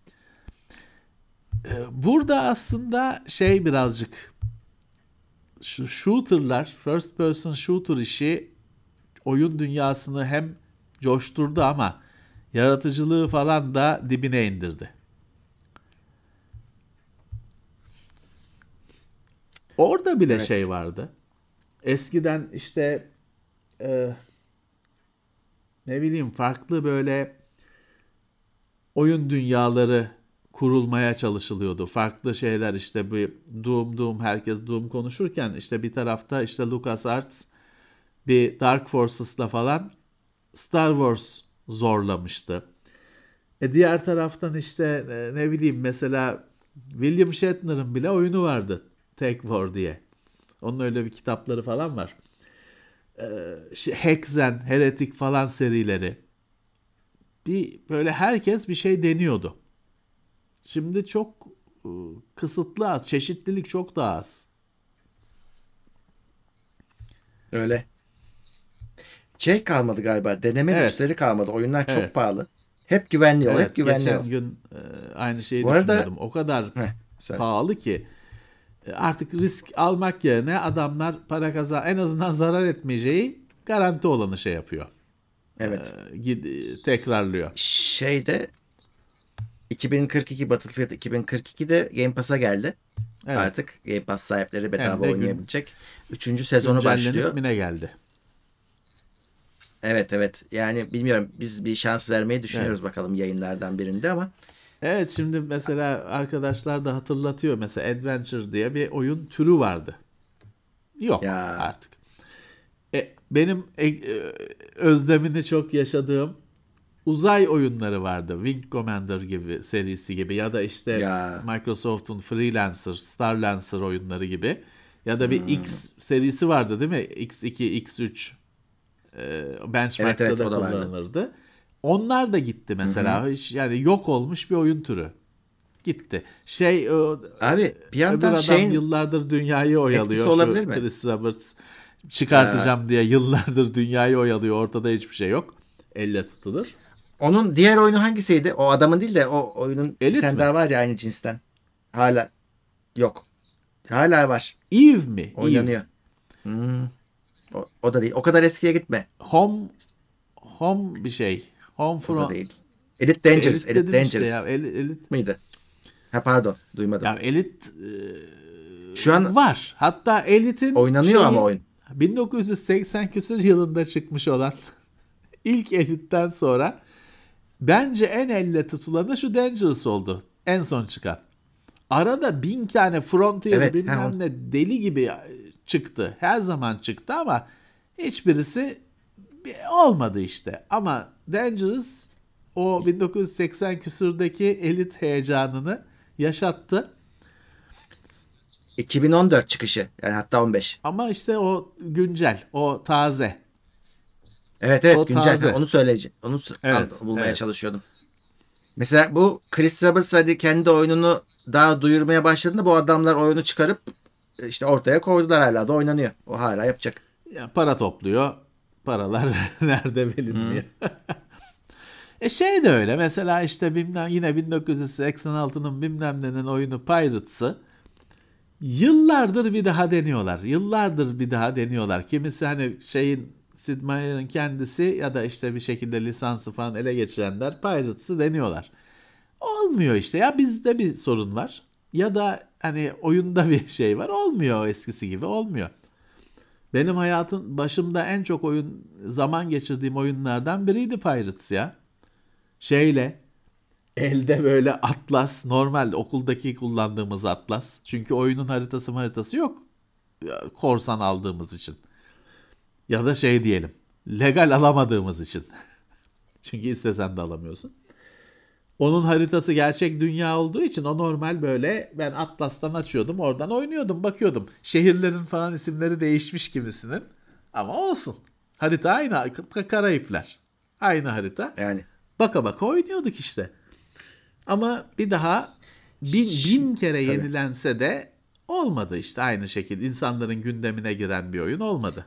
Burada aslında şey birazcık şu shooter'lar, first person shooter işi oyun dünyasını hem coşturdu ama yaratıcılığı falan da dibine indirdi. Orada bile şey Evet. vardı. Eskiden işte e, ne bileyim farklı böyle oyun dünyaları kurulmaya çalışılıyordu. Farklı şeyler işte bu Doom herkes Doom konuşurken işte bir tarafta işte LucasArts bir Dark Forces'la falan Star Wars zorlamıştı. Diğer taraftan işte ne bileyim mesela William Shatner'ın bile oyunu vardı. Tech War diye. Onun öyle bir kitapları falan var. Hexen, Heretic falan serileri. Bir böyle herkes bir şey deniyordu. Şimdi çok kısıtlı az. Çeşitlilik çok daha az. Öyle. Şey kalmadı galiba. Deneme Evet. lüksleri kalmadı. Oyunlar çok Evet. pahalı. Hep güvenli yol, hep Evet. güvenli yol. Geçen gün aynı şeyi Bu arada düşünüyordum. O kadar söyle. pahalı ki artık risk almak yerine adamlar para en azından zarar etmeyeceği garanti olanı şey yapıyor. Evet. Tekrarlıyor. Şeyde 2042 Battlefield 2042 de Game Pass'a geldi. Evet. Artık Game Pass sahipleri Hem bedava de oynayabilecek. Üçüncü sezonu güncellenip başlıyor. mine geldi. Evet evet. Yani bilmiyorum, biz bir şans vermeyi Evet. düşünüyoruz bakalım yayınlardan birinde ama Evet, şimdi mesela arkadaşlar da hatırlatıyor. Mesela Adventure diye bir oyun türü vardı. Yok ya artık. Benim özlemini çok yaşadığım uzay oyunları vardı. Wing Commander gibi serisi gibi ya da işte ya Microsoft'un Freelancer, Starlancer oyunları gibi ya da bir hmm. X serisi vardı değil mi? X2, X3 Evet benchmark'ta evet, da o da vardı. kullanılırdı. Onlar da gitti Hı hı. mesela. Hiç, yani yok olmuş bir oyun türü. Gitti. Abi bir Öbür yandan adam şeyin yıllardır dünyayı etkisi oyalıyor. olabilir Şu mi? Chris Roberts Ya çıkartacağım diye yıllardır dünyayı oyalıyor. Ortada hiçbir şey yok. Elle tutulur. onun diğer oyunu hangisiydi? O adamın değil de o oyunun bir Elit tane mi? daha var ya aynı cinsten. Hala yok. Hala var. Eve mi? Eve. Oynanıyor. Hmm. O da değil. O kadar eskiye gitme. Home Home bir şey. Home O da from değil. Elite işte Dangerous. elit Elite dedim işte ya. Dangerous Elit mıydı? Ha pardon. Duymadım. ya elit Şu an var. Hatta elitin oynanıyor ama şeyi oyun. 1980 küsur yılında çıkmış olan ilk elitten sonra bence en elle tutulanı şu Dangerous oldu. En son çıkan. Arada 1000 tane Frontier Evet. Ha, bilmem ne deli gibi çıktı. Her zaman çıktı ama hiçbirisi olmadı işte. Ama Dangerous o 1980 küsurdaki elit heyecanını yaşattı. 2014 çıkışı. Yani hatta 15. Ama işte o güncel, o taze. Evet evet, O güncel. Ha, taze. onu söyleyeceğim. Onu Evet, bulmaya evet. çalışıyordum. Mesela bu Chris Roberts hadi kendi oyununu daha duyurmaya başladığında bu adamlar oyunu çıkarıp işte ortaya koydular, hala da oynanıyor. O hala yapacak. Ya para topluyor. Paralar nerede bilinmiyor. Hı. Şey de öyle. Mesela işte bilmem yine 1986'nın bilmem nenin oyunu Pirates'ı yıllardır bir daha deniyorlar. Yıllardır bir daha deniyorlar. Kimisi hani Sid Meier'in kendisi ya da işte bir şekilde lisansı falan ele geçirenler Pirates'ı deniyorlar. Olmuyor işte ya, bizde bir sorun var. Ya da hani oyunda bir şey var. Olmuyor, eskisi gibi olmuyor. Benim hayatın başımda en çok zaman geçirdiğim oyunlardan biriydi Pirates ya. Şeyle elde böyle atlas, normal okuldaki kullandığımız atlas. Çünkü oyunun haritası yok. Korsan aldığımız için. Ya da şey diyelim. Legal alamadığımız için. Çünkü istesen de alamıyorsun. Onun haritası gerçek dünya olduğu için o normal böyle ben atlastan açıyordum, oradan oynuyordum, bakıyordum. Şehirlerin falan isimleri değişmiş gibisinin. Ama olsun. Harita aynı. Karayipler. Aynı harita. Yani Baka baka oynuyorduk işte. Ama bir daha bin kere tabii. yenilense de olmadı işte aynı şekilde. İnsanların gündemine giren bir oyun olmadı.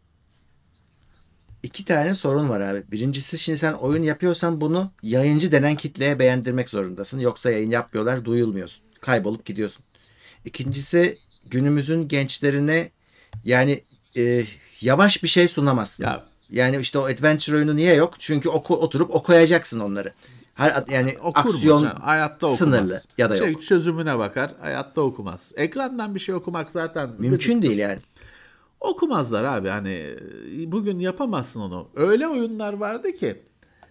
İki tane sorun var abi. Birincisi, şimdi sen oyun yapıyorsan bunu yayıncı denen kitleye beğendirmek zorundasın. Yoksa yayın yapmıyorlar, duyulmuyorsun. Kaybolup gidiyorsun. İkincisi, günümüzün gençlerine yani yavaş bir şey sunamazsın. Ya Yani işte o adventure oyunu niye yok? Çünkü oturup okuyacaksın onları. Yani okur mu aksiyon canım? Hayatta sınırlı okumaz. ya da yok. Çözümüne bakar, hayatta okumaz. Ekrandan bir şey okumak zaten Mümkün değil gıcıktır. yani. Okumazlar abi hani bugün yapamazsın onu. Öyle oyunlar vardı ki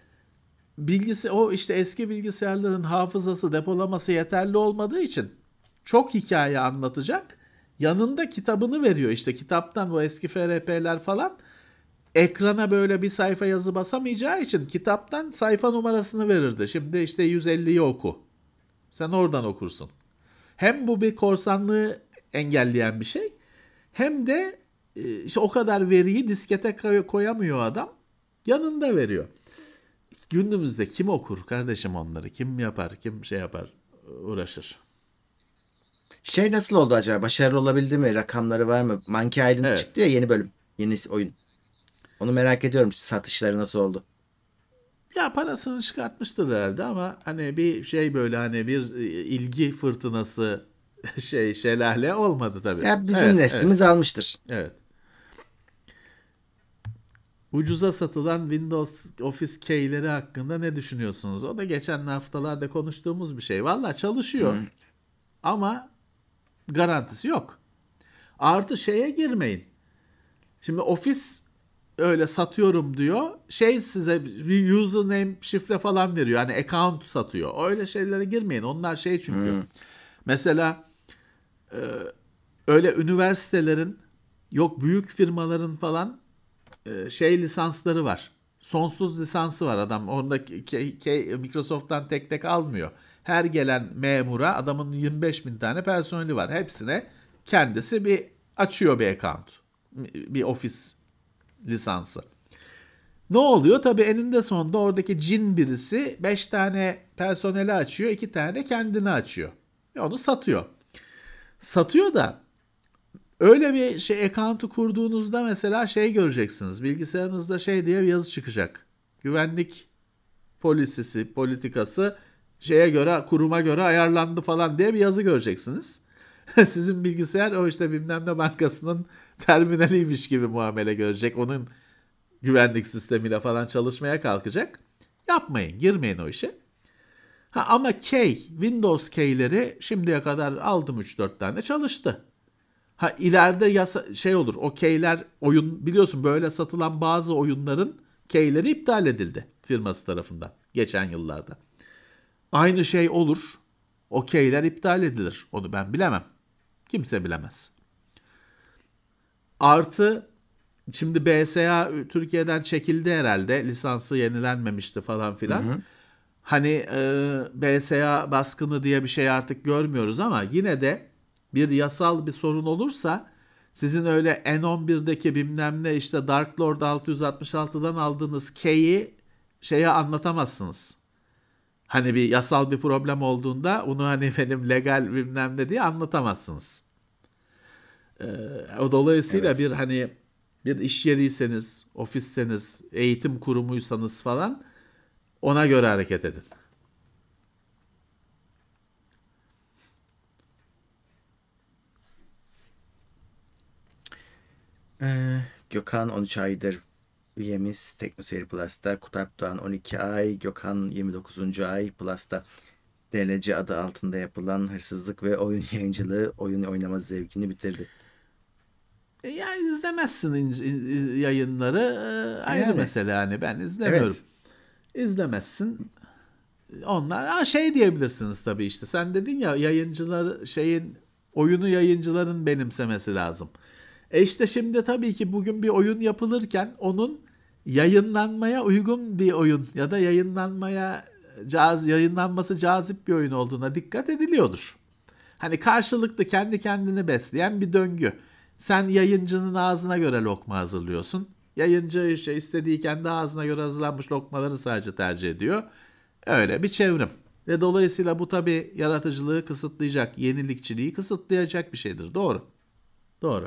o işte eski bilgisayarların hafızası, depolaması yeterli olmadığı için çok hikaye anlatacak. Yanında kitabını veriyor işte kitaptan bu eski FRP'ler falan. Ekrana böyle bir sayfa yazı basamayacağı için kitaptan sayfa numarasını verirdi. Şimdi işte 150'yi oku. Sen oradan okursun. Hem bu bir korsanlığı engelleyen bir şey. Hem de işte o kadar veriyi diskete koyamıyor adam. Yanında veriyor. Günümüzde kim okur kardeşim onları? Kim yapar? Kim şey yapar? Uğraşır. Şey nasıl oldu acaba? Başarılı olabildi mi? Rakamları var mı? Monkey Island Evet. çıktı ya, yeni bölüm. Yeni oyun. Onu merak ediyorum. Satışları nasıl oldu? Ya parasını çıkartmıştır herhalde ama hani bir şey böyle hani bir ilgi fırtınası şelale olmadı tabii. Ya bizim Evet, evet, neslimiz almıştır. evet. Ucuza satılan Windows Office keyleri hakkında ne düşünüyorsunuz? O da geçen haftalarda konuştuğumuz bir şey. Valla çalışıyor ama garantisi yok. Artı şeye girmeyin. Şimdi Office öyle satıyorum diyor. Size bir username şifre falan veriyor. Hani account satıyor. Öyle şeylere girmeyin. Onlar çünkü. Mesela öyle üniversitelerin yok büyük firmaların falan lisansları var. Sonsuz lisansı var adam. Ondaki Microsoft'tan tek tek almıyor. Her gelen memura adamın 25 bin tane personeli var. Hepsine kendisi bir açıyor bir account. Bir ofis lisansı. Ne oluyor? Tabii eninde sonunda oradaki cin birisi 5 tane personeli açıyor, 2 tane de kendini açıyor. Ve onu satıyor. Satıyor da öyle bir account'u kurduğunuzda mesela göreceksiniz. Bilgisayarınızda diye bir yazı çıkacak. Güvenlik politikası kuruma göre ayarlandı falan diye bir yazı göreceksiniz. Sizin bilgisayar o işte bilmem ne bankasının terminaliymiş gibi muamele görecek. Onun güvenlik sistemiyle falan çalışmaya kalkacak. Yapmayın, girmeyin o işe. Ama Windows key'leri şimdiye kadar aldım 3-4 tane çalıştı. İleride olur. O key'ler biliyorsun böyle satılan bazı oyunların key'leri iptal edildi firması tarafından geçen yıllarda. Aynı şey olur. O key'ler iptal edilir. Onu ben bilemem. Kimse bilemez. Artı şimdi BSA Türkiye'den çekildi herhalde. Lisansı yenilenmemişti falan filan. Hı hı. Hani BSA baskını diye bir şey artık görmüyoruz ama yine de bir yasal bir sorun olursa sizin öyle N11'deki bilmem ne işte Dark Lord 666'dan aldığınız key'i anlatamazsınız. Hani bir yasal bir problem olduğunda onu hani benim legal bilmem ne diye anlatamazsınız. Dolayısıyla evet. Bir iş yeriyseniz, ofisseniz, eğitim kurumuysanız falan ona göre hareket edin. Gökhan 13 aydır üyemiz TeknoSeyir Plus'ta. Kutap Doğan 12 ay. Gökhan 29. ay Plus'ta. DLC adı altında yapılan hırsızlık ve oyun yayıncılığı oyun oynama zevkini bitirdi. Ya izlemezsin yayınları ayrı mesele hani ben izlemiyorum. Evet. İzlemezsin. Onlar diyebilirsiniz tabii işte. Sen dedin ya yayıncılar oyunu yayıncıların benimsemesi lazım. İşte şimdi tabii ki bugün bir oyun yapılırken onun yayınlanmaya uygun bir oyun ya da yayınlanması cazip bir oyun olduğuna dikkat ediliyordur. Hani karşılıklı kendi kendini besleyen bir döngü. Sen yayıncının ağzına göre lokma hazırlıyorsun. Yayıncı işte istediği kendi ağzına göre hazırlanmış lokmaları sadece tercih ediyor. Öyle bir çevrim. Ve dolayısıyla bu tabii yaratıcılığı kısıtlayacak, yenilikçiliği kısıtlayacak bir şeydir. Doğru. Doğru.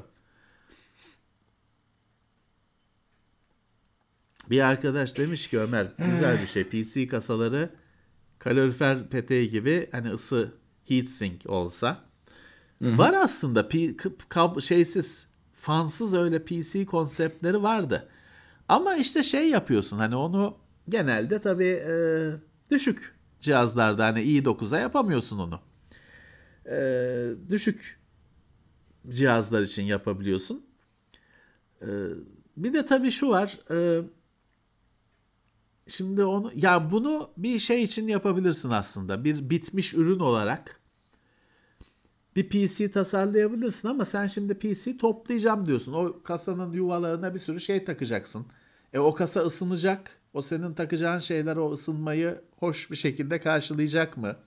Bir arkadaş demiş ki Ömer, güzel bir şey. PC kasaları kalorifer peteği gibi hani ısı heatsink olsa. Var aslında şeysiz, fansız öyle PC konseptleri vardı. Ama işte şey yapıyorsun hani onu genelde tabii düşük cihazlarda hani i9'a yapamıyorsun onu. Düşük cihazlar için yapabiliyorsun. Bir de tabii şu var. Şimdi onu ya bunu bir şey için yapabilirsin aslında. Bir bitmiş ürün olarak bir PC tasarlayabilirsin ama sen şimdi PC toplayacağım diyorsun. O kasanın yuvalarına bir sürü şey takacaksın. O kasa ısınacak. O senin takacağın şeyler o ısınmayı hoş bir şekilde karşılayacak mı?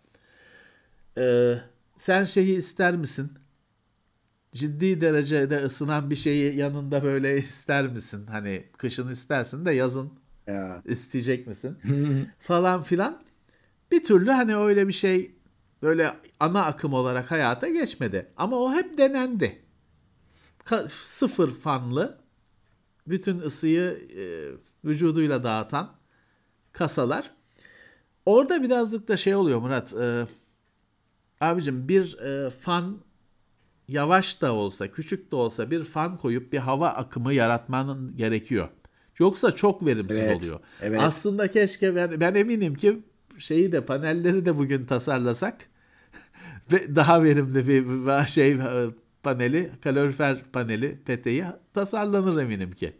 Sen şeyi ister misin? Ciddi derecede ısınan bir şeyi yanında böyle ister misin? Hani kışın istersin de yazın Ya. isteyecek misin? Falan filan. Bir türlü hani öyle bir şey böyle ana akım olarak hayata geçmedi. Ama o hep denendi. Sıfır fanlı, bütün ısıyı vücuduyla dağıtan kasalar. Orada birazcık da şey oluyor Murat. Abicim bir fan yavaş da olsa, küçük de olsa bir fan koyup bir hava akımı yaratmanın gerekiyor. Yoksa çok verimsiz Evet. oluyor. Evet. Aslında keşke ben eminim ki şeyi de panelleri de bugün tasarlasak ve daha verimli bir şey paneli, kalorifer paneli, peteği tasarlanır eminim ki.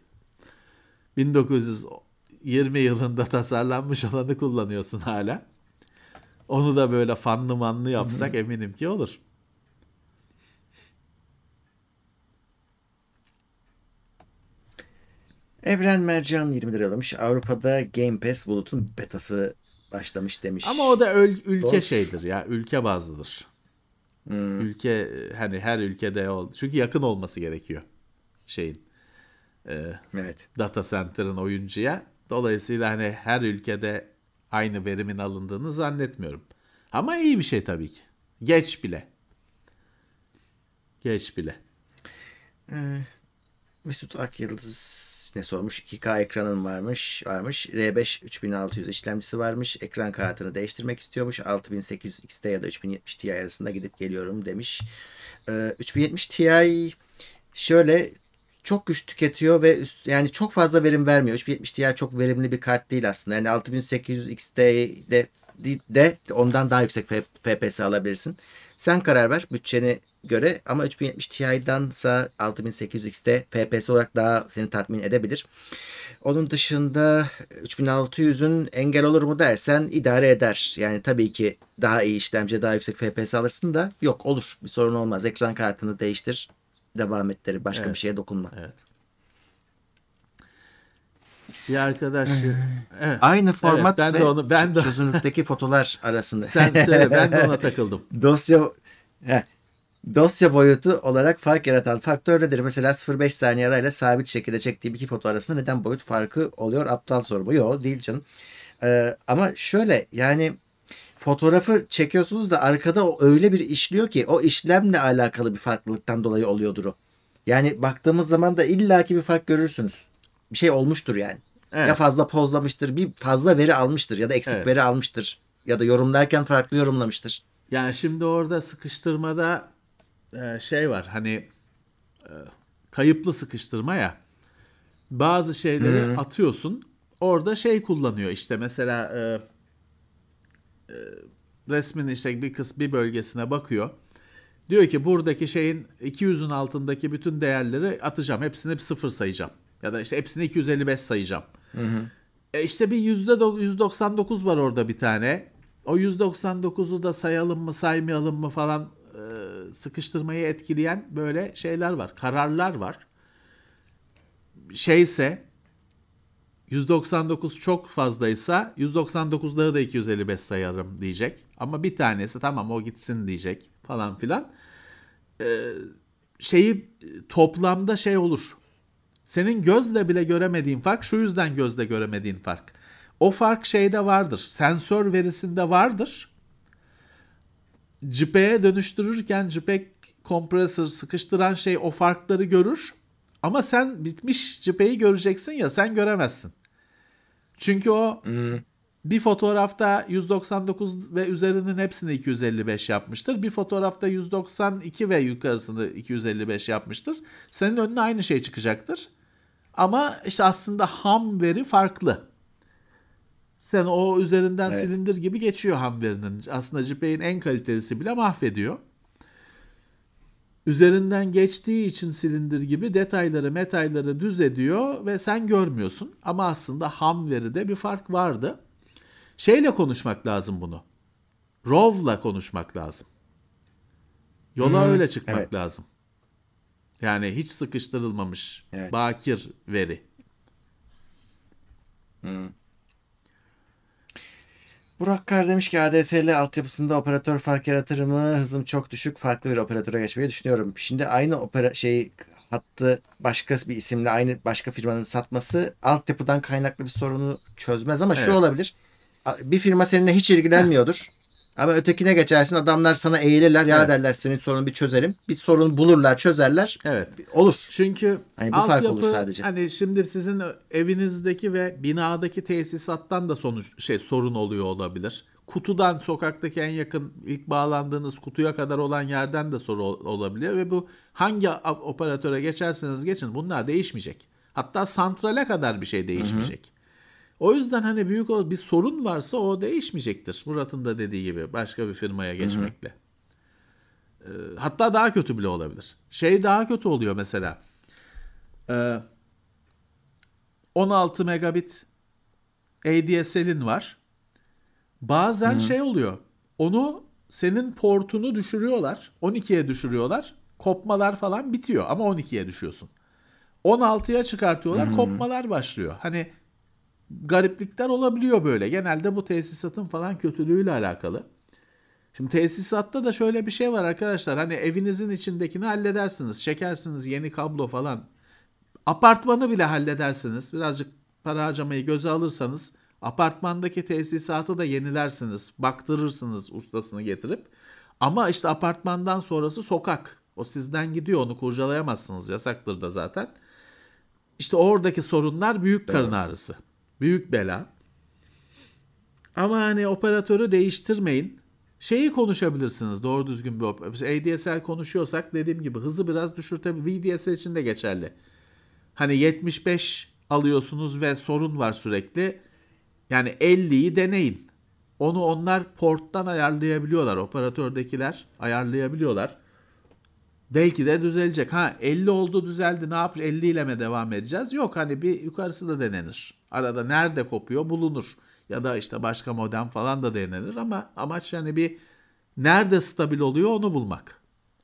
1920 yılında tasarlanmış olanı kullanıyorsun hala. Onu da böyle fanlı manlı yapsak eminim ki olur. Evren Mercan 20 lira yollamış. Avrupa'da Game Pass Bulut'un betası başlamış Ama o demiş. da ülke Doğru. şeydir ya, ülke bazlıdır. Ülke hani her ülkede çünkü yakın olması gerekiyor şeyin Evet. data center'ın oyuncuya. Dolayısıyla hani her ülkede aynı verimin alındığını zannetmiyorum. Ama iyi bir şey tabii ki. Geç bile. Geç bile. Mesut Akyıldız ne sormuş? 2K ekranın varmış. R5 3600 işlemcisi varmış. Ekran kartını değiştirmek istiyormuş. 6800 XT ya da 3070 Ti arasında gidip geliyorum demiş. 3070 Ti şöyle çok güç tüketiyor ve yani çok fazla verim vermiyor. 3070 Ti çok verimli bir kart değil aslında. Yani 6800 XT'de ondan daha yüksek FPS alabilirsin. Sen karar ver bütçene göre ama 3070 Ti'dansa 6800 XT FPS olarak daha seni tatmin edebilir. Onun dışında 3600'ün engel olur mu dersen idare eder. Yani tabii ki daha iyi işlemci, daha yüksek FPS alırsın da yok olur. Bir sorun olmaz. Ekran kartını değiştir. Devam et derim. Başka bir şeye dokunma. Evet. Bir arkadaş evet. Aynı format evet, ve çözünürlükteki fotolar arasında. Sen söyle ben de ona takıldım. Dosya boyutu olarak fark yaratan faktör nedir? Mesela 0.5 saniye arayla sabit şekilde çektiğim iki foto arasında neden boyut farkı oluyor? Aptal soru bu. Yok değil canım. Ama şöyle yani fotoğrafı çekiyorsunuz da arkada o öyle bir işliyor ki o işlemle alakalı bir farklılıktan dolayı oluyordur o. Yani baktığımız zaman da illaki bir fark görürsünüz. Bir şey olmuştur yani. Evet. Ya fazla pozlamıştır, bir fazla veri almıştır ya da eksik veri almıştır. Ya da yorumlarken farklı yorumlamıştır. Yani şimdi orada sıkıştırmada şey var hani kayıplı sıkıştırma ya. Bazı şeyleri atıyorsun. Orada şey kullanıyor işte mesela resmin işte bir bölgesine bakıyor. Diyor ki buradaki şeyin 200'ün altındaki bütün değerleri atacağım. Hepsini bir sıfır sayacağım. Ya da işte hepsini 255 sayacağım. İşte bir %199 var orada bir tane. O 199'u da sayalım mı saymayalım mı falan sıkıştırmayı etkileyen böyle şeyler var. Kararlar var. Şeyse 199 çok fazlaysa 199'ları da 255 sayarım diyecek. Ama bir tanesi tamam o gitsin diyecek falan filan. Şeyi toplamda şey olur. Senin gözle bile göremediğin fark, şu yüzden gözle göremediğin fark. O fark şeyde vardır. Sensör verisinde vardır. JPEG'e dönüştürürken JPEG kompresör sıkıştıran şey o farkları görür. Ama sen bitmiş JPEG'i göreceksin ya, sen göremezsin. Çünkü o bir fotoğrafta 199 ve üzerinin hepsini 255 yapmıştır. Bir fotoğrafta 192 ve yukarısını 255 yapmıştır. Senin önüne aynı şey çıkacaktır. Ama işte aslında ham veri farklı. Sen o üzerinden silindir gibi geçiyor ham verinin. Aslında JPEG'in en kalitelisi bile mahvediyor. Üzerinden geçtiği için silindir gibi detayları düz ediyor ve sen görmüyorsun. Ama aslında ham veride bir fark vardı. Şeyle konuşmak lazım bunu. RAW'la konuşmak lazım. Yola öyle çıkmak lazım. Yani hiç sıkıştırılmamış, bakir veri. Burak Kar demiş ki ADSL altyapısında operatör fark yaratır mı? Hızım çok düşük. Farklı bir operatöre geçmeyi düşünüyorum. Şimdi aynı hattı başka bir isimle aynı başka firmanın satması altyapıdan kaynaklı bir sorunu çözmez ama şu olabilir. Bir firma seninle hiç ilgilenmiyordur. Ama ötekine geçersin, adamlar sana eğilirler, ya derler senin sorunu bir çözelim. Bir sorun bulurlar, çözerler. Evet. Olur. Çünkü hani bu fark olur sadece. Hani şimdi sizin evinizdeki ve binadaki tesisattan da sorun oluyor olabilir. Kutudan, sokaktaki en yakın ilk bağlandığınız kutuya kadar olan yerden de sorun olabilir ve bu hangi operatöre geçerseniz geçin bunlar değişmeyecek. Hatta santrale kadar bir şey değişmeyecek. O yüzden hani büyük bir sorun varsa o değişmeyecektir. Murat'ın da dediği gibi başka bir firmaya geçmekle. Hatta daha kötü bile olabilir. Daha kötü oluyor mesela. 16 megabit ADSL'in var. Bazen oluyor. Onu senin portunu düşürüyorlar. 12'ye düşürüyorlar. Kopmalar falan bitiyor ama 12'ye düşüyorsun. 16'ya çıkartıyorlar. Kopmalar başlıyor. Hani gariplikler olabiliyor böyle. Genelde bu tesisatın falan kötülüğüyle alakalı. Şimdi tesisatta da şöyle bir şey var arkadaşlar. Hani evinizin içindekini halledersiniz. Çekersiniz yeni kablo falan. Apartmanı bile halledersiniz. Birazcık para harcamayı göze alırsanız apartmandaki tesisatı da yenilersiniz. Baktırırsınız ustasını getirip. Ama işte apartmandan sonrası sokak. O sizden gidiyor. Onu kurcalayamazsınız. Yasaktır da zaten. İşte oradaki sorunlar büyük karın ağrısı. Büyük bela. Ama hani operatörü değiştirmeyin. Konuşabilirsiniz doğru düzgün bir ADSL konuşuyorsak dediğim gibi hızı biraz düşürtebilir. VDSL için de geçerli. Hani 75 alıyorsunuz ve sorun var sürekli. Yani 50'yi deneyin. Onu onlar porttan ayarlayabiliyorlar. Operatördekiler ayarlayabiliyorlar. Belki de düzelecek. 50 oldu düzeldi ne yapmış 50 ile mi devam edeceğiz? Yok hani bir yukarısı da denenir. Arada nerede kopuyor bulunur. Ya da işte başka modem falan da denenir ama amaç yani bir nerede stabil oluyor onu bulmak.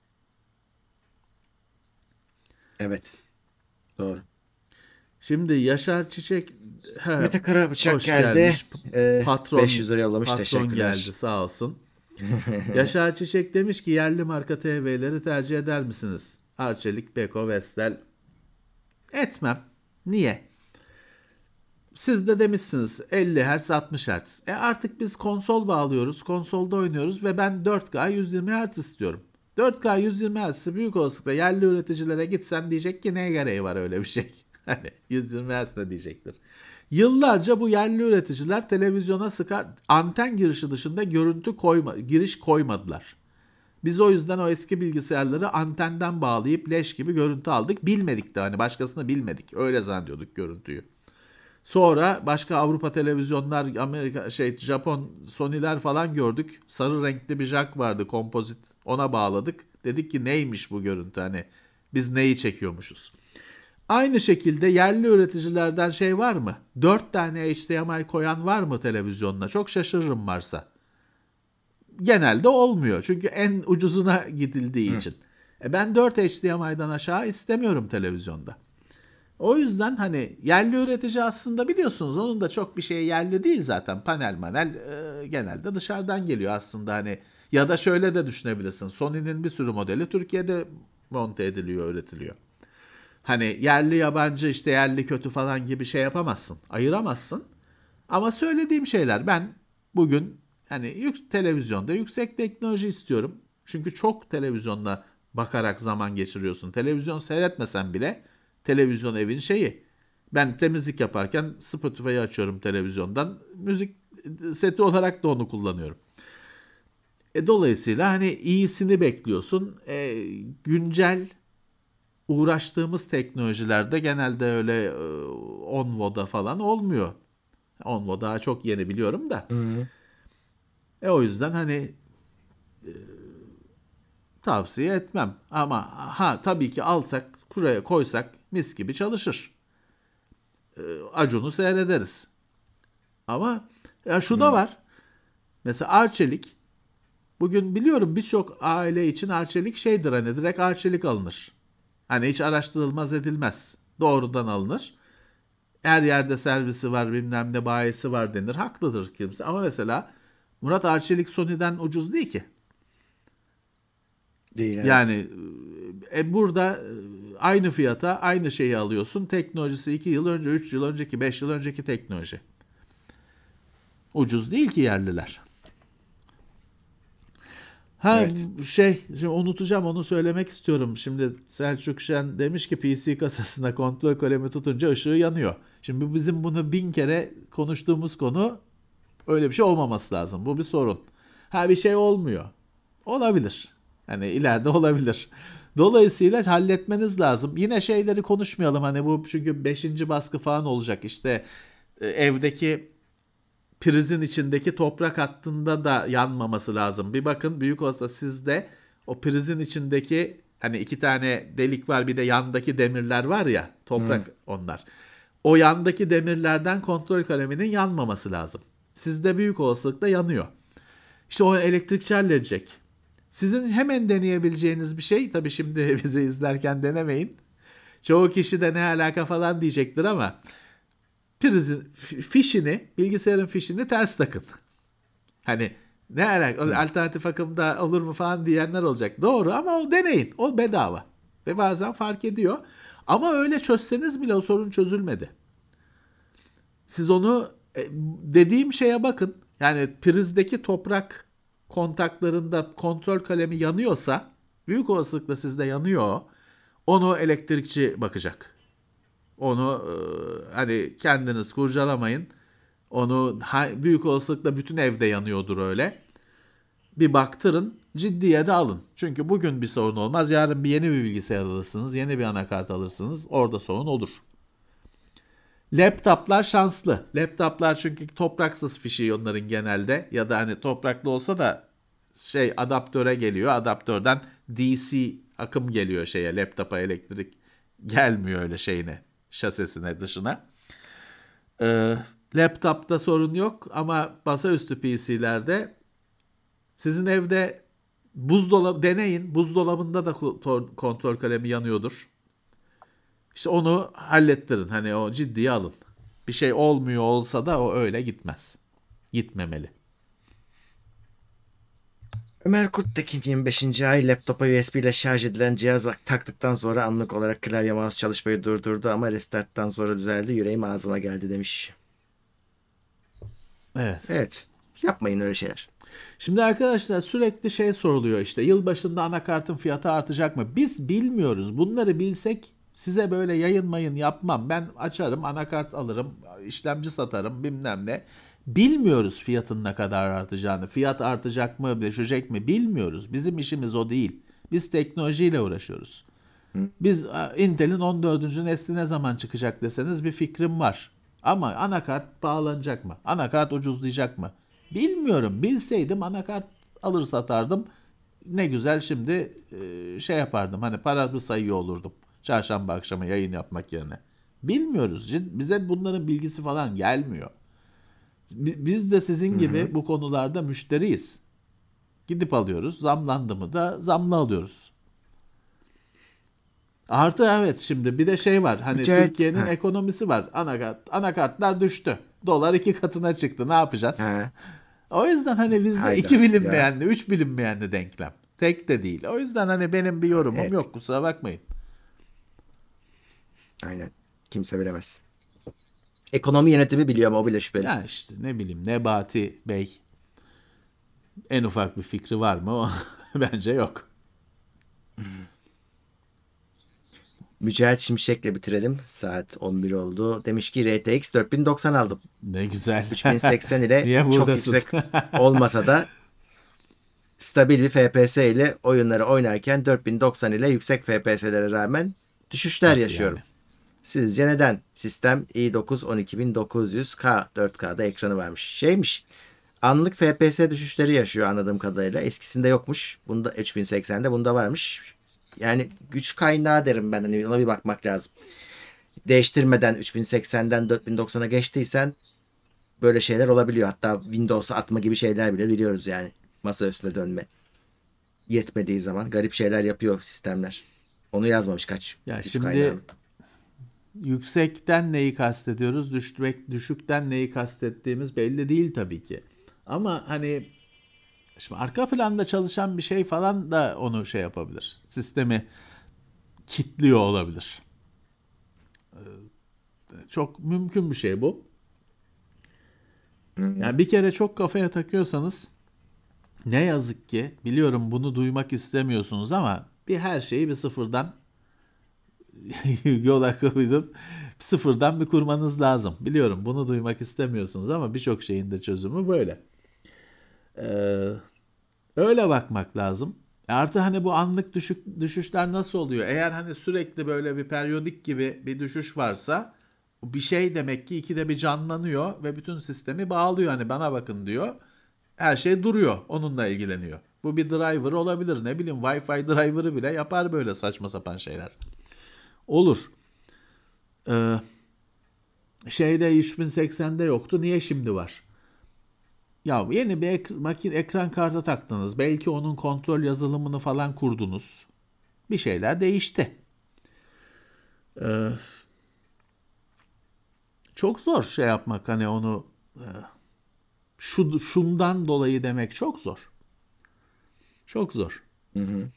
Evet. Doğru. Şimdi Yaşar Çiçek Mete Karabıçak geldi. Patron 500 lira yollamış. patron Teşekkürler. geldi sağ olsun. Yaşar Çiçek demiş ki yerli marka TV'leri tercih eder misiniz? Arçelik, Beko, Vestel. Etmem. Niye? Siz de demişsiniz 50 Hz 60 Hz. Artık biz konsol bağlıyoruz. Konsolda oynuyoruz ve ben 4K 120 Hz istiyorum. 4K 120 Hz'i büyük olasılıkla yerli üreticilere gitsen diyecek ki ne gereği var öyle bir şey. Hani 120 Hz ne diyecektir. Yıllarca bu yerli üreticiler televizyona anten girişi dışında giriş koymadılar. Biz o yüzden o eski bilgisayarları antenden bağlayıp leş gibi görüntü aldık. Bilmedik de hani başkasını bilmedik. Öyle zannediyorduk görüntüyü. Sonra başka Avrupa televizyonlar, Japon Sony'ler falan gördük. Sarı renkli bir jack vardı kompozit. Ona bağladık. Dedik ki neymiş bu görüntü hani biz neyi çekiyormuşuz. Aynı şekilde yerli üreticilerden var mı? 4 tane HDMI koyan var mı televizyonuna? Çok şaşırırım varsa. Genelde olmuyor. Çünkü en ucuzuna gidildiği için. Ben 4 HDMI'dan aşağı istemiyorum televizyonda. O yüzden hani yerli üretici aslında biliyorsunuz onun da çok bir şey yerli değil zaten. Panel genelde dışarıdan geliyor aslında hani. Ya da şöyle de düşünebilirsin. Sony'nin bir sürü modeli Türkiye'de monte ediliyor, üretiliyor. Hani yerli yabancı işte yerli kötü falan gibi şey yapamazsın. Ayıramazsın. Ama söylediğim şeyler ben bugün hani televizyonda yüksek teknoloji istiyorum. Çünkü çok televizyonla bakarak zaman geçiriyorsun. Televizyon seyretmesen bile televizyon evin şeyi. Ben temizlik yaparken Spotify'ı açıyorum televizyondan. Müzik seti olarak da onu kullanıyorum. Dolayısıyla hani iyisini bekliyorsun. Güncel uğraştığımız teknolojilerde genelde öyle Onvo'da falan olmuyor. Onvo daha çok yeni biliyorum da. Hı. O yüzden hani tavsiye etmem. Ama tabii ki alsak, kuraya koysak mis gibi çalışır. Acun'u seyrederiz. Ama ya şu da var. Mesela Arçelik. Bugün biliyorum birçok aile için Arçelik şeydir, hani direkt Arçelik alınır. Hani hiç araştırılmaz edilmez. Doğrudan alınır. Her yerde servisi var, bilmem ne bayisi var denir. Haklıdır kimse. Ama mesela Murat, Arçelik Sony'den ucuz değil ki. Değil, evet. Yani burada aynı fiyata aynı şeyi alıyorsun. Teknolojisi 2 yıl önce, 3 yıl önceki, 5 yıl önceki teknoloji. Ucuz değil ki yerliler. Evet. Şimdi unutacağım, onu söylemek istiyorum. Şimdi Selçuk Şen demiş ki PC kasasına kontrol kalemi tutunca ışığı yanıyor. Şimdi bizim bunu 1000 kere konuştuğumuz konu, öyle bir şey olmaması lazım. Bu bir sorun. Bir şey olmuyor. Olabilir. Hani ileride olabilir. Dolayısıyla halletmeniz lazım. Yine şeyleri konuşmayalım, hani bu çünkü 5. baskı falan olacak. İşte evdeki prizin içindeki toprak hattında da yanmaması lazım. Bir bakın, büyük olsa sizde o prizin içindeki hani 2 tane delik var, bir de yandaki demirler var ya, toprak onlar. O yandaki demirlerden kontrol kaleminin yanmaması lazım. Sizde büyük olasılıkla yanıyor. İşte o elektrikçi halledecek. Sizin hemen deneyebileceğiniz bir şey, tabii şimdi bizi izlerken denemeyin. Çoğu kişi de ne alaka falan diyecektir ama prizin fişini, bilgisayarın fişini ters takın. Hani ne alaka, alternatif akımda olur mu falan diyenler olacak. Doğru, ama o deneyin. O bedava. Ve bazen fark ediyor. Ama öyle çözseniz bile o sorun çözülmedi. Siz onu dediğim şeye bakın. Yani prizdeki toprak kontaklarında kontrol kalemi yanıyorsa, büyük olasılıkla sizde yanıyor. Onu elektrikçi bakacak. Onu hani kendiniz kurcalamayın. Onu büyük olasılıkla bütün evde yanıyordur öyle. Bir baktırın, ciddiye de alın. Çünkü bugün bir sorun olmaz. Yarın yeni bir bilgisayar alırsınız, yeni bir anakart alırsınız. Orada sorun olur. Laptoplar şanslı. Laptoplar çünkü topraksız fişi onların genelde. Ya da hani topraklı olsa da adaptöre geliyor. Adaptörden DC akım geliyor laptopa, elektrik gelmiyor öyle şasisine, dışına. Laptopta sorun yok ama masaüstü PC'lerde sizin evde buzdolabı deneyin. Buzdolabında da kontrol kalemi yanıyordur. İşte onu hallettirin. Hani o ciddiye alın. Bir şey olmuyor olsa da o öyle gitmez. Gitmemeli. Ömer Kurttekin 25. ay laptopa USB ile şarj edilen cihaz taktıktan sonra anlık olarak klavye mouse çalışmayı durdurdu ama restarttan sonra düzeldi. Yüreğim ağzıma geldi demiş. Evet. Evet. Yapmayın öyle şeyler. Şimdi arkadaşlar sürekli soruluyor, işte yılbaşında anakartın fiyatı artacak mı? Biz bilmiyoruz. Bunları bilsek size böyle yayın yapmam. Ben açarım, anakart alırım, işlemci satarım, bilmem ne. Bilmiyoruz fiyatın ne kadar artacağını. Fiyat artacak mı, düşecek mi bilmiyoruz. Bizim işimiz o değil. Biz teknolojiyle uğraşıyoruz. Biz Intel'in 14. nesli ne zaman çıkacak deseniz bir fikrim var. Ama anakart pahalanacak mı? Anakart ucuzlayacak mı? Bilmiyorum. Bilseydim anakart alır satardım. Ne güzel şimdi yapardım. Hani para sayıyor olurdum. Çarşamba akşamı yayın yapmak yerine. Bilmiyoruz. Bize bunların bilgisi falan gelmiyor. Biz de sizin gibi bu konularda müşteriyiz. Gidip alıyoruz. Zamlandı mı da zamlı alıyoruz. Artı evet, şimdi bir de var. Hani Türkiye'nin ekonomisi var. Anakartlar düştü. Dolar 2 katına çıktı. Ne yapacağız? O yüzden hani bizde 2 bilinmeyenli, 3 bilinmeyenli denklem. Tek de değil. O yüzden hani benim bir yorumum yok. Kusura bakmayın. Aynen. Kimse bilemez. Ekonomi yönetimi biliyor ama o bile şüpheli. Ya işte ne bileyim Nebati Bey en ufak bir fikri var mı? Bence yok. Mücahit Şimşek'le bitirelim. Saat 11 oldu. Demiş ki RTX 4090 aldım. Ne güzel. 3080 ile Niye çok buradasın? yüksek olmasa da stabil bir FPS ile oyunları oynarken 4090 ile yüksek FPS'lere rağmen düşüşler Nasıl yaşıyorum. yani? Sizce neden? Sistem i9 12900K 4K'da ekranı varmış. Şeymiş. Anlık FPS düşüşleri yaşıyor anladığım kadarıyla. Eskisinde yokmuş. Bunda 3080'de bunda varmış. Yani güç kaynağı derim ben. Hani ona bir bakmak lazım. Değiştirmeden 3080'den 4090'a geçtiysen böyle şeyler olabiliyor. Hatta Windows'a atma gibi şeyler bile biliyoruz yani. Masa üstüne dönme. Yetmediği zaman garip şeyler yapıyor sistemler. Onu yazmamış kaç Ya güç şimdi kaynağı. yüksekten neyi kastediyoruz, düşükten neyi kastettiğimiz belli değil tabii ki. Ama hani şimdi arka planda çalışan bir şey falan da onu şey yapabilir. Sistemi kitliyor olabilir. Çok mümkün bir şey bu. Yani bir kere çok kafaya takıyorsanız ne yazık ki biliyorum bunu duymak istemiyorsunuz ama her şeyi bir sıfırdan yola koyup sıfırdan bir kurmanız lazım. Biliyorum bunu duymak istemiyorsunuz ama birçok şeyin de çözümü böyle. Ee, Öyle bakmak lazım. Artı hani bu anlık düşüşler nasıl oluyor? Eğer hani sürekli böyle bir periyodik gibi bir düşüş varsa bir şey demek ki ikide bir canlanıyor ve bütün sistemi bağlıyor. Hani bana bakın diyor. Her şey duruyor. Onunla ilgileniyor. Bu bir driver olabilir. Ne bileyim Wi-Fi driver'ı bile yapar böyle saçma sapan şeyler. Olur. Ee, Şeyde 3080'de yoktu. Niye şimdi var? Ya yeni bir ekran kartı taktınız. Belki onun kontrol yazılımını falan kurdunuz. Bir şeyler değişti. Ee, Çok zor şey yapmak hani onu şundan dolayı demek çok zor. Çok zor. Hı hı.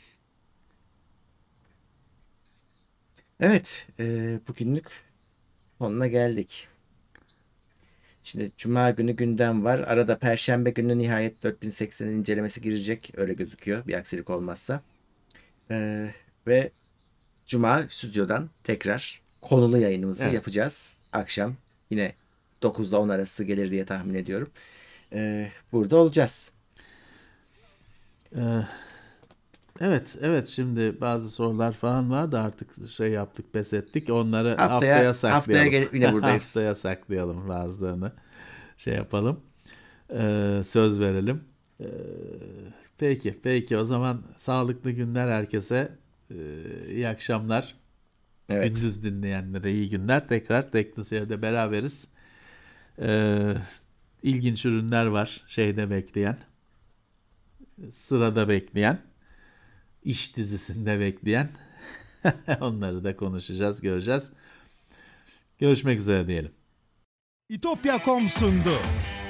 Evet, bugünlük sonuna geldik. Şimdi Cuma günü gündem var. Arada Perşembe günü nihayet 4080'in incelemesi girecek. Öyle gözüküyor bir aksilik olmazsa. Ve Cuma stüdyodan tekrar konulu yayınımızı Evet. yapacağız. Akşam yine 9'da 10 arası gelir diye tahmin ediyorum. Burada olacağız. Ee, evet şimdi bazı sorular falan var da artık şey yaptık pes ettik. Onları haftaya Haftaya saklayalım. gelip yine buradayız. Haftaya saklayalım bazılarını. Şey yapalım. Söz verelim. Ee, peki o zaman sağlıklı günler herkese. İyi akşamlar. Evet. Gündüz dinleyenlere iyi günler. Tekrar Teknoseyir'de beraberiz. Ee, ilginç ürünler var şeyde bekleyen. Sırada bekleyen. İş dizisinde bekleyen. Onları da konuşacağız, göreceğiz. Görüşmek üzere diyelim. İtopya.com sundu.